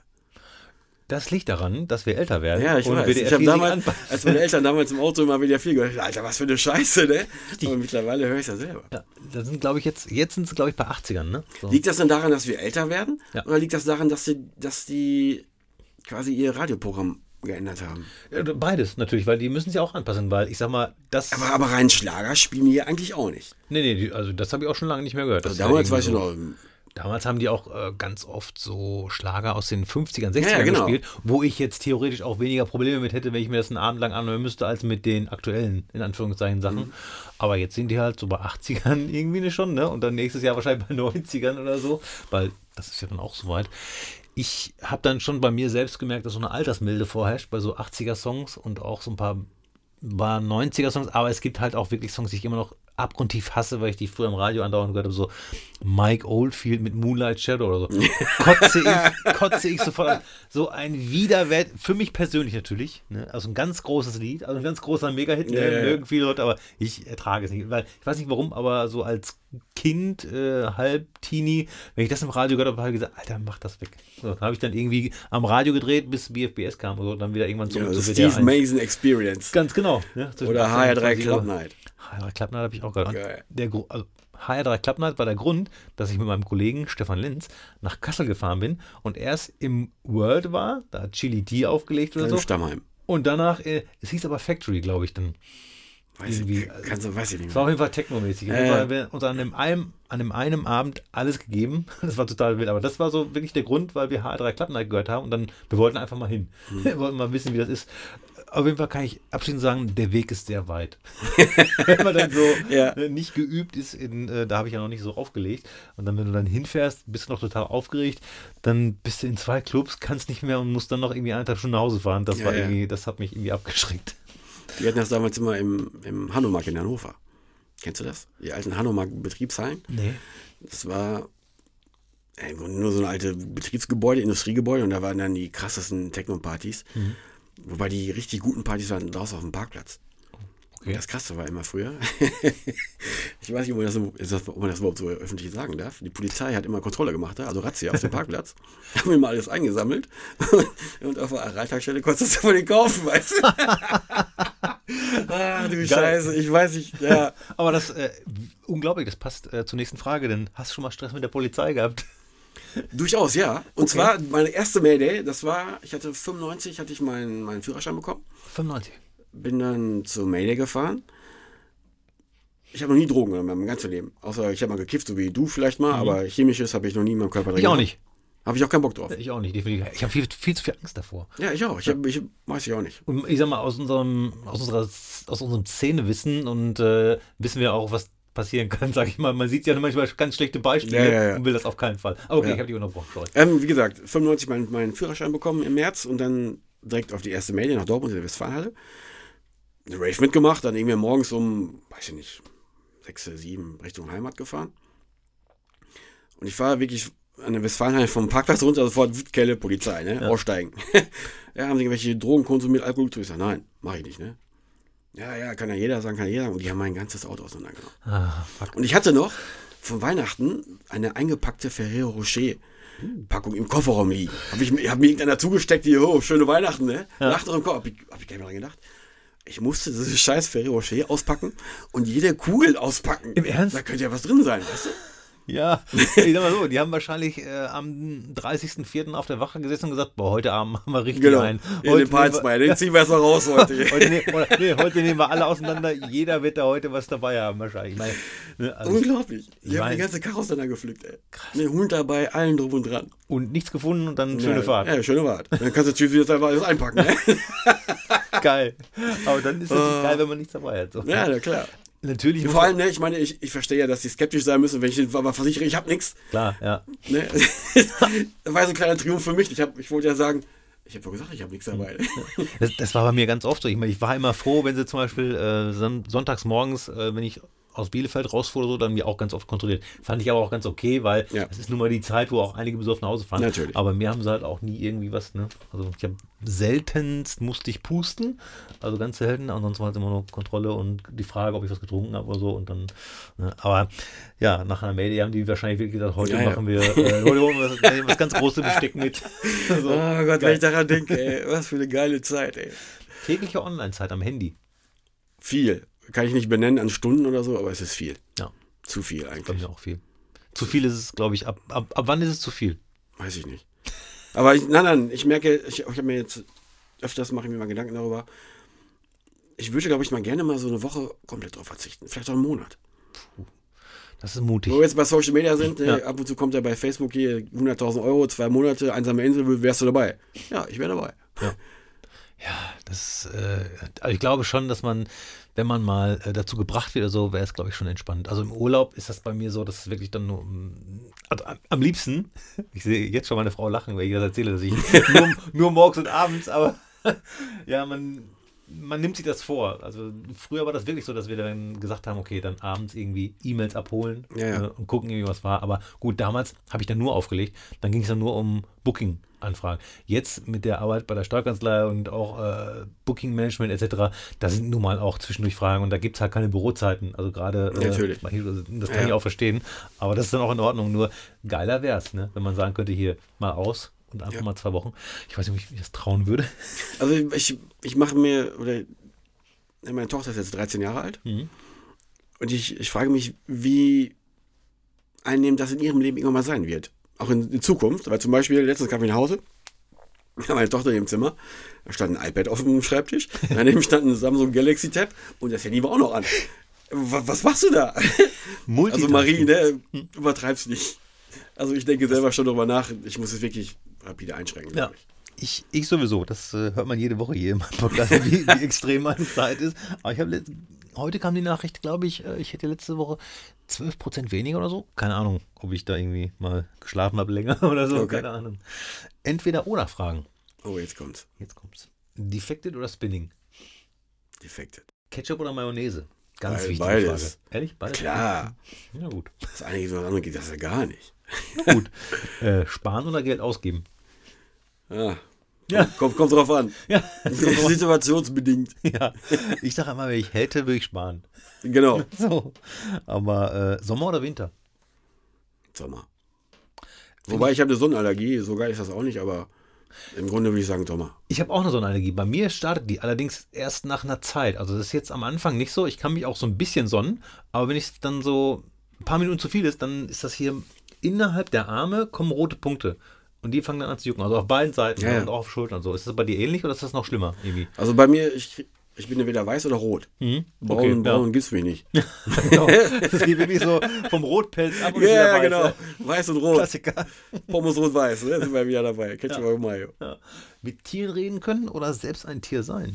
Speaker 5: Das liegt daran, dass wir älter werden.
Speaker 2: Ja, ich
Speaker 5: und
Speaker 2: weiß.
Speaker 5: W D R
Speaker 2: Ich habe
Speaker 5: vier sich
Speaker 2: damals,
Speaker 5: anpassen.
Speaker 2: als meine Eltern damals im Auto immer W D R vier gehört, Alter, was für eine Scheiße, ne?
Speaker 5: Richtig.
Speaker 2: Aber mittlerweile höre ich es ja selber.
Speaker 5: Ja, da sind, glaube ich, jetzt, jetzt sind es, glaube ich, bei achtzigern, ne? So.
Speaker 2: Liegt das denn daran, dass wir älter werden?
Speaker 5: Ja.
Speaker 2: Oder liegt das daran, dass die, dass die quasi ihr Radioprogramm geändert haben?
Speaker 5: Ja, Beides natürlich, weil die müssen sich auch anpassen, weil ich sag mal, das.
Speaker 2: Aber, aber rein Schlager spielen die ja eigentlich auch nicht.
Speaker 5: nee, nee, die, also das habe ich auch schon lange nicht mehr gehört. Das
Speaker 2: Also
Speaker 5: ist
Speaker 2: damals
Speaker 5: ja
Speaker 2: weiß ich
Speaker 5: irgendwie
Speaker 2: noch,
Speaker 5: so, damals haben die auch äh, ganz oft so Schlager aus den fünfzigern, sechzigern
Speaker 2: Ja, ja, genau.
Speaker 5: gespielt, wo ich jetzt theoretisch auch weniger Probleme mit hätte, wenn ich mir das einen Abend lang anhören müsste, als mit den aktuellen, in Anführungszeichen, Sachen.
Speaker 2: Mhm.
Speaker 5: Aber jetzt sind die halt so bei achtzigern irgendwie ne schon, ne? Und dann nächstes Jahr wahrscheinlich bei neunzigern oder so, weil das ist ja dann auch soweit. Ich habe dann schon bei mir selbst gemerkt, dass so eine Altersmilde vorherrscht bei so achtziger-Songs und auch so ein paar, paar neunziger-Songs, aber es gibt halt auch wirklich Songs, die ich immer noch abgrundtief hasse, weil ich die früher im Radio andauernd gehört habe, so Mike Oldfield mit Moonlight Shadow oder so. Kotze ich, kotze ich sofort an. So ein Widerwert, für mich persönlich natürlich, ne? Also ein ganz großes Lied, also ein ganz großer Mega-Hit,
Speaker 2: Ja,
Speaker 5: ne?
Speaker 2: ja, ja.
Speaker 5: Mögen viele Leute, aber ich ertrage es nicht, weil ich weiß nicht warum, aber so als Kind, äh, halb Teenie, wenn ich das im Radio gehört habe, habe ich gesagt, Alter, mach das weg. So, habe ich dann irgendwie am Radio gedreht, bis B F B S kam und so, dann wieder irgendwann zurück
Speaker 2: ja,
Speaker 5: zu
Speaker 2: also
Speaker 5: W D R
Speaker 2: Steve
Speaker 5: eins.
Speaker 2: Mason Experience.
Speaker 5: Ganz genau. Ne? Zwischen
Speaker 2: Oder
Speaker 5: achtzehn
Speaker 2: H R
Speaker 5: und
Speaker 2: drei
Speaker 5: zwanzig Uhr.
Speaker 2: Club Night.
Speaker 5: H R drei Club Night habe ich auch gehört. Und
Speaker 2: Geil.
Speaker 5: Der, Gru- also H R drei Club Night war der Grund, dass ich mit meinem Kollegen Stefan Lenz nach Kassel gefahren bin und erst im World war, da hat Chili D aufgelegt oder
Speaker 2: Im
Speaker 5: so.
Speaker 2: Stammheim.
Speaker 5: Und danach, äh, es hieß aber Factory, glaube ich, dann.
Speaker 2: Weiß
Speaker 5: Irgendwie,
Speaker 2: ich, kannst du, weiß ich nicht
Speaker 5: Es war auf
Speaker 2: mehr.
Speaker 5: jeden Fall technomäßig.
Speaker 2: Ja,
Speaker 5: Äh,
Speaker 2: ja.
Speaker 5: wir uns an dem, einem, an dem einen Abend alles gegeben. Das war total wild. Aber das war so wirklich der Grund, weil wir H R drei Club Night gehört haben und dann, wir wollten einfach mal hin.
Speaker 2: Hm.
Speaker 5: Wir wollten mal wissen, wie das ist. Auf jeden Fall kann ich abschließend sagen, der Weg ist sehr weit. Wenn man dann so
Speaker 2: Ja.
Speaker 5: äh, nicht geübt ist, in, äh, da habe ich ja noch nicht so aufgelegt. Und dann, wenn du dann hinfährst, bist du noch total aufgeregt, dann bist du in zwei Clubs, kannst nicht mehr und musst dann noch irgendwie eineinhalb Stunden nach Hause fahren. Das
Speaker 2: Ja,
Speaker 5: war
Speaker 2: ja.
Speaker 5: irgendwie, das hat mich irgendwie abgeschreckt.
Speaker 2: Wir hatten das damals immer im, im Hanomag in Hannover. Kennst du das? Die alten Hanomag-Betriebshallen.
Speaker 5: Nee.
Speaker 2: Das war äh, im Grunde nur so ein alte Betriebsgebäude, Industriegebäude und da waren dann die krassesten Techno-Partys.
Speaker 5: Mhm.
Speaker 2: Wobei die richtig guten Partys waren draußen auf dem Parkplatz.
Speaker 5: Okay.
Speaker 2: Und das Krasse war immer früher. Ich weiß nicht, ob man, das, ob man das überhaupt so öffentlich sagen darf. Die Polizei hat immer Kontrolle gemacht, also Razzia auf dem Parkplatz. Haben immer alles eingesammelt. Und auf der Araltankstelle konntest du von den kaufen, weißt du? Ah, du Scheiße, ich weiß nicht, ja.
Speaker 5: Aber das, äh, unglaublich, das passt äh, zur nächsten Frage, denn hast du schon mal Stress mit der Polizei gehabt?
Speaker 2: Durchaus, ja. Und zwar meine erste Mayday, das war, ich hatte fünfundneunzig, hatte ich meinen, meinen Führerschein bekommen.
Speaker 5: fünfundneunzig.
Speaker 2: Bin dann zur Mayday gefahren. Ich habe noch nie Drogen in meinem ganzen Leben. Außer ich habe mal gekifft, so wie du vielleicht mal, aber chemisches habe ich noch nie in meinem Körper drin.
Speaker 5: Ich auch
Speaker 2: gehabt.
Speaker 5: nicht.
Speaker 2: Habe ich auch keinen Bock drauf.
Speaker 5: Ich auch nicht, definitiv. Ich habe viel, viel zu viel Angst davor.
Speaker 2: Ja, ich auch. Ich, hab, ich weiß ich auch nicht.
Speaker 5: Und ich sag mal, aus unserem, aus unserer, aus unserem Szenewissen und äh, wissen wir auch, was passieren kann, sag ich mal. Man sieht ja manchmal ganz schlechte Beispiele
Speaker 2: Ja, ja, ja.
Speaker 5: und will das auf keinen Fall. Aber okay,
Speaker 2: Ja.
Speaker 5: ich habe die unterbrochen. Sorry.
Speaker 2: Ähm, wie gesagt, fünfundneunzig meinen, meinen Führerschein bekommen im März und dann direkt auf die erste Mayday nach Dortmund in der Westfalenhalle. Eine Rave mitgemacht, dann irgendwie morgens um, weiß ich nicht, sechs, sieben Richtung Heimat gefahren. Und ich war wirklich an der Westfalenhalle vom Parkplatz runter, sofort Wütkelle, Polizei, ne?
Speaker 5: Ja.
Speaker 2: Aussteigen. Ja, haben sie irgendwelche Drogen konsumiert, Alkohol getrunken? Ich sag, nein, mach ich nicht, ne? Ja, ja, kann ja jeder sagen, kann ja jeder sagen. Und die haben mein ganzes Auto auseinandergenommen.
Speaker 5: Ah, fuck.
Speaker 2: Und ich hatte noch von Weihnachten eine eingepackte Ferrero Rocher Packung im Kofferraum liegen. Habe ich, hab mir irgendeiner zugesteckt, die, oh, schöne Weihnachten, ne?
Speaker 5: Ja.
Speaker 2: Lacht doch im Kopf. Habe ich, hab ich gar nicht mehr dran gedacht. Ich musste diese scheiß Ferrero Rocher auspacken und jede Kugel auspacken.
Speaker 5: Im Ernst?
Speaker 2: Da könnte ja was drin sein, weißt du?
Speaker 5: Ja, ich sag mal so, die haben wahrscheinlich äh, am dreißigsten vierten auf der Wache gesessen und gesagt, boah, heute Abend machen wir richtig
Speaker 2: Genau.
Speaker 5: ein.
Speaker 2: Ja,
Speaker 5: Heute
Speaker 2: den Palzmeier, den ziehen wir erst mal raus heute.
Speaker 5: heute, ne, oder, nee, heute nehmen wir alle auseinander. Jeder wird da heute was dabei haben, wahrscheinlich. Ich meine, ne, also,
Speaker 2: Unglaublich. Die
Speaker 5: Ich
Speaker 2: haben
Speaker 5: mein-
Speaker 2: die ganze Karre auseinandergepflückt, ey. Mit dem Hund dabei, allen drum und dran.
Speaker 5: und nichts gefunden und dann schöne
Speaker 2: ja,
Speaker 5: Fahrt.
Speaker 2: Ja, schöne Fahrt. Dann kannst du tschüss jetzt einfach alles einpacken, ne?
Speaker 5: Geil. Aber dann ist natürlich
Speaker 2: Oh.
Speaker 5: geil, wenn man nichts dabei hat. So.
Speaker 2: Ja, na klar.
Speaker 5: Natürlich. muss
Speaker 2: Vor
Speaker 5: man-
Speaker 2: allem, ne, ich meine, ich, ich verstehe ja, dass die skeptisch sein müssen, wenn ich den aber versichere, ich habe nichts.
Speaker 5: Klar, ja.
Speaker 2: Ne? Das war so ein kleiner Triumph für mich. Ich, hab, ich wollte ja sagen, ich habe doch gesagt, ich habe nichts dabei.
Speaker 5: Das, das war bei mir ganz oft so. Ich, meine, ich war immer froh, wenn sie zum Beispiel äh, son- sonntags morgens, äh, wenn ich aus Bielefeld rausfuhr oder so, dann mir auch ganz oft kontrolliert. Fand ich aber auch ganz okay, weil
Speaker 2: Ja.
Speaker 5: es ist nun mal die Zeit, wo auch einige besoffen nach Hause fahren.
Speaker 2: Natürlich.
Speaker 5: Aber mir haben sie halt auch nie irgendwie was, ne? Also ich habe seltenst musste ich pusten, also ganz selten, ansonsten war es immer nur Kontrolle und die Frage, ob ich was getrunken habe oder so und dann, ne? Aber ja, nach einer Mail haben die wahrscheinlich wirklich gesagt, heute
Speaker 2: Ja, ja.
Speaker 5: machen wir, äh, heute holen wir was, nehmen wir das ganz große Besteck mit. So.
Speaker 2: Oh Gott,
Speaker 5: Geil.
Speaker 2: wenn ich daran denke, ey, was für eine geile Zeit, ey.
Speaker 5: Tägliche Online-Zeit am Handy.
Speaker 2: Viel. Kann ich nicht benennen an Stunden oder so, aber es ist viel.
Speaker 5: Ja.
Speaker 2: Zu viel
Speaker 5: Bei
Speaker 2: eigentlich.
Speaker 5: mir auch viel. Zu viel ist es, glaube ich, ab, ab, ab wann ist es zu viel?
Speaker 2: Weiß ich nicht. Aber ich, nein, nein, ich merke, ich, ich habe mir jetzt öfters mache ich mir mal Gedanken darüber. Ich würde, glaube ich, mal gerne mal so eine Woche komplett drauf verzichten. Vielleicht auch einen Monat.
Speaker 5: Das ist mutig.
Speaker 2: Wo wir jetzt bei Social Media sind,
Speaker 5: Ja.
Speaker 2: äh, ab und zu kommt ja bei Facebook hier hunderttausend Euro, zwei Monate, einsame Insel, wärst du dabei? Ja, ich wäre dabei.
Speaker 5: Ja, das, äh, also ich glaube schon, dass man, wenn man mal äh, dazu gebracht wird oder so, wäre es, glaube ich, schon entspannt. Also im Urlaub ist das bei mir so, dass es wirklich dann nur, mm, also am, am liebsten, ich sehe jetzt schon meine Frau lachen, weil ich das erzähle, dass ich nur, nur morgens und abends, aber ja, man, man nimmt sich das vor. Also früher war das wirklich so, dass wir dann gesagt haben, okay, dann abends irgendwie E-Mails abholen
Speaker 2: Ja, ja.
Speaker 5: äh, und gucken irgendwie, was war. Aber gut, damals habe ich dann nur aufgelegt, dann ging es dann nur um Booking. Anfragen. Jetzt mit der Arbeit bei der Steuerkanzlei und auch äh, Booking-Management et cetera, da sind nun mal auch zwischendurch Fragen und da gibt es halt keine Bürozeiten. Also gerade, äh,
Speaker 2: Natürlich.
Speaker 5: das kann
Speaker 2: Ja.
Speaker 5: ich auch verstehen, aber das ist dann auch in Ordnung. Nur geiler wäre es, ne? Wenn man sagen könnte, hier mal aus und einfach
Speaker 2: Ja.
Speaker 5: mal zwei Wochen. Ich weiß nicht, ob ich mir das trauen würde.
Speaker 2: Also ich, ich mache mir, oder meine Tochter ist jetzt dreizehn Jahre alt
Speaker 5: Mhm.
Speaker 2: und ich, ich frage mich, wie einnehmend das in ihrem Leben irgendwann mal sein wird. Auch in, in Zukunft, weil zum Beispiel, letztens kam ich nach Hause, meine Tochter im Zimmer, da stand ein iPad auf dem Schreibtisch, daneben stand ein Samsung Galaxy Tab und das Handy war auch noch an. Was, was machst du da? Also Marie, ne, übertreib's nicht. Also ich denke selber schon darüber nach, ich muss es wirklich rapide einschränken.
Speaker 5: Ja.
Speaker 2: glaub ich.
Speaker 5: Ich, ich sowieso, das äh, hört man jede Woche hier im Podcast, wie, wie extrem meine Zeit ist. Aber ich habe heute kam die Nachricht, glaube ich, äh, ich hätte letzte Woche zwölf Prozent weniger oder so. Keine Ahnung, ob ich da irgendwie mal geschlafen habe länger oder so,
Speaker 2: Okay.
Speaker 5: keine Ahnung. Entweder oder Fragen.
Speaker 2: Oh, jetzt kommt's.
Speaker 5: Jetzt kommt's. Defected oder Spinning?
Speaker 2: Defected.
Speaker 5: Ketchup oder Mayonnaise? Ganz
Speaker 2: Beid-
Speaker 5: wichtige
Speaker 2: beides.
Speaker 5: Frage. Ehrlich? Beides?
Speaker 2: Klar.
Speaker 5: Ja, gut.
Speaker 2: Das eine geht, das andere geht das ja gar nicht.
Speaker 5: Gut. Äh, sparen oder Geld ausgeben?
Speaker 2: Ja.
Speaker 5: Ja.
Speaker 2: Kommt, kommt drauf an.
Speaker 5: Ja,
Speaker 2: Situationsbedingt.
Speaker 5: ja. Ich sage immer, wenn ich hätte, würde ich sparen.
Speaker 2: Genau.
Speaker 5: So. Aber äh, Sommer oder Winter?
Speaker 2: Sommer. Wobei ich habe eine Sonnenallergie, so geil ist das auch nicht, aber im Grunde würde ich sagen Sommer.
Speaker 5: Ich habe auch eine Sonnenallergie. Bei mir startet die allerdings erst nach einer Zeit. Also das ist jetzt am Anfang nicht so. Ich kann mich auch so ein bisschen sonnen, aber wenn es dann so ein paar Minuten zu viel ist, dann ist das hier innerhalb der Arme kommen rote Punkte. Und die fangen dann an zu jucken. Also auf beiden Seiten
Speaker 2: Ja, ja.
Speaker 5: und auch auf Schultern und so. Ist das bei dir ähnlich oder ist das noch schlimmer irgendwie?
Speaker 2: Also bei mir, ich, ich bin entweder weiß oder rot.
Speaker 5: Mhm.
Speaker 2: Braun,
Speaker 5: Okay,
Speaker 2: braun
Speaker 5: ja.
Speaker 2: gibt's mich nicht.
Speaker 5: Genau. Das geht wirklich so vom Rotpelz ab und
Speaker 2: Ja,
Speaker 5: ist wieder
Speaker 2: ja,
Speaker 5: weiß,
Speaker 2: genau.
Speaker 5: ne?
Speaker 2: Weiß und rot.
Speaker 5: Klassiker.
Speaker 2: Pommes rot-weiß, ne? Sind wir wieder dabei. Ketchup und Mayo.
Speaker 5: Ja. Mit Tieren reden können oder selbst ein Tier sein?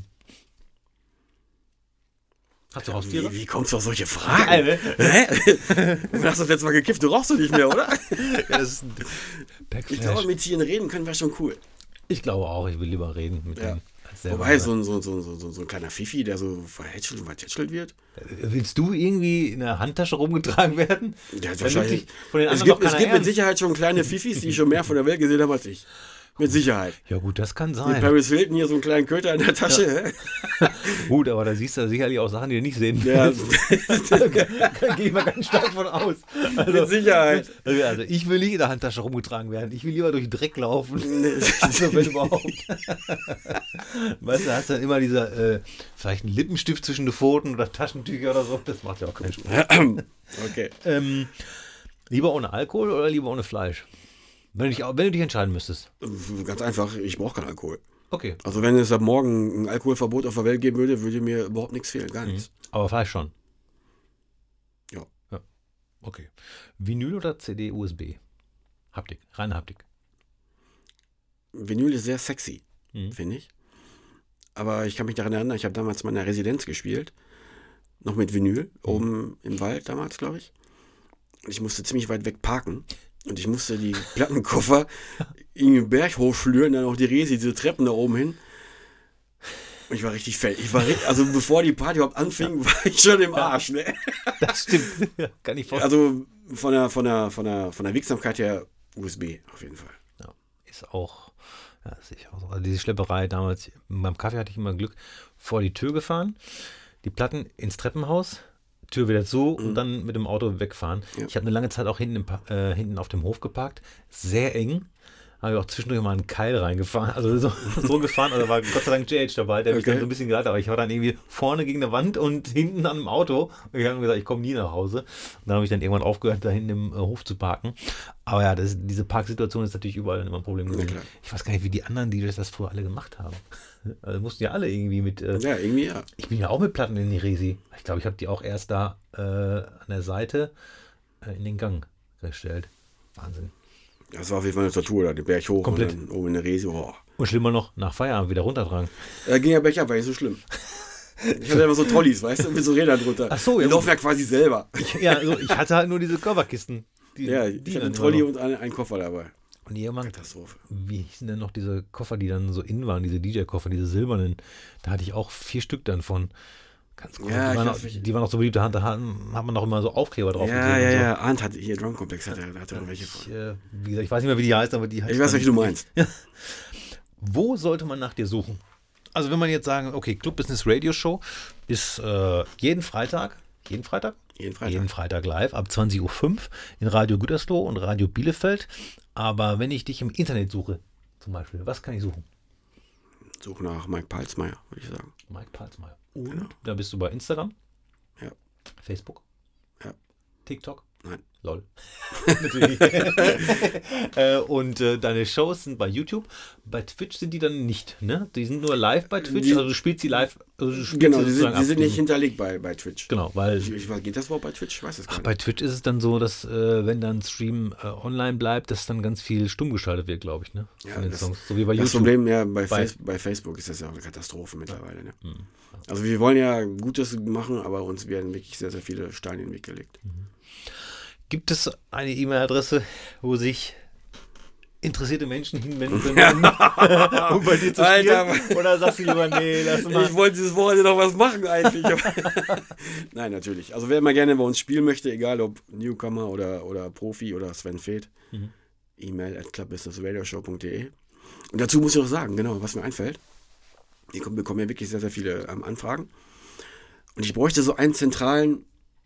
Speaker 5: Hast du Haustiere?
Speaker 2: Wie, wie kommst du auf solche Fragen?
Speaker 5: Geil, ne?
Speaker 2: Hä? Du hast das letzte Mal gekifft, du rauchst du nicht mehr, oder?
Speaker 5: Ja, das ist ein
Speaker 2: Ich
Speaker 5: Backflash.
Speaker 2: glaube, mit Tieren reden können wir schon cool.
Speaker 5: Ich glaube auch, ich will lieber reden mit
Speaker 2: Ja.
Speaker 5: denen. Als selber
Speaker 2: Wobei,
Speaker 5: sein.
Speaker 2: so ein, so, ein- so, ein- so, ein- so ein kleiner Fifi, der so verhätschelt und vertätschelt wird.
Speaker 5: Willst du irgendwie in der Handtasche rumgetragen werden?
Speaker 2: Der hat
Speaker 5: Damit
Speaker 2: wahrscheinlich.
Speaker 5: dich von den
Speaker 2: Es
Speaker 5: anderen
Speaker 2: gibt,
Speaker 5: noch
Speaker 2: es
Speaker 5: keiner
Speaker 2: gibt mit
Speaker 5: ernst-
Speaker 2: Sicherheit schon kleine Fifis, die schon mehr von der Welt gesehen haben als ich. Mit Sicherheit.
Speaker 5: Ja gut, das kann
Speaker 2: Mit
Speaker 5: sein.
Speaker 2: Paris Hilton hier so einen kleinen Köter in der Tasche. hä?
Speaker 5: Gut, aber da siehst du sicherlich auch Sachen, die du nicht sehen
Speaker 2: Ja,
Speaker 5: willst. Da gehe ich mal ganz stark von aus. Also,
Speaker 2: mit Sicherheit.
Speaker 5: also ich will nicht in der Handtasche rumgetragen werden. Ich will lieber durch den Dreck laufen. Also wenn überhaupt. Weißt du, da hast du dann immer dieser, äh, vielleicht einen Lippenstift zwischen den Pfoten oder Taschentücher oder so. Das macht ja auch keinen Spaß.
Speaker 2: Okay.
Speaker 5: Ähm, lieber ohne Alkohol oder lieber ohne Fleisch? Wenn du dich, wenn du dich entscheiden müsstest.
Speaker 2: Ganz einfach, ich brauche keinen Alkohol.
Speaker 5: Okay.
Speaker 2: Also wenn es ab morgen ein Alkoholverbot auf der Welt geben würde, würde mir überhaupt nichts fehlen, gar nichts.
Speaker 5: Aber Fleisch schon.
Speaker 2: Ja.
Speaker 5: Ja. Okay. Vinyl oder C D, U S B? Haptik, reine Haptik.
Speaker 2: Vinyl ist sehr sexy,
Speaker 5: Mhm.
Speaker 2: finde ich. Aber ich kann mich daran erinnern, ich habe damals mal in der Residenz gespielt. Noch mit Vinyl, oben im Wald damals, glaube ich. Und ich musste ziemlich weit weg parken. Und ich musste die Plattenkoffer in den Berg hochschlüren, dann auch die Resi, diese Treppen da oben hin. Und ich war richtig fett. Ich war richtig, also bevor die Party überhaupt anfing, war ich schon im Arsch, ne?
Speaker 5: Das stimmt. Ja, kann ich vorstellen.
Speaker 2: Also von der, von der, von der, von der Wirksamkeit her U S B auf jeden Fall.
Speaker 5: Ja, ist auch, ja, sehe ich auch so. Also diese Schlepperei damals, beim Kaffee hatte ich immer Glück, vor die Tür gefahren, die Platten ins Treppenhaus, Tür wieder zu
Speaker 2: Mhm.
Speaker 5: und dann mit dem Auto wegfahren.
Speaker 2: Ja.
Speaker 5: Ich habe eine lange Zeit auch hinten, im, Pa- äh, hinten auf dem Hof geparkt, sehr eng. Habe ich auch zwischendurch mal einen Keil reingefahren, also so, so gefahren, also war Gott sei Dank J H dabei, der mich
Speaker 2: Okay.
Speaker 5: dann so ein bisschen geleitet, aber ich war dann irgendwie vorne gegen eine Wand und hinten an dem Auto. Und ich habe mir gesagt, ich komme nie nach Hause. Und dann habe ich dann irgendwann aufgehört, da hinten im äh, Hof zu parken. Aber ja, das, diese Parksituation ist natürlich überall dann immer ein Problem gewesen.
Speaker 2: klar.
Speaker 5: Ich weiß gar nicht, wie die anderen D Js das früher alle gemacht haben. Also mussten ja alle irgendwie mit, äh,
Speaker 2: Ja, irgendwie ja.
Speaker 5: ich bin ja auch mit Platten in die Resi. Ich glaube, ich habe die auch erst da äh, an der Seite äh, in den Gang gestellt. Wahnsinn.
Speaker 2: Das war auf jeden Fall eine Tortur, da den Berg hoch
Speaker 5: Komplett.
Speaker 2: und dann oben in der Resi. Oh.
Speaker 5: Und schlimmer noch, nach Feierabend wieder runtertragen.
Speaker 2: Da ging ja bergab, war nicht so schlimm. Ich hatte immer so Trolleys, weißt du, mit so Rädern drunter.
Speaker 5: Ach so, ja,
Speaker 2: Die laufen
Speaker 5: gut.
Speaker 2: ja quasi selber.
Speaker 5: Ja, also ich hatte halt nur diese Körperkisten. Die,
Speaker 2: Ja,
Speaker 5: die
Speaker 2: ich hatte
Speaker 5: dann
Speaker 2: einen
Speaker 5: immer
Speaker 2: Trolley
Speaker 5: noch.
Speaker 2: und einen, einen Koffer dabei.
Speaker 5: Und irgendwann,
Speaker 2: Katastrophe.
Speaker 5: wie hießen denn noch diese Koffer, die dann so in waren, diese D J-Koffer, diese silbernen. Da hatte ich auch vier Stück dann von. Ganz cool.
Speaker 2: Ja,
Speaker 5: die,
Speaker 2: ich
Speaker 5: waren
Speaker 2: weiß
Speaker 5: auch,
Speaker 2: welche.
Speaker 5: die waren auch so beliebt, da hat, da hat hat man noch immer so Aufkleber drauf
Speaker 2: Ja,
Speaker 5: gegeben
Speaker 2: ja,
Speaker 5: und so.
Speaker 2: ja. Arndt hatte hier Drumkomplex, hatte, da hatte er welche
Speaker 5: Ich,
Speaker 2: von.
Speaker 5: äh, wie gesagt, ich weiß nicht mehr, wie die heißt, aber die heißt.
Speaker 2: Ich weiß,
Speaker 5: dann-
Speaker 2: welche du meinst.
Speaker 5: Wo sollte man nach dir suchen? Also wenn man jetzt sagen, okay, Club Business Radio Show ist äh, jeden Freitag, jeden Freitag?
Speaker 2: Jeden Freitag.
Speaker 5: Jeden Freitag live ab zwanzig Uhr fünf in Radio Gütersloh und Radio Bielefeld. Aber wenn ich dich im Internet suche, zum Beispiel, was kann ich suchen?
Speaker 2: Such nach Mike Palsmeier, würde ich sagen.
Speaker 5: Mike Palsmeier. Und
Speaker 2: Genau.
Speaker 5: da bist du bei Instagram,
Speaker 2: Ja.
Speaker 5: Facebook,
Speaker 2: Ja.
Speaker 5: TikTok.
Speaker 2: Nein.
Speaker 5: Lol. Natürlich. äh, und äh, deine Shows sind bei YouTube. Bei Twitch sind die dann nicht, ne? Die sind nur live bei Twitch.
Speaker 2: Die-
Speaker 5: also du spielst sie live. Also du spielst
Speaker 2: Genau,
Speaker 5: sie
Speaker 2: die sind,
Speaker 5: sozusagen
Speaker 2: die sind
Speaker 5: ab.
Speaker 2: nicht hinterlegt bei, bei Twitch.
Speaker 5: Genau, weil
Speaker 2: Ich, ich, geht das überhaupt bei Twitch? Ich weiß es gar
Speaker 5: ach,
Speaker 2: nicht.
Speaker 5: bei Twitch ist es dann so, dass äh, wenn dann Stream äh, online bleibt, dass dann ganz viel stumm geschaltet wird, glaube ich, ne?
Speaker 2: Ja,
Speaker 5: Von den
Speaker 2: das-
Speaker 5: Songs. So wie bei
Speaker 2: Das
Speaker 5: YouTube.
Speaker 2: Problem ja bei,
Speaker 5: Bei-
Speaker 2: Face, bei Facebook ist das ja auch eine Katastrophe mittlerweile. Ne? Also wir wollen ja Gutes machen, aber uns werden wirklich sehr, sehr viele Steine in den Weg gelegt.
Speaker 5: Gibt es eine E-Mail-Adresse, wo sich interessierte Menschen hinwenden können, um bei dir zu spielen?
Speaker 2: Alter.
Speaker 5: Oder sagst du lieber, nee, lass mal.
Speaker 2: Ich wollte dieses Wochenende noch was machen eigentlich. Nein, natürlich. Also wer mal gerne bei uns spielen möchte, egal ob Newcomer oder, oder Profi oder Sven Feth,
Speaker 5: Mhm.
Speaker 2: E-Mail at clubbusinessradioshow punkt de. Und dazu muss ich noch sagen, genau, was mir einfällt. Wir kommen- bekommen ja wirklich sehr, sehr viele ähm, Anfragen. Und ich bräuchte so einen zentralen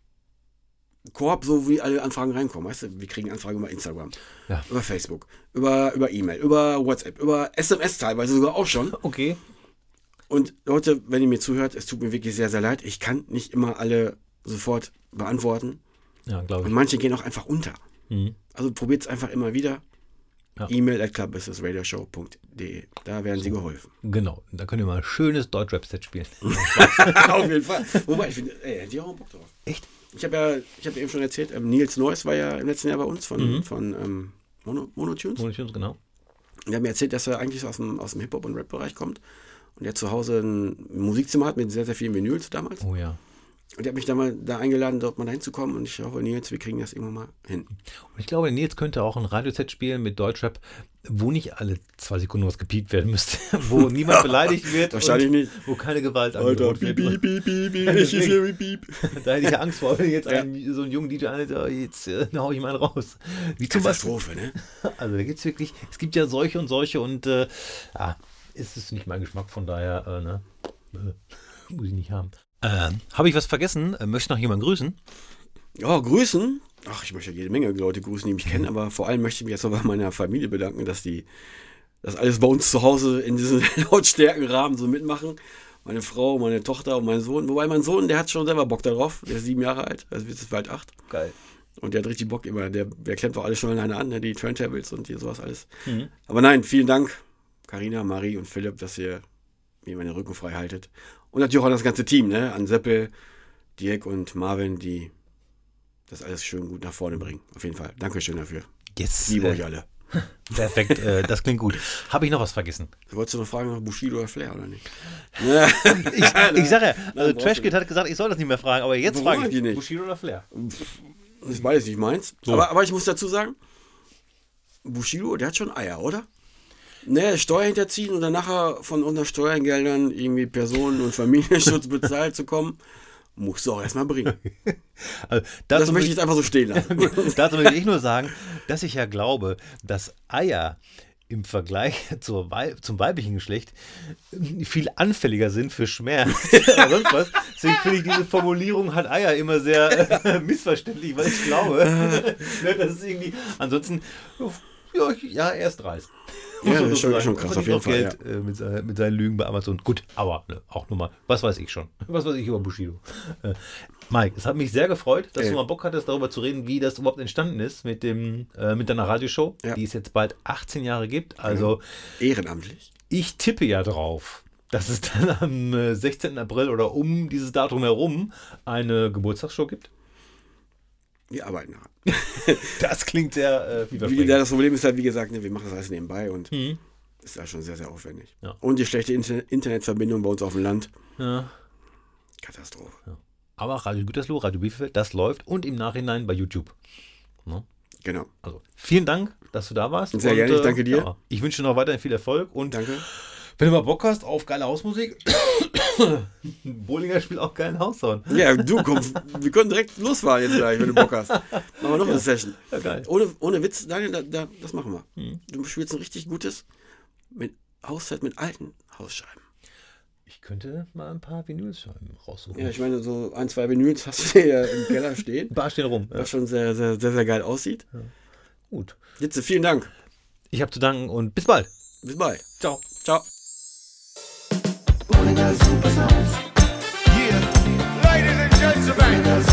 Speaker 2: Korb, so wie alle Anfragen reinkommen. Weißt du, wir kriegen Anfragen über Instagram,
Speaker 5: Ja.
Speaker 2: über Facebook, über über E-Mail, über WhatsApp, über S M S teilweise sogar auch schon.
Speaker 5: Okay.
Speaker 2: Und Leute, wenn ihr mir zuhört, es tut mir wirklich sehr, sehr leid. Ich kann nicht immer alle sofort beantworten.
Speaker 5: Ja, glaube
Speaker 2: Und
Speaker 5: ich.
Speaker 2: manche gehen auch einfach unter.
Speaker 5: Mhm.
Speaker 2: Also probiert es einfach immer wieder.
Speaker 5: Ja.
Speaker 2: E-Mail at clubbusinessradioshow punkt de. Da werden sie geholfen.
Speaker 5: Genau. Da könnt ihr mal ein schönes Deutschrap-Set spielen.
Speaker 2: Auf jeden Fall. Wobei, ich finde, ey, hätte ich auch einen Bock drauf.
Speaker 5: Echt?
Speaker 2: Ich habe ja, ich habe eben schon erzählt, ähm, Nils Neuss war ja im letzten Jahr bei uns von,
Speaker 5: Mhm.
Speaker 2: von ähm, Mono, Monotunes.
Speaker 5: Munitions, genau.
Speaker 2: Und er hat mir erzählt, dass er eigentlich so aus dem, aus dem Hip-Hop- und Rap-Bereich kommt. Und er zu Hause ein Musikzimmer hat mit sehr, sehr vielen Vinyls damals.
Speaker 5: Oh ja.
Speaker 2: Und er hat mich da mal da eingeladen, dort mal hinzukommen. Und ich hoffe, Nils, wir kriegen das irgendwann mal hin.
Speaker 5: Und ich glaube, Nils könnte auch ein Radioset spielen mit Deutschrap, wo nicht alle zwei Sekunden was gepiept werden müsste, wo niemand beleidigt wird.
Speaker 2: Wahrscheinlich
Speaker 5: und
Speaker 2: nicht.
Speaker 5: Wo keine Gewalt
Speaker 2: Alter,
Speaker 5: angedroht
Speaker 2: piep,
Speaker 5: wird.
Speaker 2: piep, piep, piep, ich ist hier, piep.
Speaker 5: Da hätte ich ja Angst vor, wenn jetzt
Speaker 2: Ja.
Speaker 5: ein, so ein junger D J an, oh, jetzt äh, hau ich mal einen raus. Wie zum Beispiel.
Speaker 2: Katastrophe, ne?
Speaker 5: Also da gibt es wirklich, es gibt ja solche und solche und äh, ja, ist es nicht mein Geschmack, von daher, äh, ne, äh, muss ich nicht haben. Äh, Habe ich was vergessen? Äh, möchte noch jemand grüßen?
Speaker 2: Ja, grüßen. Ach, ich möchte ja jede Menge Leute grüßen, die mich kennen, aber vor allem möchte ich mich jetzt noch bei meiner Familie bedanken, dass die das alles bei uns zu Hause in diesem Lautstärkenrahmen so mitmachen. Meine Frau, meine Tochter und mein Sohn. Wobei mein Sohn, der hat schon selber Bock darauf. Der ist sieben Jahre alt, also wird jetzt bald acht.
Speaker 5: Geil.
Speaker 2: Und der hat richtig Bock immer. Der, der klemmt auch alles schon alleine an, ne? Die Turntables und hier sowas alles.
Speaker 5: Mhm.
Speaker 2: Aber nein, vielen Dank, Carina, Marie und Philipp, dass ihr mir meine Rücken frei haltet. Und natürlich auch an das ganze Team, ne? An Seppel, Dirk und Marvin, die das alles schön gut nach vorne bringen. Auf jeden Fall. Dankeschön dafür.
Speaker 5: Yes.
Speaker 2: Liebe
Speaker 5: äh,
Speaker 2: euch alle.
Speaker 5: Perfekt, äh, das klingt gut. Habe ich noch was vergessen?
Speaker 2: Wolltest du noch fragen, nach Bushido oder Flair oder nicht?
Speaker 5: Ich, ich sage ja, also
Speaker 2: Nein, brauchst
Speaker 5: Trashkid
Speaker 2: du
Speaker 5: hat gesagt, ich soll das nicht mehr fragen, aber jetzt
Speaker 2: Warum
Speaker 5: frage ich,
Speaker 2: eigentlich nicht?
Speaker 5: Bushido oder Flair?
Speaker 2: Das ist beides nicht meins.
Speaker 5: So.
Speaker 2: Aber, aber ich muss dazu sagen, Bushido, der hat schon Eier, oder? Ne, Steuer hinterziehen und dann nachher von unseren Steuergeldern irgendwie Personen- und Familienschutz bezahlt zu kommen, musst du auch erstmal bringen.
Speaker 5: Also,
Speaker 2: Das
Speaker 5: dazu
Speaker 2: möchte ich
Speaker 5: will
Speaker 2: jetzt einfach so stehen lassen.
Speaker 5: dazu will ich nur sagen, dass ich ja glaube, dass Eier im Vergleich zur Wei zum weiblichen Geschlecht viel anfälliger sind für Schmerz oder sonst was. Deswegen finde ich diese Formulierung hat Eier immer sehr äh, missverständlich, weil ich glaube, ne, das ist irgendwie, ansonsten, ja, ja erst dreist.
Speaker 2: Ja, das ist schon,
Speaker 5: Sozusagen.
Speaker 2: schon krass, auf
Speaker 5: Verdient
Speaker 2: jeden
Speaker 5: auch
Speaker 2: Fall.
Speaker 5: Geld
Speaker 2: Ja.
Speaker 5: äh, mit, se- mit seinen Lügen bei Amazon. Gut, aber ne, auch nur mal, was weiß ich schon. Was weiß ich über Bushido. Äh, Mike, es hat mich sehr gefreut, dass
Speaker 2: Ey.
Speaker 5: du mal Bock hattest, darüber zu reden, wie das überhaupt entstanden ist mit, dem, äh, mit deiner Radioshow,
Speaker 2: Ja.
Speaker 5: die es jetzt bald achtzehn Jahre gibt. Also
Speaker 2: Ehrenamtlich.
Speaker 5: ich tippe ja drauf, dass es dann am äh, sechzehnten April oder um dieses Datum herum eine Geburtstagsshow gibt.
Speaker 2: Wir arbeiten daran.
Speaker 5: Das klingt sehr äh,
Speaker 2: Wie,
Speaker 5: vielversprechend.
Speaker 2: das Problem ist halt, wie gesagt, ne, wir machen das alles nebenbei und
Speaker 5: Mhm.
Speaker 2: ist da schon sehr, sehr aufwendig.
Speaker 5: Ja.
Speaker 2: Und die schlechte Inter Internetverbindung bei uns auf dem Land.
Speaker 5: Ja.
Speaker 2: Katastrophe.
Speaker 5: Aber Radio Gütersloh, Radio Bielefeld, das läuft und im Nachhinein bei YouTube. Ne?
Speaker 2: Genau.
Speaker 5: Also vielen Dank, dass du da warst.
Speaker 2: Sehr gerne, ich danke dir.
Speaker 5: Ja, ich wünsche dir noch weiterhin viel Erfolg und
Speaker 2: Danke.
Speaker 5: wenn du mal Bock hast auf geile Hausmusik, Bollinger spielt auch geilen Haussound.
Speaker 2: Ja, du, komm, wir können direkt losfahren jetzt gleich, wenn du Bock hast. Machen wir noch eine Session.
Speaker 5: Ja, geil.
Speaker 2: Ohne, ohne Witz, Daniel, da, da, das machen wir.
Speaker 5: Hm.
Speaker 2: Du spielst ein richtig gutes mit Hauszeit mit alten Hausscheiben.
Speaker 5: Ich könnte mal ein paar Vinylscheiben raussuchen.
Speaker 2: Ja, ich meine, so ein, zwei Vinyls hast du hier im Keller stehen,
Speaker 5: ein paar stehen rum. Ja.
Speaker 2: was schon sehr, sehr, sehr, sehr geil aussieht.
Speaker 5: Gut.
Speaker 2: Jitze, vielen Dank.
Speaker 5: Ich habe zu danken und bis bald.
Speaker 2: Bis bald.
Speaker 5: Ciao.
Speaker 2: Ciao.
Speaker 3: Bollinger Supersounds.
Speaker 4: Yeah, ladies and gentlemen.
Speaker 3: Bollinger